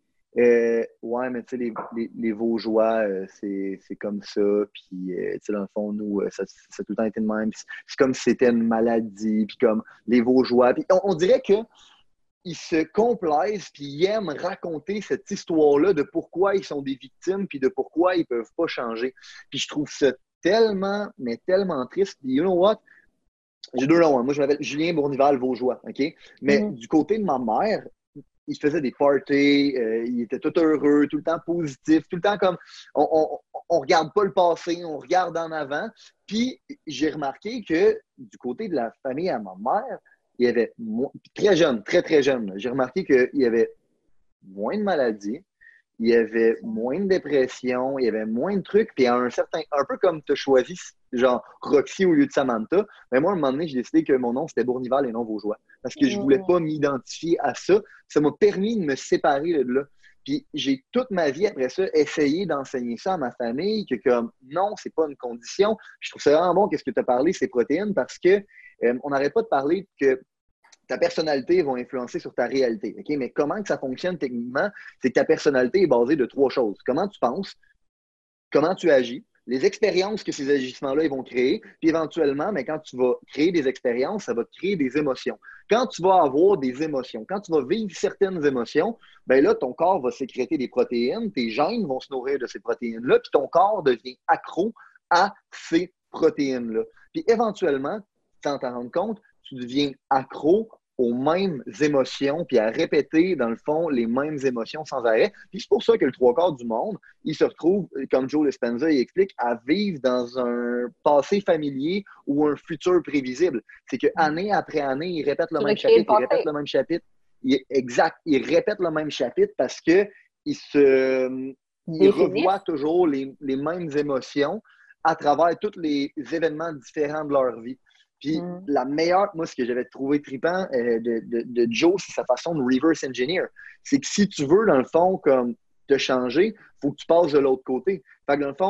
euh, ouais, mais tu sais, les, les, les Vosgeois, euh, c'est, c'est comme ça. Puis, euh, tu sais, dans le fond, nous, ça, ça a tout le temps été de même. Puis c'est comme si c'était une maladie. Puis comme les Vosgeois. Puis on, on dirait qu'ils se complaisent. Puis ils aiment raconter cette histoire-là de pourquoi ils sont des victimes. Puis de pourquoi ils ne peuvent pas changer. Puis je trouve ça tellement, mais tellement triste. Puis you know what? J'ai deux noms. Hein. Moi, je m'appelle Julien Bournival Vaugeois, OK? Mais mm-hmm. du côté de ma mère, il faisait des parties, euh, il était tout heureux, tout le temps positif, tout le temps comme... On, on, on regarde pas le passé, on regarde en avant. Puis, j'ai remarqué que du côté de la famille à ma mère, il y avait... Moins, très jeune, très, très jeune, j'ai remarqué qu'il y avait moins de maladies, il y avait moins de dépression, il y avait moins de trucs. Puis, à un certain... Un peu comme tu as choisi... genre Roxy au lieu de Samantha, mais moi, à un moment donné, j'ai décidé que mon nom, c'était Bournival et non Vaugeois. Parce que je ne voulais pas m'identifier à ça. Ça m'a permis de me séparer de là. Puis j'ai toute ma vie, après ça, essayé d'enseigner ça à ma famille, que comme, non, c'est pas une condition. Puis je trouve ça vraiment bon qu'est-ce que tu as parlé, ces protéines, parce que euh, on n'arrête pas de parler que ta personnalité va influencer sur ta réalité. Okay? Mais comment que ça fonctionne techniquement? C'est que ta personnalité est basée de trois choses. Comment tu penses, comment tu agis, les expériences que ces agissements-là ils vont créer, puis éventuellement, mais quand tu vas créer des expériences, ça va créer des émotions. Quand tu vas avoir des émotions, quand tu vas vivre certaines émotions, bien là, ton corps va sécréter des protéines, tes gènes vont se nourrir de ces protéines-là, puis ton corps devient accro à ces protéines-là. Puis éventuellement, sans t'en rendre compte, tu deviens accro aux mêmes émotions, puis à répéter, dans le fond, les mêmes émotions sans arrêt. Puis c'est pour ça que le trois quarts du monde, il se retrouve, comme Joe Dispenza il explique, à vivre dans un passé familier ou un futur prévisible. C'est que année après année, ils répètent le même chapitre, ils répètent le même chapitre. Il, exact, ils répètent le même chapitre parce que ils se, ils revoient toujours les, les mêmes émotions à travers tous les événements différents de leur vie. Puis mm. la meilleure, moi, ce que j'avais trouvé trippant euh, de, de, de Joe, c'est sa façon de reverse engineer. C'est que si tu veux, dans le fond, comme te changer, il faut que tu passes de l'autre côté. Fait que dans le fond,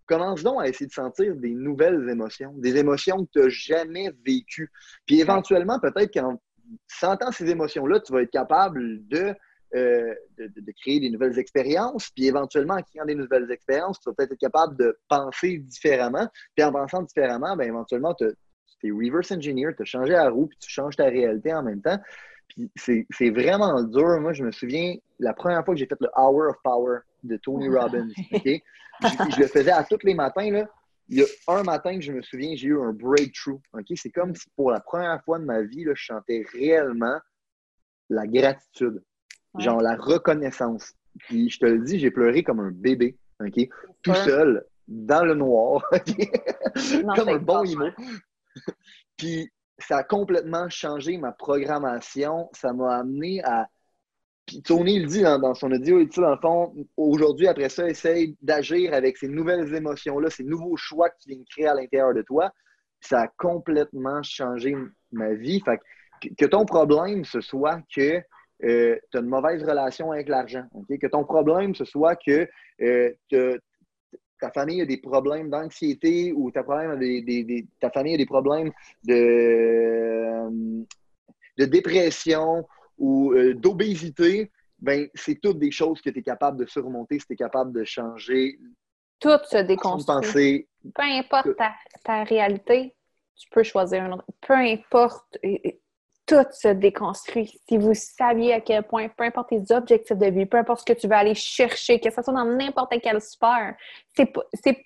commence donc à essayer de sentir des nouvelles émotions, des émotions que tu n'as jamais vécues. Puis éventuellement, peut-être qu'en sentant ces émotions-là, tu vas être capable de, euh, de, de créer des nouvelles expériences. Puis éventuellement, en créant des nouvelles expériences, tu vas peut-être être capable de penser différemment. Puis en pensant différemment, bien, éventuellement, tu es reverse engineer, tu as changé la roue, puis tu changes ta réalité en même temps. Puis c'est, c'est vraiment dur. Moi, je me souviens, la première fois que j'ai fait le Hour of Power de Tony Robbins, OK? je, je le faisais à tous les matins, là. Il y a un matin que je me souviens, j'ai eu un breakthrough, OK? C'est comme si pour la première fois de ma vie, là, je chantais réellement la gratitude, ouais. Genre la reconnaissance. Puis je te le dis, j'ai pleuré comme un bébé, OK? Tout seul, dans le noir, OK? Comme un bon imo. Puis ça a complètement changé ma programmation. Ça m'a amené à... Puis Tony le dit dans, dans son audio, il dit dans le fond, aujourd'hui, après ça, essaye d'agir avec ces nouvelles émotions-là, ces nouveaux choix que tu viens de créer à l'intérieur de toi. Ça a complètement changé ma vie. Fait que, que ton problème, ce soit que euh, tu as une mauvaise relation avec l'argent. Okay? Que ton problème, ce soit que euh, ta famille a des problèmes d'anxiété ou ta, problème a des, des, des, ta famille a des problèmes de, euh, de dépression ou euh, d'obésité, ben c'est toutes des choses que tu es capable de surmonter si tu es capable de changer. Tout se déconstruit. Peu importe ta, ta réalité, tu peux choisir un autre. Peu importe, tout se déconstruit. Si vous saviez à quel point, peu importe tes objectifs de vie, peu importe ce que tu veux aller chercher, que ce soit dans n'importe quelle sphère, c'est pas... C'est...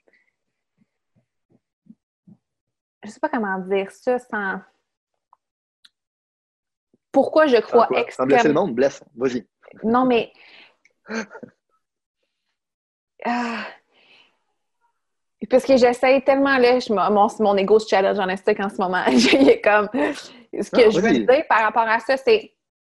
Je sais pas comment dire ça sans... Pourquoi je crois extrêmement... extrêmement... blesser le monde, blesse. Vas-y. Non, mais... Ah... Parce que j'essaie tellement, là, je, mon, mon ego se challenge en instinct en ce moment. Il est comme... Ce que non, je veux dire par rapport à ça, c'est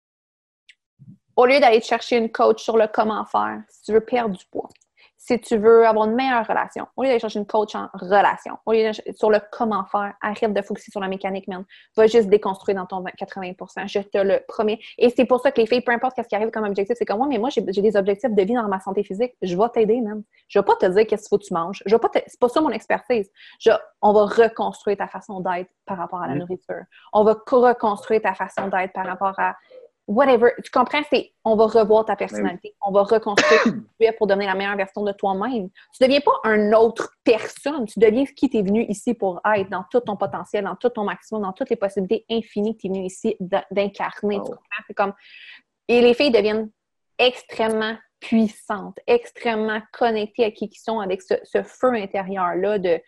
au lieu d'aller te chercher une coach sur le comment faire, si tu veux perdre du poids, si tu veux avoir une meilleure relation, au lieu d'aller chercher une coach en relation, au lieu d'aller sur le comment faire, arrête de focusser sur la mécanique, man. Va juste déconstruire dans ton quatre-vingts pour cent. Je te le promets. Et c'est pour ça que les filles, peu importe ce qui arrive comme objectif, c'est comme moi, mais moi, j'ai, j'ai des objectifs de vie dans ma santé physique. Je vais t'aider, man. Je vais pas te dire qu'est-ce qu'il faut que tu manges. Je vais pas te... C'est pas ça mon expertise. Je... On va reconstruire ta façon d'être par rapport à la nourriture. On va reconstruire ta façon d'être par rapport à whatever. Tu comprends? C'est, on va revoir ta personnalité. On va reconstruire qui tu es pour devenir la meilleure version de toi-même. Tu ne deviens pas une autre personne. Tu deviens qui tu es venu ici pour être, dans tout ton potentiel, dans tout ton maximum, dans toutes les possibilités infinies que tu es venu ici d'incarner. Oh. Tu comprends? C'est comme... Et les filles deviennent extrêmement puissantes, extrêmement connectées à qui ils sont, avec ce, ce feu intérieur-là de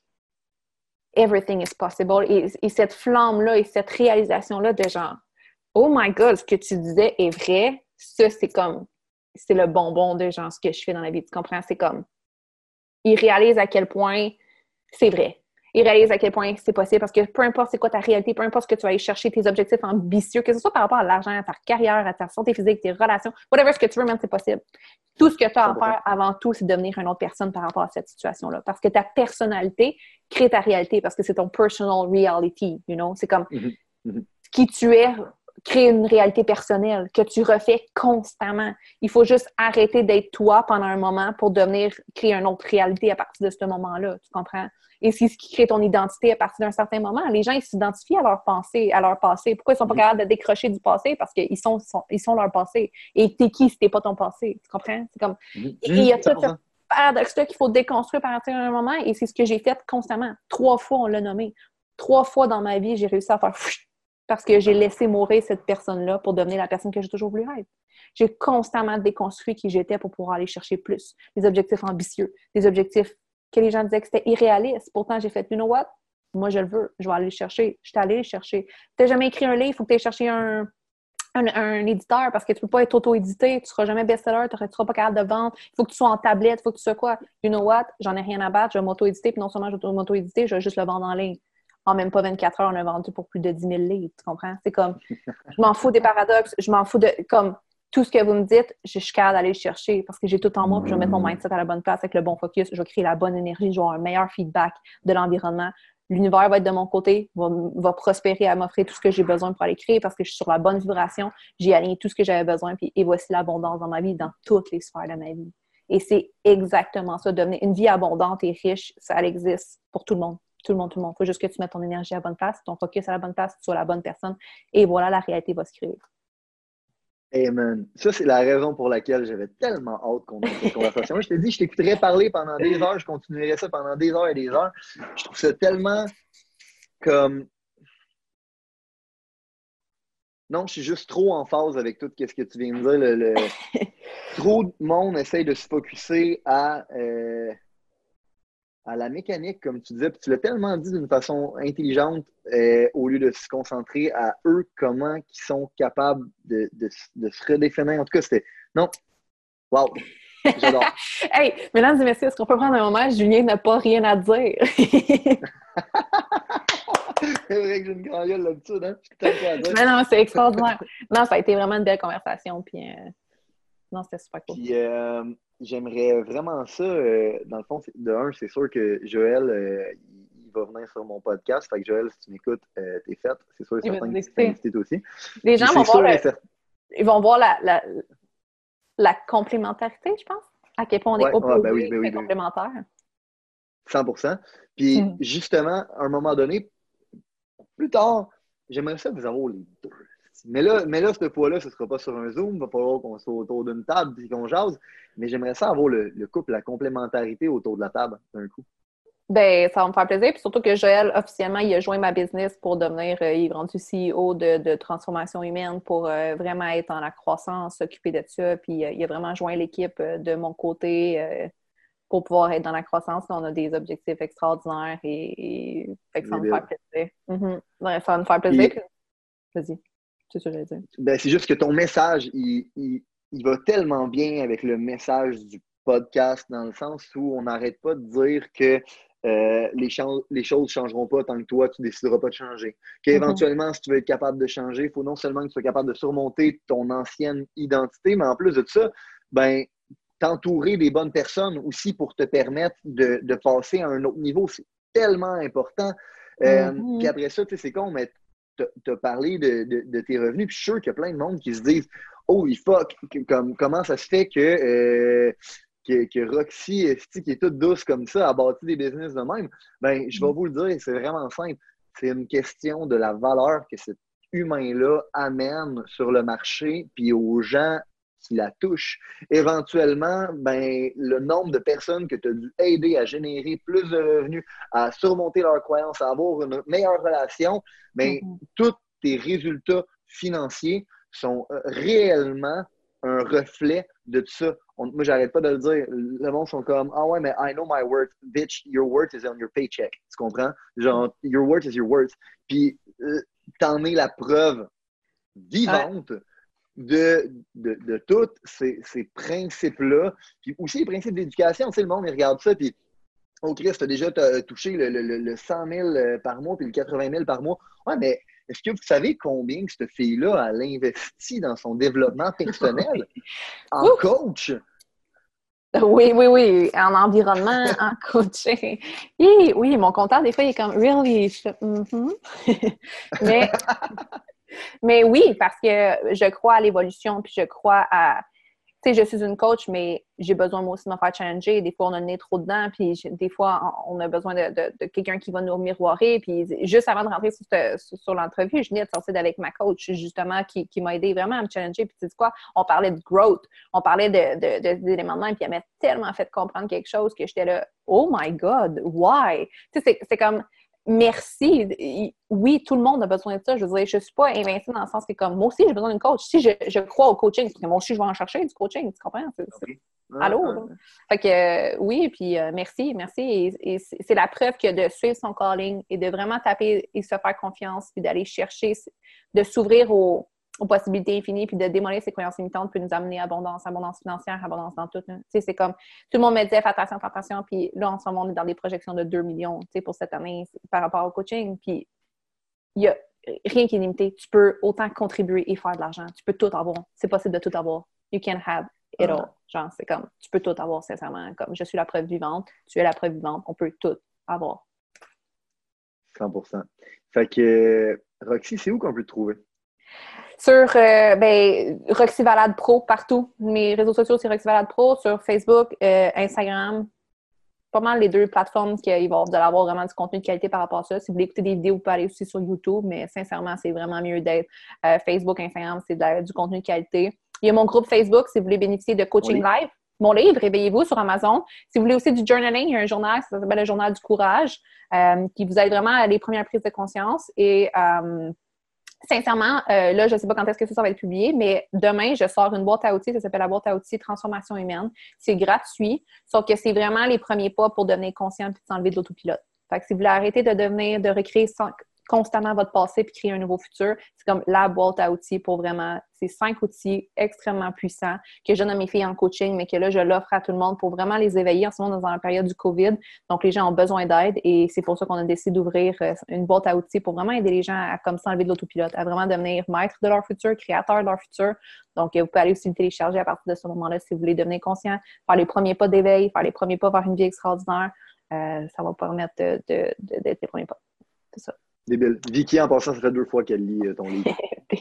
everything is possible. Et, et cette flamme-là et cette réalisation-là de genre oh my God, ce que tu disais est vrai. Ça, c'est comme, c'est le bonbon de genre ce que je fais dans la vie. Tu comprends? C'est comme, ils réalisent à quel point c'est vrai. Ils réalisent à quel point c'est possible parce que peu importe c'est quoi ta réalité, peu importe ce que tu vas aller chercher, tes objectifs ambitieux, que ce soit par rapport à l'argent, à ta carrière, à ta santé physique, tes relations, whatever ce que tu veux, même c'est possible. Tout ce que tu as à faire avant tout, c'est devenir une autre personne par rapport à cette situation-là. Parce que ta personnalité crée ta réalité parce que c'est ton personal reality, you know? C'est comme mm-hmm. Mm-hmm. qui tu es créer une réalité personnelle que tu refais constamment. Il faut juste arrêter d'être toi pendant un moment pour devenir créer une autre réalité à partir de ce moment-là. Tu comprends? Et c'est ce qui crée ton identité à partir d'un certain moment. Les gens, ils s'identifient à leur pensée, à leur passé. Pourquoi ils sont pas mmh. capables de décrocher du passé? Parce qu'ils sont, sont, ils sont leur passé. Et t'es qui si t'es pas ton passé? Tu comprends? C'est comme... Mmh. Et il y a tout ce paradoxe-là qu'il faut déconstruire à partir d'un moment. Et c'est ce que j'ai fait constamment. Trois fois, on l'a nommé. Trois fois dans ma vie, j'ai réussi à faire... Parce que j'ai laissé mourir cette personne-là pour devenir la personne que j'ai toujours voulu être. J'ai constamment déconstruit qui j'étais pour pouvoir aller chercher plus. Des objectifs ambitieux, des objectifs que les gens disaient que c'était irréaliste. Pourtant, j'ai fait « You know what? Moi, je le veux. Je vais aller le chercher. » Je suis allée le chercher. Tu n'as jamais écrit un livre, il faut que tu ailles chercher un, un, un éditeur parce que tu ne peux pas être auto-édité. Tu ne seras jamais best-seller, tu ne seras pas capable de vendre. Il faut que tu sois en tablette, il faut que tu sois quoi? « You know what? J'en ai rien à battre. Je vais m'auto-éditer. Puis non seulement je vais m'auto-éditer, je vais juste le vendre en ligne. » En même pas vingt-quatre heures, on a vendu pour plus de dix mille livres, tu comprends? C'est comme, je m'en fous des paradoxes, je m'en fous de, comme, tout ce que vous me dites, je suis capable d'aller le chercher parce que j'ai tout en moi, puis je vais mettre mon mindset à la bonne place avec le bon focus, je vais créer la bonne énergie, je vais avoir un meilleur feedback de l'environnement. L'univers va être de mon côté, va, va prospérer à m'offrir tout ce que j'ai besoin pour aller créer parce que je suis sur la bonne vibration, j'ai aligné tout ce que j'avais besoin, puis et voici l'abondance dans ma vie, dans toutes les sphères de ma vie. Et c'est exactement ça, devenir une vie abondante et riche, ça existe pour tout le monde. Tout le monde, tout le monde. Il faut juste que tu mettes ton énergie à la bonne place, ton focus à la bonne place, tu sois la bonne personne. Et voilà, la réalité va se créer. Amen. Ça, c'est la raison pour laquelle j'avais tellement hâte qu'on ait cette conversation. Je t'ai dit, je t'écouterais parler pendant des heures, je continuerais ça pendant des heures et des heures. Je trouve ça tellement comme... Non, je suis juste trop en phase avec tout ce que tu viens de dire. Le, le... Trop de monde essaye de se focusser à, euh, à la mécanique, comme tu disais. Puis tu l'as tellement dit d'une façon intelligente, euh, au lieu de se concentrer à eux, comment ils sont capables de, de, de se redéfinir. En tout cas, c'était... Non. Wow. J'adore. Hey, mesdames et messieurs, est-ce qu'on peut prendre un moment? Julien n'a pas rien à dire. C'est vrai que j'ai une grande gueule là-dessus, hein? Je Mais non, c'est extraordinaire. Non, ça a été vraiment une belle conversation. Puis, euh... non, c'était super cool. Puis, euh, j'aimerais vraiment ça. Euh, dans le fond, de un, c'est sûr que Joël, euh, il va venir sur mon podcast. Fait que Joël, si tu m'écoutes, euh, t'es faite. C'est sûr et certain que tu t'es invité toi aussi. Les gens Puis vont voir, le... certain... ils vont voir la, la, la complémentarité, je pense. À quel point on ouais, est opposés, ouais, ben oui, ben oui, mais ben oui. complémentaires. cent pour cent. Puis, mm. justement, à un moment donné, plus tard, j'aimerais ça vous avoir les deux. Mais là, mais là cette fois-là, ce ne sera pas sur un Zoom. Il va falloir qu'on soit autour d'une table et qu'on jase. Mais j'aimerais ça avoir le, le couple, la complémentarité autour de la table d'un coup. Ben, ça va me faire plaisir. Puis surtout que Joël, officiellement, il a joint ma business pour devenir, euh, il est rendu C E O de, de transformation humaine pour euh, vraiment être dans la croissance, s'occuper de ça. Puis euh, il a vraiment joint l'équipe euh, de mon côté euh, pour pouvoir être dans la croissance. Là, on a des objectifs extraordinaires et, et... Fait que ça va me faire plaisir. Mm-hmm. Ouais, ça va me faire plaisir. Et... Puis... Vas-y, c'est ça que j'allais dire. Ben, c'est juste que ton message, il, il, il va tellement bien avec le message du podcast dans le sens où on n'arrête pas de dire que Euh, les, ch- les choses ne changeront pas tant que toi, tu ne décideras pas de changer. Qu'éventuellement, mm-hmm. si tu veux être capable de changer, il faut non seulement que tu sois capable de surmonter ton ancienne identité, mais en plus de ça, ben, t'entourer des bonnes personnes aussi pour te permettre de, de passer à un autre niveau. C'est tellement important. Euh, mm-hmm. Puis après ça, tu sais, c'est con, mais tu as parlé de, de, de tes revenus, puis je suis sûr qu'il y a plein de monde qui se disent « Oh, fuck, comme, comment ça se fait que... Euh, Que, que Roxy, qui est toute douce comme ça, a bâti des business de même, ben, je vais vous le dire, c'est vraiment simple. C'est une question de la valeur que cet humain-là amène sur le marché puis aux gens qui la touchent. Éventuellement, ben, le nombre de personnes que tu as dû aider à générer plus de revenus, à surmonter leurs croyances, à avoir une meilleure relation, ben, mm-hmm. tous tes résultats financiers sont réellement un reflet de tout ça. On, moi, j'arrête pas de le dire. Le monde sont comme « Ah ouais, mais I know my worth. Bitch, your worth is on your paycheck. » Tu comprends? Genre, your worth is your worth. Puis, euh, t'en es la preuve vivante ouais. de, de, de tous ces, ces principes-là. Puis aussi les principes d'éducation. Tu sais, le monde, il regarde ça, puis « Oh Christ, t'as déjà t'as touché le, le, le cent mille par mois, puis le quatre-vingt mille par mois. » Ouais, mais est-ce que vous savez combien que cette fille-là, elle investit dans son développement personnel en Ouh. coach? Oui, oui, oui. En environnement, en coaching. Oui, oui, mon comptable, des fois, il est comme « Really? » mm-hmm. mais, mais oui, parce que je crois à l'évolution, puis je crois à... Tu sais, je suis une coach, mais j'ai besoin moi aussi de me faire challenger. Des fois, on a le nez trop dedans, puis des fois, on a besoin de, de, de quelqu'un qui va nous miroirer. Puis juste avant de rentrer sur, sur, sur l'entrevue, je venais de sortir avec ma coach, justement, qui, qui m'a aidé vraiment à me challenger. Puis tu sais quoi? On parlait de growth, on parlait de, de, de, d'éléments de même, puis elle m'a tellement fait comprendre quelque chose que j'étais là, « Oh my God, why? » Tu sais, c'est, c'est comme... Merci. Oui, tout le monde a besoin de ça. Je veux dire, je ne suis pas invincible dans le sens que, comme moi aussi, j'ai besoin d'une coach. Si je, je crois au coaching, parce que moi aussi, je vais en chercher du coaching, tu comprends? C'est, c'est... Okay. Allô? Là. Fait que, euh, oui, puis euh, merci, merci. Et, et c'est la preuve que de suivre son calling et de vraiment taper et se faire confiance, puis d'aller chercher, de s'ouvrir aux, aux possibilités infinies, puis de démolir ses croyances limitantes peut nous amener abondance, abondance financière, abondance dans tout. Tu sais, c'est comme, tout le monde me disait, fais attention, fais attention, puis là, en ce moment, on est dans des projections de deux millions, tu sais, pour cette année, par rapport au coaching, puis il y a rien qui est limité. Tu peux autant contribuer et faire de l'argent. Tu peux tout avoir. C'est possible de tout avoir. You can have it all. Genre, c'est comme, tu peux tout avoir, sincèrement. Comme, je suis la preuve vivante, tu es la preuve vivante, on peut tout avoir. cent pour cent. Fait que, Roxy, c'est où qu'on peut te trouver? Sur euh, ben, Roxy Valade Pro partout. Mes réseaux sociaux, c'est Roxy Valade Pro. Sur Facebook, euh, Instagram, pas mal les deux plateformes qu'il va vous allez avoir vraiment du contenu de qualité par rapport à ça. Si vous voulez écouter des vidéos, vous pouvez aller aussi sur YouTube, mais sincèrement, c'est vraiment mieux d'être euh, Facebook, Instagram, c'est de la, du contenu de qualité. Il y a mon groupe Facebook si vous voulez bénéficier de coaching oui. live. Mon livre, Réveillez-vous sur Amazon. Si vous voulez aussi du journaling, il y a un journal, ça s'appelle le Journal du courage, euh, qui vous aide vraiment à les premières prises de conscience. Et euh, sincèrement, euh, là, je ne sais pas quand est-ce que ça, ça va être publié, mais demain, je sors une boîte à outils, ça s'appelle la boîte à outils Transformation humaine. C'est gratuit, sauf que c'est vraiment les premiers pas pour devenir conscient et de s'enlever de l'autopilote. Fait que si vous voulez arrêter de devenir, de recréer sans, constamment votre passé puis créer un nouveau futur, c'est comme la boîte à outils pour vraiment, c'est cinq outils extrêmement puissants que je donne à mes filles en coaching, mais que là, je l'offre à tout le monde pour vraiment les éveiller en ce moment dans la période du COVID. Donc, les gens ont besoin d'aide et c'est pour ça qu'on a décidé d'ouvrir une boîte à outils pour vraiment aider les gens à comme s'enlever de l'autopilote, à vraiment devenir maître de leur futur, créateur de leur futur. Donc, vous pouvez aller aussi le télécharger à partir de ce moment-là si vous voulez devenir conscient, faire les premiers pas d'éveil, faire les premiers pas vers une vie extraordinaire. Euh, ça va vous permettre de, de, de, d'être les premiers pas. C'est ça. Débile. Vicky, en passant, ça fait deux fois qu'elle lit euh, ton livre.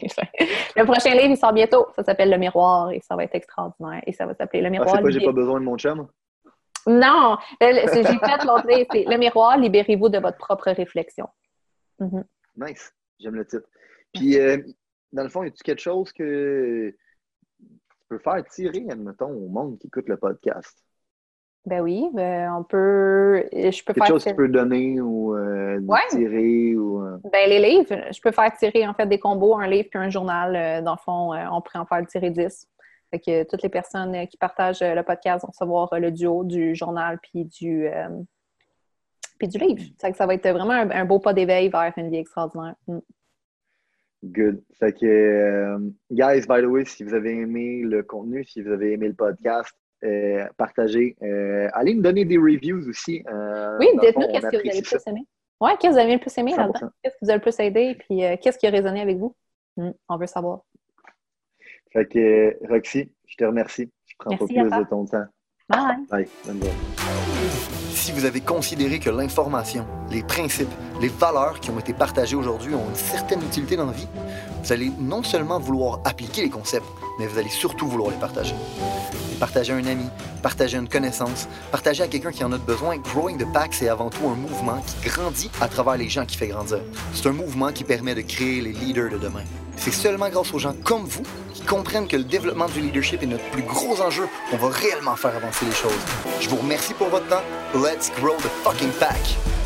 Le prochain livre, il sort bientôt. Ça s'appelle Le Miroir et ça va être extraordinaire. Et ça va s'appeler Le Miroir. Ah, c'est pas J'ai pas besoin de mon chum? Non! J'ai fait l'autre livre, c'est Le Miroir, libérez-vous de votre propre réflexion. Mm-hmm. Nice. J'aime le titre. Puis, euh, dans le fond, y a-tu quelque chose que tu peux faire tirer, admettons, au monde qui écoute le podcast? Ben oui, ben on peut. Je peux Quelque faire chose que tu peux donner ou euh, ouais. tirer ou. Euh... Ben les livres, je peux faire tirer en fait des combos, un livre puis un journal. Euh, dans le fond, euh, on pourrait en faire tirer dix. Fait que toutes les personnes euh, qui partagent euh, le podcast vont recevoir euh, le duo du journal puis du euh, puis du livre. Ça, ça va être vraiment un, un beau pas d'éveil vers une vie extraordinaire. Mm. Good. Fait que, euh, guys, by the way, si vous avez aimé le contenu, si vous avez aimé le podcast, Euh, partagez. Euh, allez me donner des reviews aussi. Euh, oui, dites-nous qu'est-ce que vous avez le plus aimé. Oui, qu'est-ce que vous avez le plus aimé cent pour cent. là-dedans? Qu'est-ce que vous avez le plus aidé? Puis euh, qu'est-ce qui a résonné avec vous? Mmh, on veut savoir. Fait que, euh, Roxy, je te remercie. Je prends Merci pas plus de ton temps. Bye. Bye. Bonne journée. Si vous avez considéré que l'information, les principes, les valeurs qui ont été partagées aujourd'hui ont une certaine utilité dans la vie, vous allez non seulement vouloir appliquer les concepts, mais vous allez surtout vouloir les partager. Les partager à un ami, partager à une connaissance, partager à quelqu'un qui en a besoin. Growing the Pack, c'est avant tout un mouvement qui grandit à travers les gens qui fait grandir. C'est un mouvement qui permet de créer les leaders de demain. C'est seulement grâce aux gens comme vous qui comprennent que le développement du leadership est notre plus gros enjeu qu'on va réellement faire avancer les choses. Je vous remercie pour votre temps. Let's grow the fucking pack!